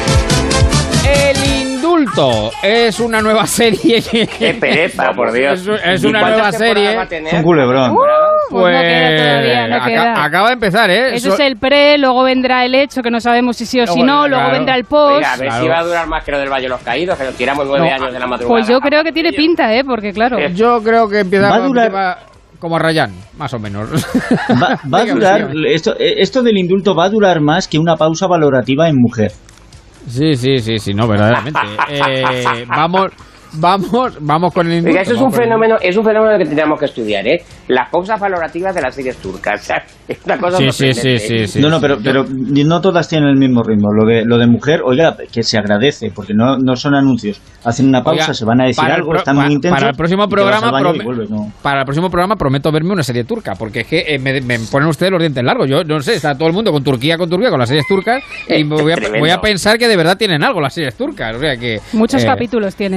di me. El indulto es una nueva serie. Qué pereza, por Dios. Es, es ¿Y una cuántas nueva temporadas serie. va a tener? Es un culebrón. Pues no queda todavía, no aca- queda. acaba de empezar, ¿eh? Eso So- es el pre, luego vendrá el hecho, que no sabemos si sí o si Luego, no, luego claro. vendrá el post. Oiga, a ver Claro. si va a durar más que lo del Valle de los Caídos, que nos tiramos nueve No, años de la madrugada. Pues yo creo que tiene pinta, ¿eh? Porque claro. Yo creo que empieza Va a durar- empieza como a Rayán, más o menos. Va, va a Venga, durar, pues, esto, esto del indulto va a durar más que una pausa valorativa en mujer. Sí, sí, sí, sí, no, verdaderamente. Eh, vamos, vamos, vamos con el indulto. Oiga, eso es un vamos con el fenómeno, es un fenómeno que tendríamos que estudiar, ¿eh? Las pausas valorativas de las series turcas. O sea, es una cosa Sí, sí, sorprendente, sí, ¿eh? sí, sí. no, no, pero, pero no todas tienen el mismo ritmo. Lo de, lo de mujer, oiga, que se agradece, porque no, no son anuncios. Hacen una pausa, Oiga, se van a decir para el algo, pro- están pa- muy intensos. Para el próximo y te vas programa, al baño y prome- vuelves, ¿no? para el próximo programa prometo verme una serie turca, porque es que eh, me, me ponen ustedes los dientes largos. Yo no sé, está todo el mundo con Turquía, con Turquía, con las series turcas, y me voy a, Tremendo. voy a pensar que de verdad tienen algo las series turcas. O sea que Muchos eh, capítulos tienen. Yo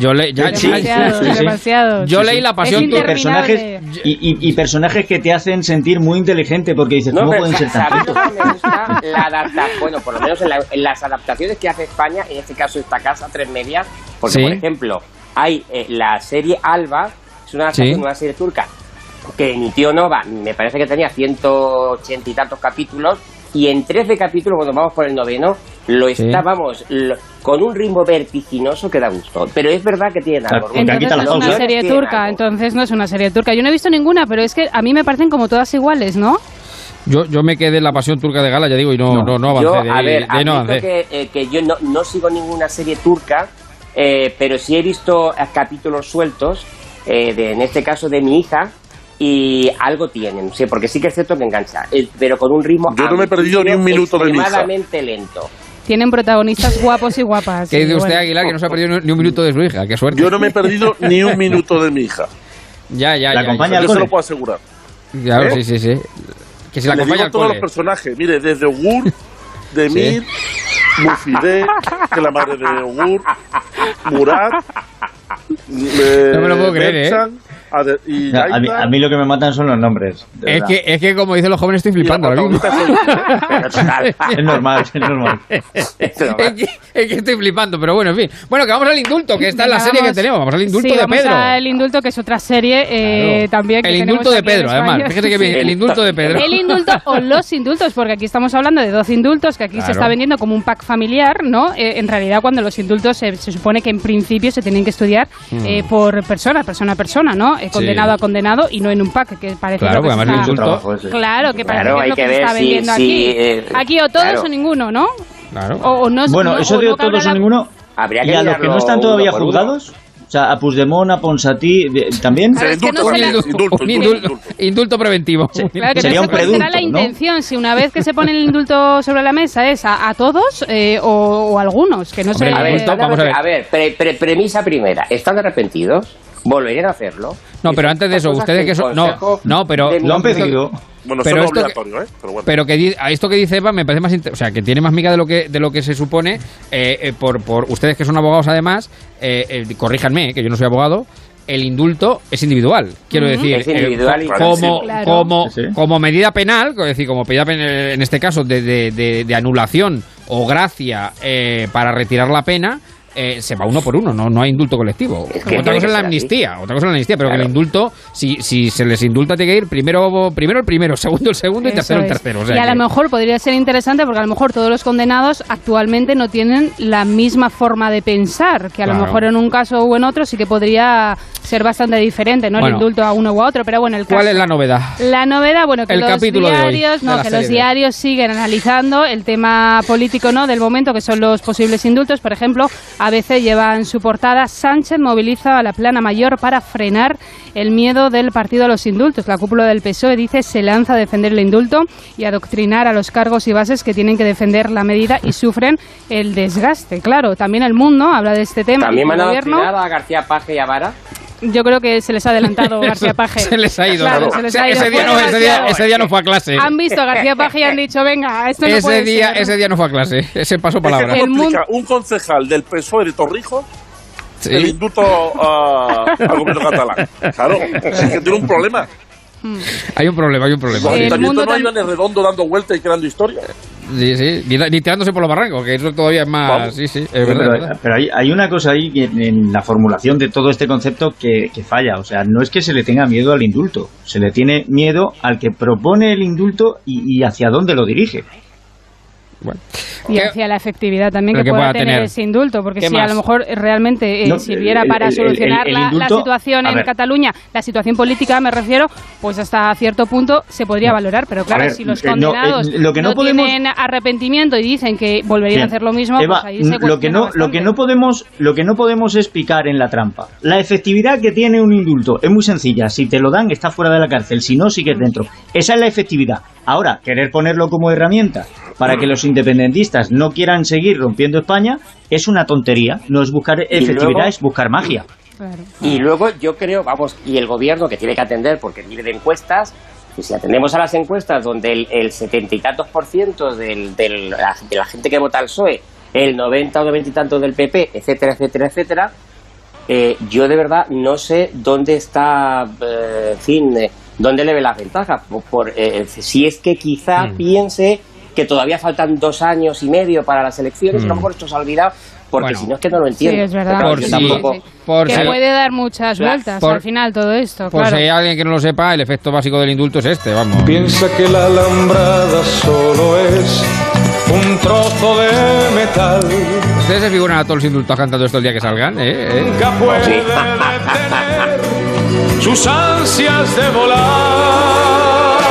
Yo leí ya, sí, demasiado, sí, sí. demasiado. Yo leí La Pasión turca. Personajes, y, y, y personajes que te hacen sentir muy inteligente porque dices, no, ¿cómo pero pueden ser tan tontos? Me gusta la adaptación, bueno, por lo menos en, la, en las adaptaciones que hace España, en este caso esta casa, Tres Medias, porque sí. por ejemplo, hay eh, la serie Alba, es una, sí. una serie turca que emitió Nova, me parece que tenía ciento ochenta y tantos capítulos, y en trece capítulos, cuando vamos por el noveno, lo sí. está, vamos, lo, con un ritmo vertiginoso que da gusto. Pero es verdad que tiene algo. Entonces no es una serie turca, entonces no es una serie turca. Yo no he visto ninguna, pero es que a mí me parecen como todas iguales, ¿no? Yo, yo me quedé en La Pasión turca de Gala, ya digo, y no, no, no, no avancé. Yo, de, a ver, de, de no avancé. Que, eh, que yo no, no sigo ninguna serie turca, eh, pero sí he visto capítulos sueltos, eh, de, en este caso de mi hija, y algo tienen, sí, porque sí que es cierto que engancha, eh, pero con un ritmo yo no me he perdido ni un minuto de mi hija. Extremadamente lento. Tienen protagonistas guapos y guapas. ¿Qué dice usted, bueno. Aguilar, que no se ha perdido ni un minuto de su hija? Qué suerte. Yo no me he perdido ni un minuto de mi hija. Ya, ya, ¿La ya. acompaña yo se lo puedo asegurar. Claro, ¿Eh? sí, sí, sí. Que si la Le acompaña digo todos los personajes, mire, desde Ogur, Demir, sí. Mufidé, que la madre de Ogur, Murat, eh, no me lo puedo creer, Berchan, ¿eh? A, de, y no, a, mí, a mí lo que me matan son los nombres. Es que, es que, como dicen los jóvenes, estoy flipando ahora mismo. Es normal, es normal. es, que, es que estoy flipando, pero bueno, en fin. Bueno, que vamos al indulto, que esta es la serie que tenemos. Vamos al indulto sí, de vamos Pedro. al indulto, que es otra serie eh, claro. también. Que el indulto de Pedro, además. Fíjate que bien, el indulto de Pedro. El indulto o los indultos, porque aquí estamos hablando de doce indultos, que aquí claro. se está vendiendo como un pack familiar, ¿no? Eh, en realidad, cuando los indultos se, se supone que en principio se tienen que estudiar eh, por persona, persona a persona, ¿no? Eh, condenado sí. a condenado y no en un pack, que parece claro, que además está... trabajo ese. Claro, que parece claro, que es lo que, que se está si, vendiendo si, aquí. Eh, aquí o todos claro. o ninguno, ¿no? Claro. O, o no, bueno, no, eso de no todos la... o ninguno. Habría que y a los que no están todavía juzgados. O sea, a Puigdemont, a Ponsatí, ¿también? Claro, es que no se la... indulto, indulto, indulto preventivo. Sí, claro, que sería no un predulto, será la intención, ¿no? Si una vez que se pone el indulto sobre la mesa es a, a todos eh, o, o a algunos, que no sé... A ver, indulto, vamos a ver, a ver pre, pre, premisa primera, ¿están arrepentidos? ¿Volverían a hacerlo? No, pero antes de eso, ustedes que son... No, no, pero... Lo han pedido... Bueno, pero eso no es esto obligatorio, que, ¿eh? Pero bueno. Pero que a esto que dice Eva me parece más, o sea, que tiene más miga de lo que de lo que se supone eh, eh, por por ustedes que son abogados además, eh, eh, corríjanme, que yo no soy abogado. El indulto es individual, quiero uh-huh. decir, es individual eh, como claro. como sí, sí. como medida penal, es decir, como medida penal, en este caso de, de, de, de anulación o gracia eh, para retirar la pena. Eh, se va uno por uno, no, no hay indulto colectivo. Es que otra cosa es la amnistía, así. otra cosa es la amnistía, pero claro. que el indulto, si, si se les indulta, tiene que ir primero, primero el primero, segundo el segundo y Eso tercero es. el tercero. O sea y a que... lo mejor podría ser interesante porque a lo mejor todos los condenados actualmente no tienen la misma forma de pensar, que a claro. lo mejor en un caso o en otro sí que podría ser bastante diferente, ¿no? Bueno. El indulto a uno u a otro, pero bueno, el caso... ¿Cuál es la novedad? La novedad, bueno, que el los capítulo diarios, de hoy, no, de que la los serie. diarios siguen analizando el tema político, ¿no? Del momento, que son los posibles indultos. Por ejemplo, A B C lleva en su portada: Sánchez moviliza a la plana mayor para frenar el miedo del partido a los indultos. La cúpula del P S O E dice se lanza a defender el indulto y a adoctrinar a los cargos y bases que tienen que defender la medida y sufren el desgaste. Claro, también El Mundo habla de este tema. También van a gobierno. adoctrinar a García Paje y a Vara. Yo creo que se les ha adelantado García Paje. Se les ha ido. Claro, Claro. se les ha ido. Ese, día no, ese, día, ese día no fue a clase. Han visto a García Paje y han dicho, venga, esto no ese puede día, ser. Ese día no fue a clase. Ese paso palabra. Es que ¿cómo explica un concejal del P S O E de Torrijos sí. el indulto uh, al gobierno catalán? Claro, es que tiene un problema. Hay un problema, hay un problema. El ayuntamiento no iba en el redondo dando vueltas y creando historia. Sí, sí, ni, ni tirándose por los barrancos, que eso todavía es más... Vamos. Sí, sí, es Sí, verdad. pero, verdad. pero hay, hay una cosa ahí que en, en la formulación de todo este concepto que, que falla. O sea, no es que se le tenga miedo al indulto, se le tiene miedo al que propone el indulto y, y hacia dónde lo dirige. Bueno. Y hacia la efectividad también que, que pueda pueda tener, tener ese indulto, porque si más? a lo mejor realmente eh, No, sirviera el- para el- solucionar el- el la, la indulto, situación a en ver. Cataluña, la situación política me refiero, pues hasta cierto punto se podría valorar, pero claro, ver, si los eh, no, eh, condenados lo que no podemos- tienen arrepentimiento y dicen que volverían a Bien. hacer lo mismo, Eva, pues ahí se lo que cuestiona no lo que bastante. no podemos lo que no podemos es picar en la trampa. La efectividad que tiene un indulto es muy sencilla. Si te lo dan, estás fuera de la cárcel. Si no, sigues dentro. Esa es la efectividad. Ahora, querer ponerlo como herramienta para que los independentistas no quieran seguir rompiendo España es una tontería. No es buscar efectividad, luego- es buscar magia. Claro. Y luego yo creo, vamos, y el gobierno que tiene que atender, porque vive de encuestas, y si atendemos a las encuestas donde el, el setenta y tantos por ciento del, del, la- de la gente que vota al P S O E, el noventa o noventa y tantos del P P, etcétera, etcétera, etcétera, eh, yo de verdad no sé dónde está, eh, en fin, eh, dónde le ve las ventajas. Por, por, eh, si es que quizá mm. piense que todavía faltan dos años y medio para las elecciones, mm. a lo mejor esto se ha olvidado. Porque bueno, si no es que no lo entiendo. Sí, es verdad. Por si, tampoco... sí, sí. Por que si, puede dar muchas vueltas por, al final todo esto. Por claro. si hay alguien que no lo sepa, el efecto básico del indulto es este, vamos. Piensa que la alambrada solo es un trozo de metal. Ustedes se figuran a todos los indultos cantando esto el día que salgan, ¿eh? ¿Eh? Nunca puede sí. detener sus ansias de volar.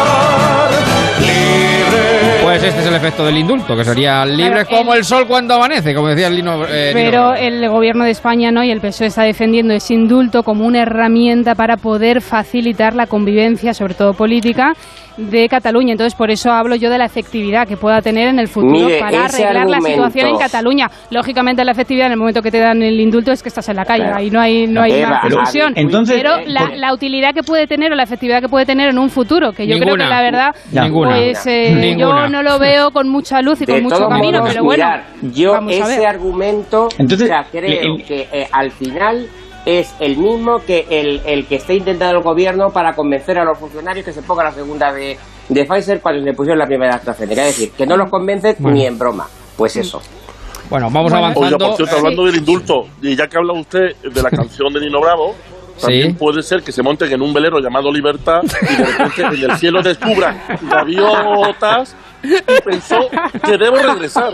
Pues este es el efecto del indulto, que sería libre claro, como el, el sol cuando amanece, como decía el Lino. Eh, pero Lino. El gobierno de España no y el P S O E está defendiendo ese indulto como una herramienta para poder facilitar la convivencia, sobre todo política, de Cataluña. Entonces, por eso hablo yo de la efectividad que pueda tener en el futuro Mire, para arreglar argumento. la situación en Cataluña. Lógicamente, la efectividad en el momento que te dan el indulto es que estás en la calle, claro. ahí no hay no hay Eva, más discusión. Entonces, pero eh, la, por... la utilidad que puede tener o la efectividad que puede tener en un futuro, que yo Ninguna. creo que la verdad, Ninguna. pues eh, Ninguna. yo no lo veo con mucha luz y de con mucho camino, modos, pero bueno, mirar, yo vamos a ese ver. argumento, Entonces, o sea, creo le... que eh, al final es el mismo que el, el que está intentando el gobierno para convencer a los funcionarios que se pongan la segunda de, de Pfizer cuando le pusieron la primera AstraZeneca. Es decir, que no los convencen bueno. ni en broma. Pues eso. Bueno, vamos bueno, avanzando. Oiga, por cierto, hablando sí. del indulto, y ya que habla usted de la canción de Nino Bravo, también sí. puede ser que se monten en un velero llamado Libertad y de repente en el cielo descubran gaviotas y pensó que debo regresar.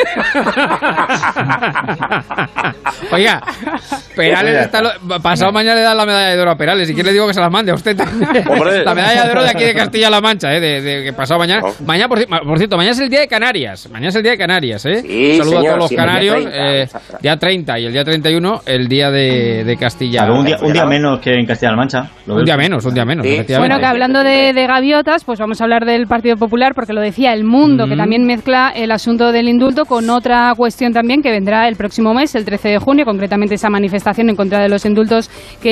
Oiga, Perales está lo... pasado mañana le dan la medalla de oro a Perales. Si quiere le digo que se las mande a usted también. Hombre. La medalla de oro de aquí de Castilla-La Mancha, ¿eh? De, de que pasado mañana. Oh. Mañana, por, por cierto, mañana es el día de Canarias. Mañana es el día de Canarias, ¿eh? Sí, saludo señor, a todos los sí, canarios. Día treinta, eh, día treinta y el día treinta y uno, el día de, de Castilla. Claro, un día, un día menos que en Castilla-La Mancha. Un día menos, un día menos, sí. efectivamente. Bueno, que hablando de, de gaviotas, pues vamos a hablar del Partido Popular, porque lo decía El Mundo, mm. que también mezcla el asunto del indulto con otra cuestión también que vendrá el próximo mes, el trece de junio, concretamente esa manifestación en contra de los indultos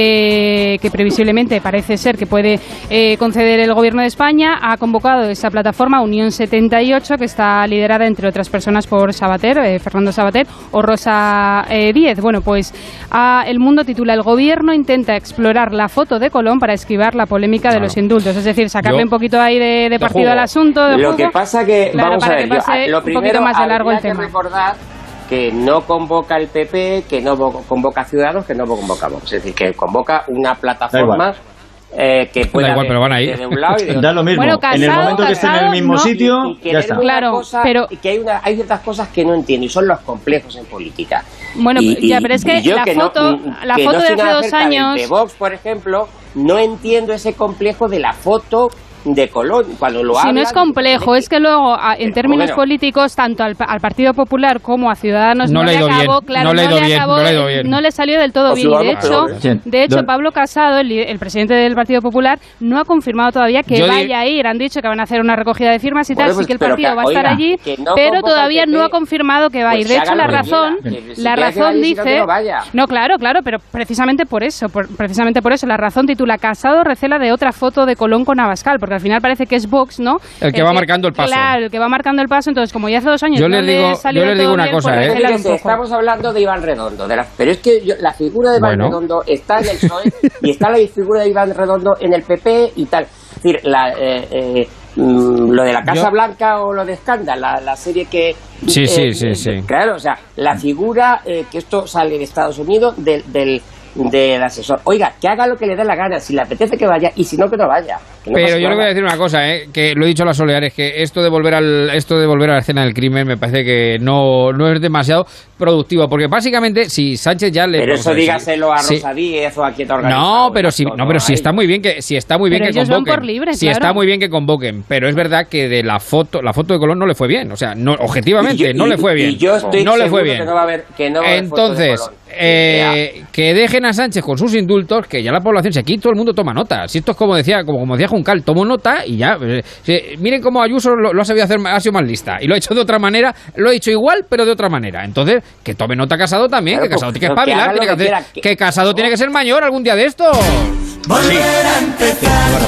que, que previsiblemente parece ser que puede eh, conceder el Gobierno de España. Ha convocado esa plataforma Unión setenta y ocho, que está liderada, entre otras personas, por Sabater, eh, Fernando Sabater o Rosa eh, Díez. Bueno, pues a El Mundo titula: El Gobierno intenta explorar la foto de Colón para esquivar la polémica claro. de los indultos. Es decir, sacarle yo, un poquito ahí de, de partido juego. al asunto. De lo juego, que pasa que, claro, vamos para a ver, que pase yo, lo un primero, poquito más de largo el que tema. recordar que no convoca el P P, que no convoca a Ciudadanos, que no convoca Vox. Es decir, que convoca una plataforma eh, que pueda da igual, pero van a ir. de un lado y de otro. Da lo mismo. Bueno, Casado, en el momento que estén en el mismo no, sitio, y, y que ya está. Claro, cosa, pero y que hay, una, hay ciertas cosas que no entiendo y son los complejos en política. Bueno, y, ya, pero es que yo la que foto, no, la que foto no de soy hace nada dos cerca años. del de Vox, por ejemplo, no entiendo ese complejo de la foto de Colón cuando lo Si hablan, no es complejo, es que luego, a, en términos bueno. políticos, tanto al, al Partido Popular como a Ciudadanos no, no le le acabó, bien, claro, no le, no le bien, acabó, no le, bien. no le salió del todo O bien. Y de hecho, peor, de hecho, Pablo Casado, el, el presidente del Partido Popular, no ha confirmado todavía que Yo vaya di... a ir. Han dicho que van a hacer una recogida de firmas y bueno, tal, pues, sí que el pero partido que, va a estar oiga, allí, no pero todavía no ha confirmado que va a ir. Pues De hecho, la razón, si la razón dice, no, vaya. no, claro, claro, pero precisamente por eso, por, precisamente por eso, la razón titula: Casado recela de otra foto de Colón con Abascal, porque al final parece que es Vox, ¿no? El que va marcando el paso. Claro, el que va marcando el paso. Entonces, como ya hace dos años yo no les digo, le salió yo les digo una bien, cosa, pues ¿eh? Fíjese, un estamos hablando de Iván Redondo, de la, pero es que yo, la figura de Iván bueno. Redondo está en el P S O E y está la figura de Iván Redondo en el P P y tal. Es decir, la, eh, eh, mm, lo de la Casa yo... Blanca o lo de Scandal, la, la serie que... Sí, eh, sí, sí, sí. Claro, o sea, la figura eh, que esto sale de Estados Unidos, del... del del asesor. Oiga, que haga lo que le dé la gana, si le apetece que vaya y si no que no vaya. Que no Pero yo nada. le voy a decir una cosa, ¿eh? Que lo he dicho a las Soleares, que esto de volver al esto de volver a la escena del crimen me parece que no, no es demasiado productivo, porque básicamente si Sánchez ya le... Pero eso dígaselo a sí. Rosa Díez o a quien organiza. No, pero si no, pero si está muy bien que si está muy bien pero que ellos convoquen. van por libre, si claro. está muy bien que convoquen, pero es verdad que de la foto la foto de Colón no le fue bien, o sea, no objetivamente yo, no y, le fue bien. Y yo estoy no le fue bien. Que no va a haber, que no va a haber Entonces, foto de Colón. Eh, que dejen a Sánchez con sus indultos, que ya la población, si aquí todo el mundo toma nota. Si esto es como decía, como, como decía Juncal, tomo nota y ya. Eh, si, miren cómo Ayuso lo, lo ha sabido hacer, ha sido más lista y lo ha hecho de otra manera, lo ha hecho igual, pero de otra manera. Entonces, que tome nota Casado también, claro, que Casado tiene que espabilar, que, tiene que, hacer, que, que Casado no. tiene que ser mayor algún día de esto. Volver sí. a empezar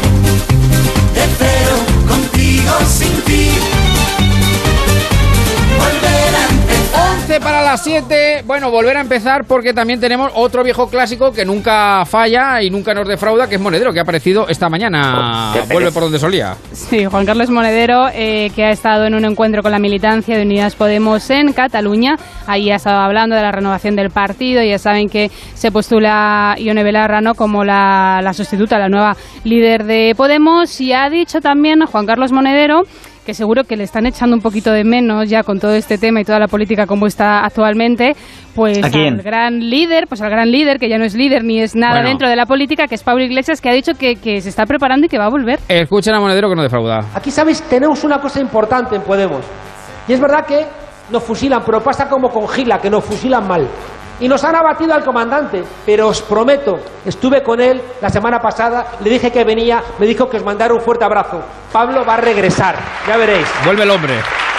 de cero, contigo sin ti. quince para las siete. Bueno, volver a empezar porque también tenemos otro viejo clásico que nunca falla y nunca nos defrauda, que es Monedero, que ha aparecido esta mañana. Vuelve por donde solía. Sí, Juan Carlos Monedero, eh, que ha estado en un encuentro con la militancia de Unidas Podemos en Cataluña. Ahí ha estado hablando de la renovación del partido. Ya saben que se postula Ione Belarra, ¿no?, como la, la sustituta, la nueva líder de Podemos. Y ha dicho también Juan Carlos Monedero que seguro que le están echando un poquito de menos ya con todo este tema y toda la política como está actualmente, pues al gran líder, pues al gran líder, que ya no es líder ni es nada bueno. dentro de la política, que es Pablo Iglesias, que ha dicho que, que se está preparando y que va a volver. Escuchen a Monedero, que no defrauda. Aquí, ¿sabéis? Tenemos una cosa importante en Podemos. Y es verdad que nos fusilan, pero pasa como con Gila, que nos fusilan mal. Y nos han abatido al comandante, pero os prometo, estuve con él la semana pasada, le dije que venía, me dijo que os mandara un fuerte abrazo. Pablo va a regresar, ya veréis. Vuelve el hombre.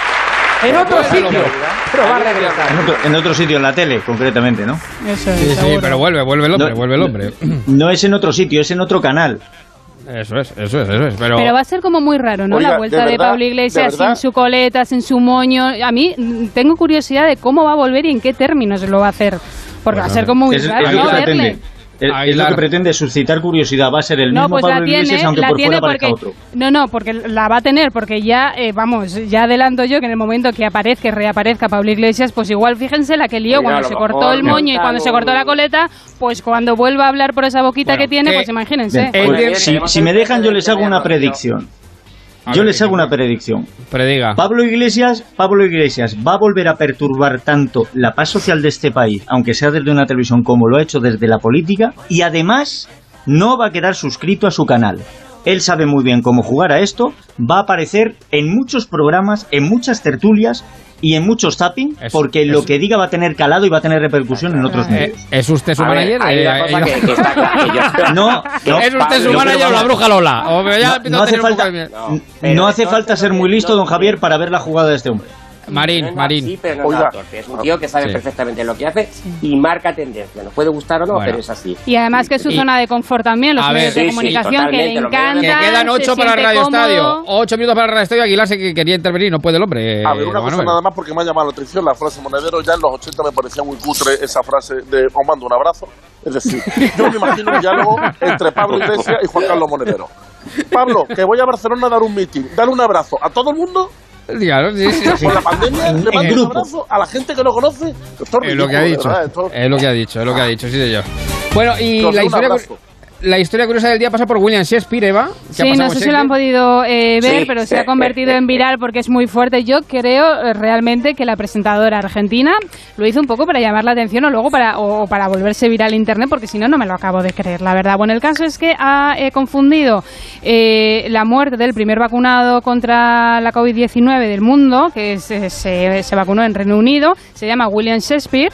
En otro vuelve sitio, pero va a regresar. En otro, en otro sitio, en la tele, concretamente, ¿no? Eso es, sí, sí, pero vuelve, vuelve el hombre, no, vuelve el hombre. No es en otro sitio, es en otro canal. Eso es, eso es, eso es. Pero, pero va a ser como muy raro, ¿no? Oiga, la vuelta de, verdad, de Pablo Iglesias sin su coleta, sin su moño. A mí tengo curiosidad de cómo va a volver y en qué términos lo va a hacer. Porque bueno, va a ser como muy es, raro, es ¿no? Lo Verle. Es, es lo que pretende suscitar curiosidad. Va a ser el no, mismo pues Pablo tiene, Iglesias, aunque por fuera aparezca otro. No, no, porque la va a tener, porque ya, eh, vamos, ya adelanto yo que en el momento que aparezca y reaparezca Pablo Iglesias, pues igual fíjense la que lió cuando se cortó el moño y cuando se cortó la coleta, pues cuando vuelva a hablar por esa boquita bueno, que tiene, que, pues imagínense. Bien, pues, si, si me dejan, yo les hago una predicción. Yo les hago una predicción. Prediga. Pablo Iglesias, Pablo Iglesias va a volver a perturbar tanto la paz social de este país, aunque sea desde una televisión, como lo ha hecho desde la política, y además no va a quedar suscrito a su canal. Él sabe muy bien cómo jugar a esto, va a aparecer en muchos programas, en muchas tertulias y en muchos zapping, es, porque es, lo que diga va a tener calado y va a tener repercusión en otros medios. Eh, ¿Es usted su a manager? Ver, eh, eh, que, que está claro, yo, no, no, ¿Es usted su no, manager o la bruja Lola? O ya no, no hace falta, no, no hace falta ser muy listo, don Javier, para ver la jugada de este hombre. Marín, no, Marín. Sí, pero no es torpe. Es un tío que sabe sí. perfectamente lo que hace y marca tendencia. Nos puede gustar o no, bueno. pero es así. Y además que es su y, zona de confort también, los medios ver, de sí, comunicación, sí, que le encanta. Que quedan ocho para el Radio cómodo. Estadio. Ocho minutos para el Radio Estadio. Aguilar sé que quería intervenir, no puede el hombre. A ver, una cosa nada más, porque me ha llamado la atención la frase Monedero. Ya en los ochenta me parecía muy cutre esa frase de os mando un abrazo. Es decir, yo me imagino un diálogo entre Pablo Iglesias y Juan Carlos Monedero. Pablo, que voy a Barcelona a dar un meeting. Dale un abrazo a todo el mundo. Claro, sí, sí, sí. Con la pandemia le mando un abrazo a la gente que lo conoce. Esto es, es lo que ha dicho. Verdad, esto... Es lo que ha dicho, es lo que ha dicho, sí señor. Bueno, y la historia, la historia curiosa del día pasa por William Shakespeare, Eva. Sí, no sé si lo han podido eh, ver, sí, pero se ha convertido en viral porque es muy fuerte. Yo creo eh, realmente que la presentadora argentina lo hizo un poco para llamar la atención o luego para, o, o para volverse viral en internet, porque si no, no me lo acabo de creer, la verdad. Bueno, el caso es que ha eh, confundido eh, la muerte del primer vacunado contra la covid diecinueve del mundo, que se, se, se vacunó en Reino Unido, se llama William Shakespeare,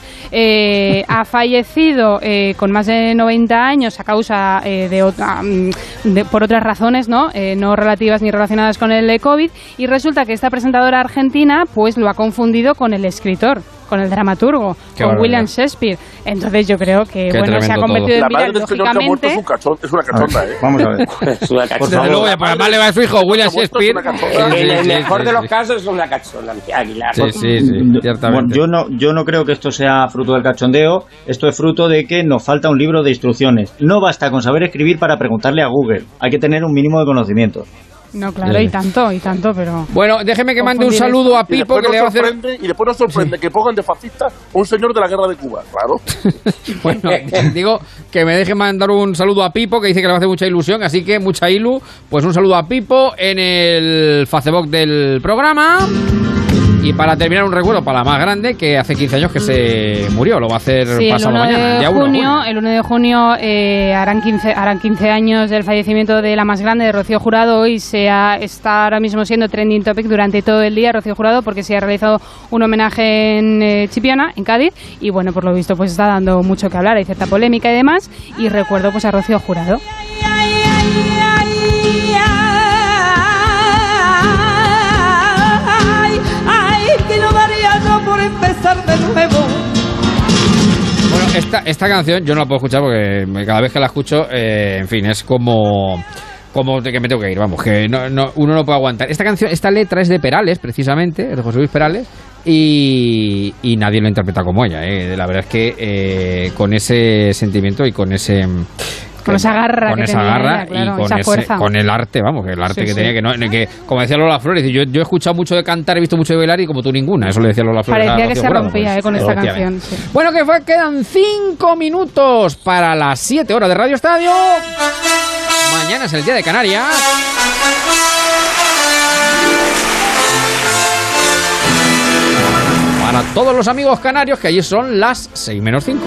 eh, ha fallecido eh, con más de noventa años a causa Eh, de, otra, de por otras razones, ¿no? Eh, no relativas ni relacionadas con el COVID, y resulta que esta presentadora argentina pues lo ha confundido con el escritor, con el dramaturgo, Qué con William Shakespeare. Entonces yo creo que Qué bueno, se ha convertido todo. en viral, la lógicamente. Es, un cachón, es una cachonda, ¿eh? Vamos a ver. Es una cachonda. Luego, pues además le va a su hijo William Shakespeare. En el, el mejor sí, de los sí. casos es una cachonda, Aguilar. Sí, sí, sí, ciertamente. Bueno, yo no, yo no creo que esto sea fruto del cachondeo. Esto es fruto de que nos falta un libro de instrucciones. No basta con saber escribir para preguntarle a Google. Hay que tener un mínimo de conocimiento. No, claro, sí. y tanto, y tanto, pero... Bueno, déjeme que mande un saludo a Pipo, que le va a hacer... Y después nos sorprende sí. que pongan de fascista un señor de la guerra de Cuba, claro. Bueno, digo que me deje mandar un saludo a Pipo, que dice que le va a hacer mucha ilusión, así que mucha ilu. Pues un saludo a Pipo en el Facebook del programa. Y para terminar, un recuerdo para la más grande, que hace quince años que se murió, lo va a hacer sí, pasado mañana. El uno de junio, el uno de junio eh, harán, quince, harán quince años del fallecimiento de la más grande, de Rocío Jurado. Hoy se ha, está ahora mismo siendo trending topic durante todo el día Rocío Jurado, porque se ha realizado un homenaje en eh, Chipiona, en Cádiz, y bueno, por lo visto pues está dando mucho que hablar, hay cierta polémica y demás, y recuerdo pues a Rocío Jurado. Por empezar de nuevo. Bueno, esta, esta canción yo no la puedo escuchar porque cada vez que la escucho, eh, en fin, es como... como de que me tengo que ir, vamos, que no, no, uno no puede aguantar. Esta canción, esta letra es de Perales, precisamente, es de José Luis Perales, y, y nadie lo interpreta como ella, ¿eh? La verdad es que eh, con ese sentimiento y con ese... Con esa garra, con que esa tenía garra ella, claro, y con, esa ese, fuerza. con el arte, vamos, que el arte Sí, que sí. tenía, que no, que como decía Lola Flores, yo, yo he escuchado mucho de cantar, he visto mucho de bailar y como tú ninguna, eso le decía Lola Flores. Parecía a que Rocío se Jurado, rompía pues, eh, con esta efectivamente. canción. Sí. Bueno, que fue, quedan cinco minutos para las siete horas de Radio Estadio. Mañana es el día de Canarias. Para todos los amigos canarios, que allí son las seis menos cinco.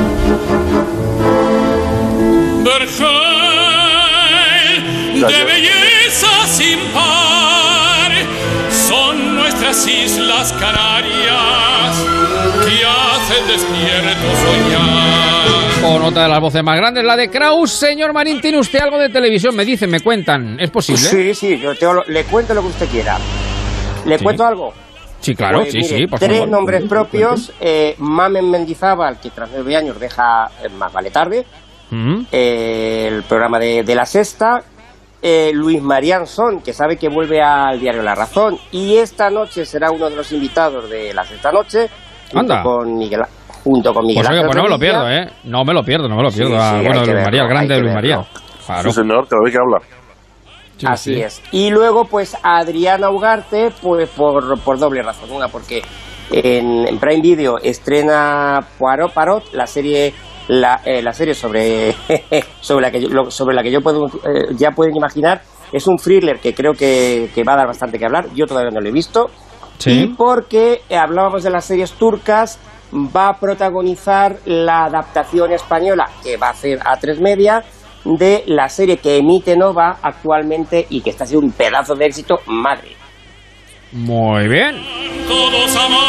De belleza sin par son nuestras islas Canarias que hacen despierto soñar. Con otra de las voces más grandes, la de Kraus. Señor Marín, ¿tiene usted algo de televisión? Me dicen, me cuentan. ¿Es posible? Sí, sí, yo tengo, le cuento lo que usted quiera. ¿Le Sí. cuento algo? Sí, claro, Pues, sí, mire, sí, por tres favor. nombres propios. Eh, Mamen Mendizábal, que tras nueve años deja eh, Más vale tarde, Mm. eh, el programa de, de La Sexta. Eh, Luis Marián Son, que sabe que vuelve al diario La Razón, y esta noche será uno de los invitados de La Sexta Noche, junto Anda. con Miguel, junto con Miguel Pues, oye, Ángel pues no me lo Revilla. pierdo, ¿eh? No me lo pierdo, no me lo Sí, pierdo. sí, Ah, hay bueno, que Luis verlo, María, el grande hay de que Luis María. verlo. Claro. Sí, señor, cada vez que habla. Sí, Así sí. es. Y luego, pues, Adriana Ugarte, pues por, por doble razón. Una, porque en, en Prime Video estrena Poirot Parot, la serie la, eh, la serie sobre sobre la que yo, lo- sobre la que yo puedo eh, ya pueden imaginar. Es un thriller que creo que, que va a dar bastante que hablar. Yo todavía no lo he visto. Sí. Y porque eh, hablábamos de las series turcas, va a protagonizar la adaptación española que va a hacer A tres Media de la serie que emite Nova actualmente y que está siendo un pedazo de éxito, Madre. Muy bien. Todos aman.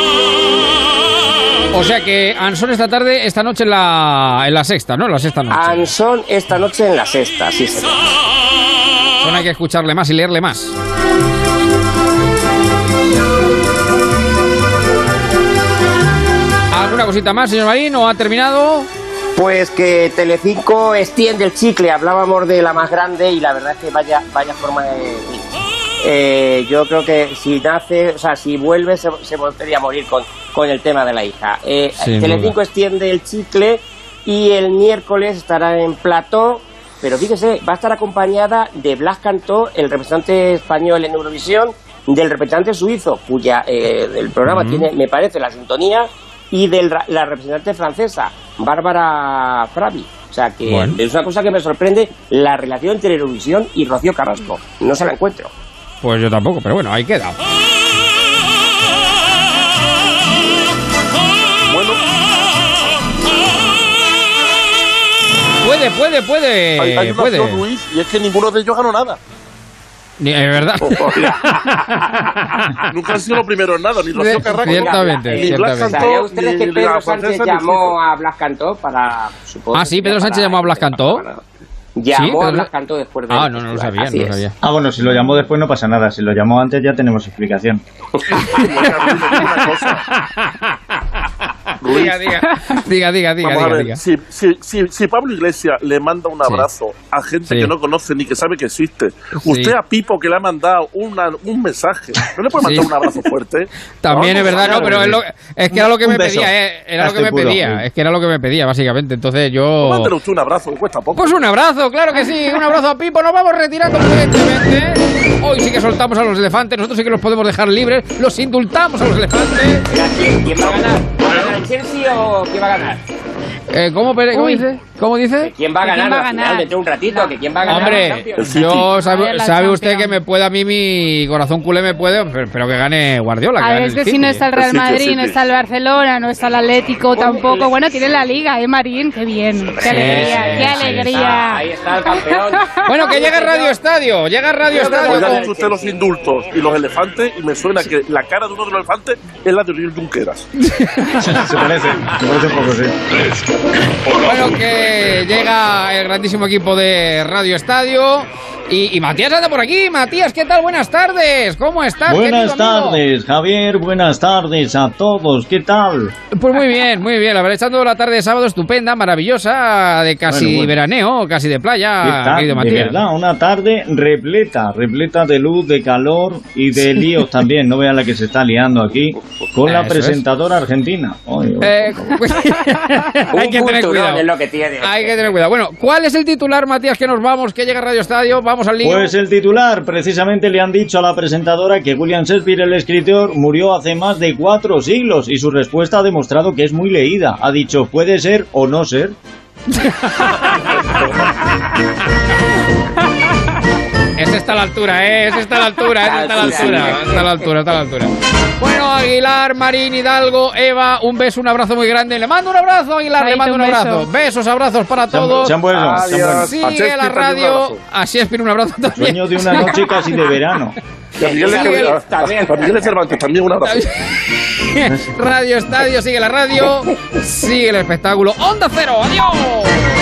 O sea que Anson esta tarde, esta noche en la, en la sexta, ¿no? En la sexta noche. Anson esta noche en la sexta, sí, señor. Son hay que escucharle más y leerle más. ¿Alguna cosita más, señor Marín? ¿O ha terminado? Pues que Telecinco extiende el chicle, hablábamos de la más grande y la verdad es que vaya, vaya forma de... Eh, yo creo que si nace, o sea, si vuelve se, se volvería a morir con, con el tema de la hija. Eh, Sin Telecinco duda. extiende el chicle y el miércoles estará en plató, pero fíjese, va a estar acompañada de Blas Cantó, el representante español en Eurovisión, del representante suizo, cuya eh, el programa Ujú. tiene, me parece, la sintonía, y de la representante francesa, Bárbara Pravi. O sea que Bueno. es una cosa que me sorprende, la relación entre Eurovisión y Rocío Carrasco. No se la encuentro. Pues yo tampoco, pero bueno, ahí queda. Bueno, Puede, puede, puede. hay, hay una puede. opción, Luis, y es que ninguno de ellos ganó nada. Ni- Es verdad. Nunca han sido los primeros en nada, ni Rocío Carrasco, Ciertamente, ni Blas ciertamente. Cantó, ¿Sabían ustedes ni que la Pedro Sánchez francesa, ni llamó suizo. a Blas Cantó para... supongo Ah, que sí, Pedro sería Sánchez para- llamó a Blas Cantó. Llamó Sí, a Pedro- Blas Cantó después de... Ah, no, no lo sabía, Así no lo es. sabía. Ah, bueno, si lo llamó después no pasa nada. Si lo llamó antes ya tenemos explicación. Luis, Diga, diga, diga, diga, diga, vamos a diga, ver, diga. Si, si, si, si Pablo Iglesias le manda un Sí. abrazo a gente Sí. que no conoce ni que sabe que existe, Sí. usted a Pipo que le ha mandado una, un mensaje, ¿no le puede mandar Sí. un abrazo fuerte? También No, es verdad, no, pero es, lo- es que era lo que Un me beso. pedía, eh, era lo que Hazte me puro. pedía, es que era lo que me pedía, básicamente. Entonces yo... Mándele usted un abrazo, que cuesta poco. Pues un abrazo, claro que sí, un abrazo a Pipo, nos vamos retirando prudentemente. Hoy sí que soltamos a los elefantes, nosotros sí que los podemos dejar libres, los indultamos a los elefantes. Mira, ¿quién, quién va a ganar? ¿Va a ganar el Chelsea o quién va a ganar? Eh, ¿cómo, Pere- ¿Cómo Uy. dice? ¿Cómo dice? ¿Quién va a ¿Que quién ganar? va a al final, ganar? dentro de un ratito, que quién va a ganar la Hombre, Champions? yo sabe, Vaya la sabe usted Champions. que me puede a mí mi corazón culé me puede, pero, pero que gane Guardiola. A que ver, gane es que el si City. no está el Real Sí, sí, Madrid, sí, no sí. está el Barcelona, no está el Atlético tampoco. Bueno, tiene la Liga, ¿eh, Marín? Qué bien. Qué alegría, sí, qué sí, Ah, alegría. ahí está el campeón. Bueno, que llega Radio Estadio, llega Radio Creo que Estadio. voy a Oiga, con- dicho usted los indultos y los elefantes, y me suena que la cara de uno de los elefantes es la de Oriol Junqueras. Se parece, se parece un poco, sí. Bueno, que llega el grandísimo equipo de Radio Estadio Y, y Matías anda por aquí. Matías, ¿qué tal? Buenas tardes. ¿Cómo estás? Buenas tardes, Javier. Buenas tardes a todos. ¿Qué tal? Pues muy bien, muy bien. La verdad, echando la tarde de sábado estupenda, maravillosa, de casi bueno, bueno. veraneo, casi de playa, tal, querido Matías. De verdad, una tarde repleta, repleta de luz, de calor y de líos también. No vean la que se está liando aquí con la Eso presentadora es. argentina. Oye, eh, hay que tener cuidado. Es lo que tiene. Hay que tener cuidado. Bueno, ¿cuál es el titular, Matías, que nos vamos, que llega a Radio Estadio? Vamos al lío. Pues el titular, precisamente le han dicho a la presentadora que William Shakespeare, el escritor, murió hace más de cuatro siglos y su respuesta ha demostrado que es muy leída. Ha dicho, puede ser o no ser. Ese está a la altura, ¿eh? Ese está a la altura, ese está a la altura, está a la altura, está a la altura. Bueno, Aguilar, Marín, Hidalgo, Eva, un beso, un abrazo muy grande. Le mando un abrazo, Aguilar, Ahí le mando un abrazo. Beso. Besos, abrazos para todos. Se han vuelto. Sigue la radio. A Shakespeare un abrazo también. Sueño de una noche casi de verano. Y a Miguel, a Miguel Cervantes también un abrazo. Radio Estadio, sigue la radio, sigue el espectáculo. ¡Onda Cero! ¡Adiós!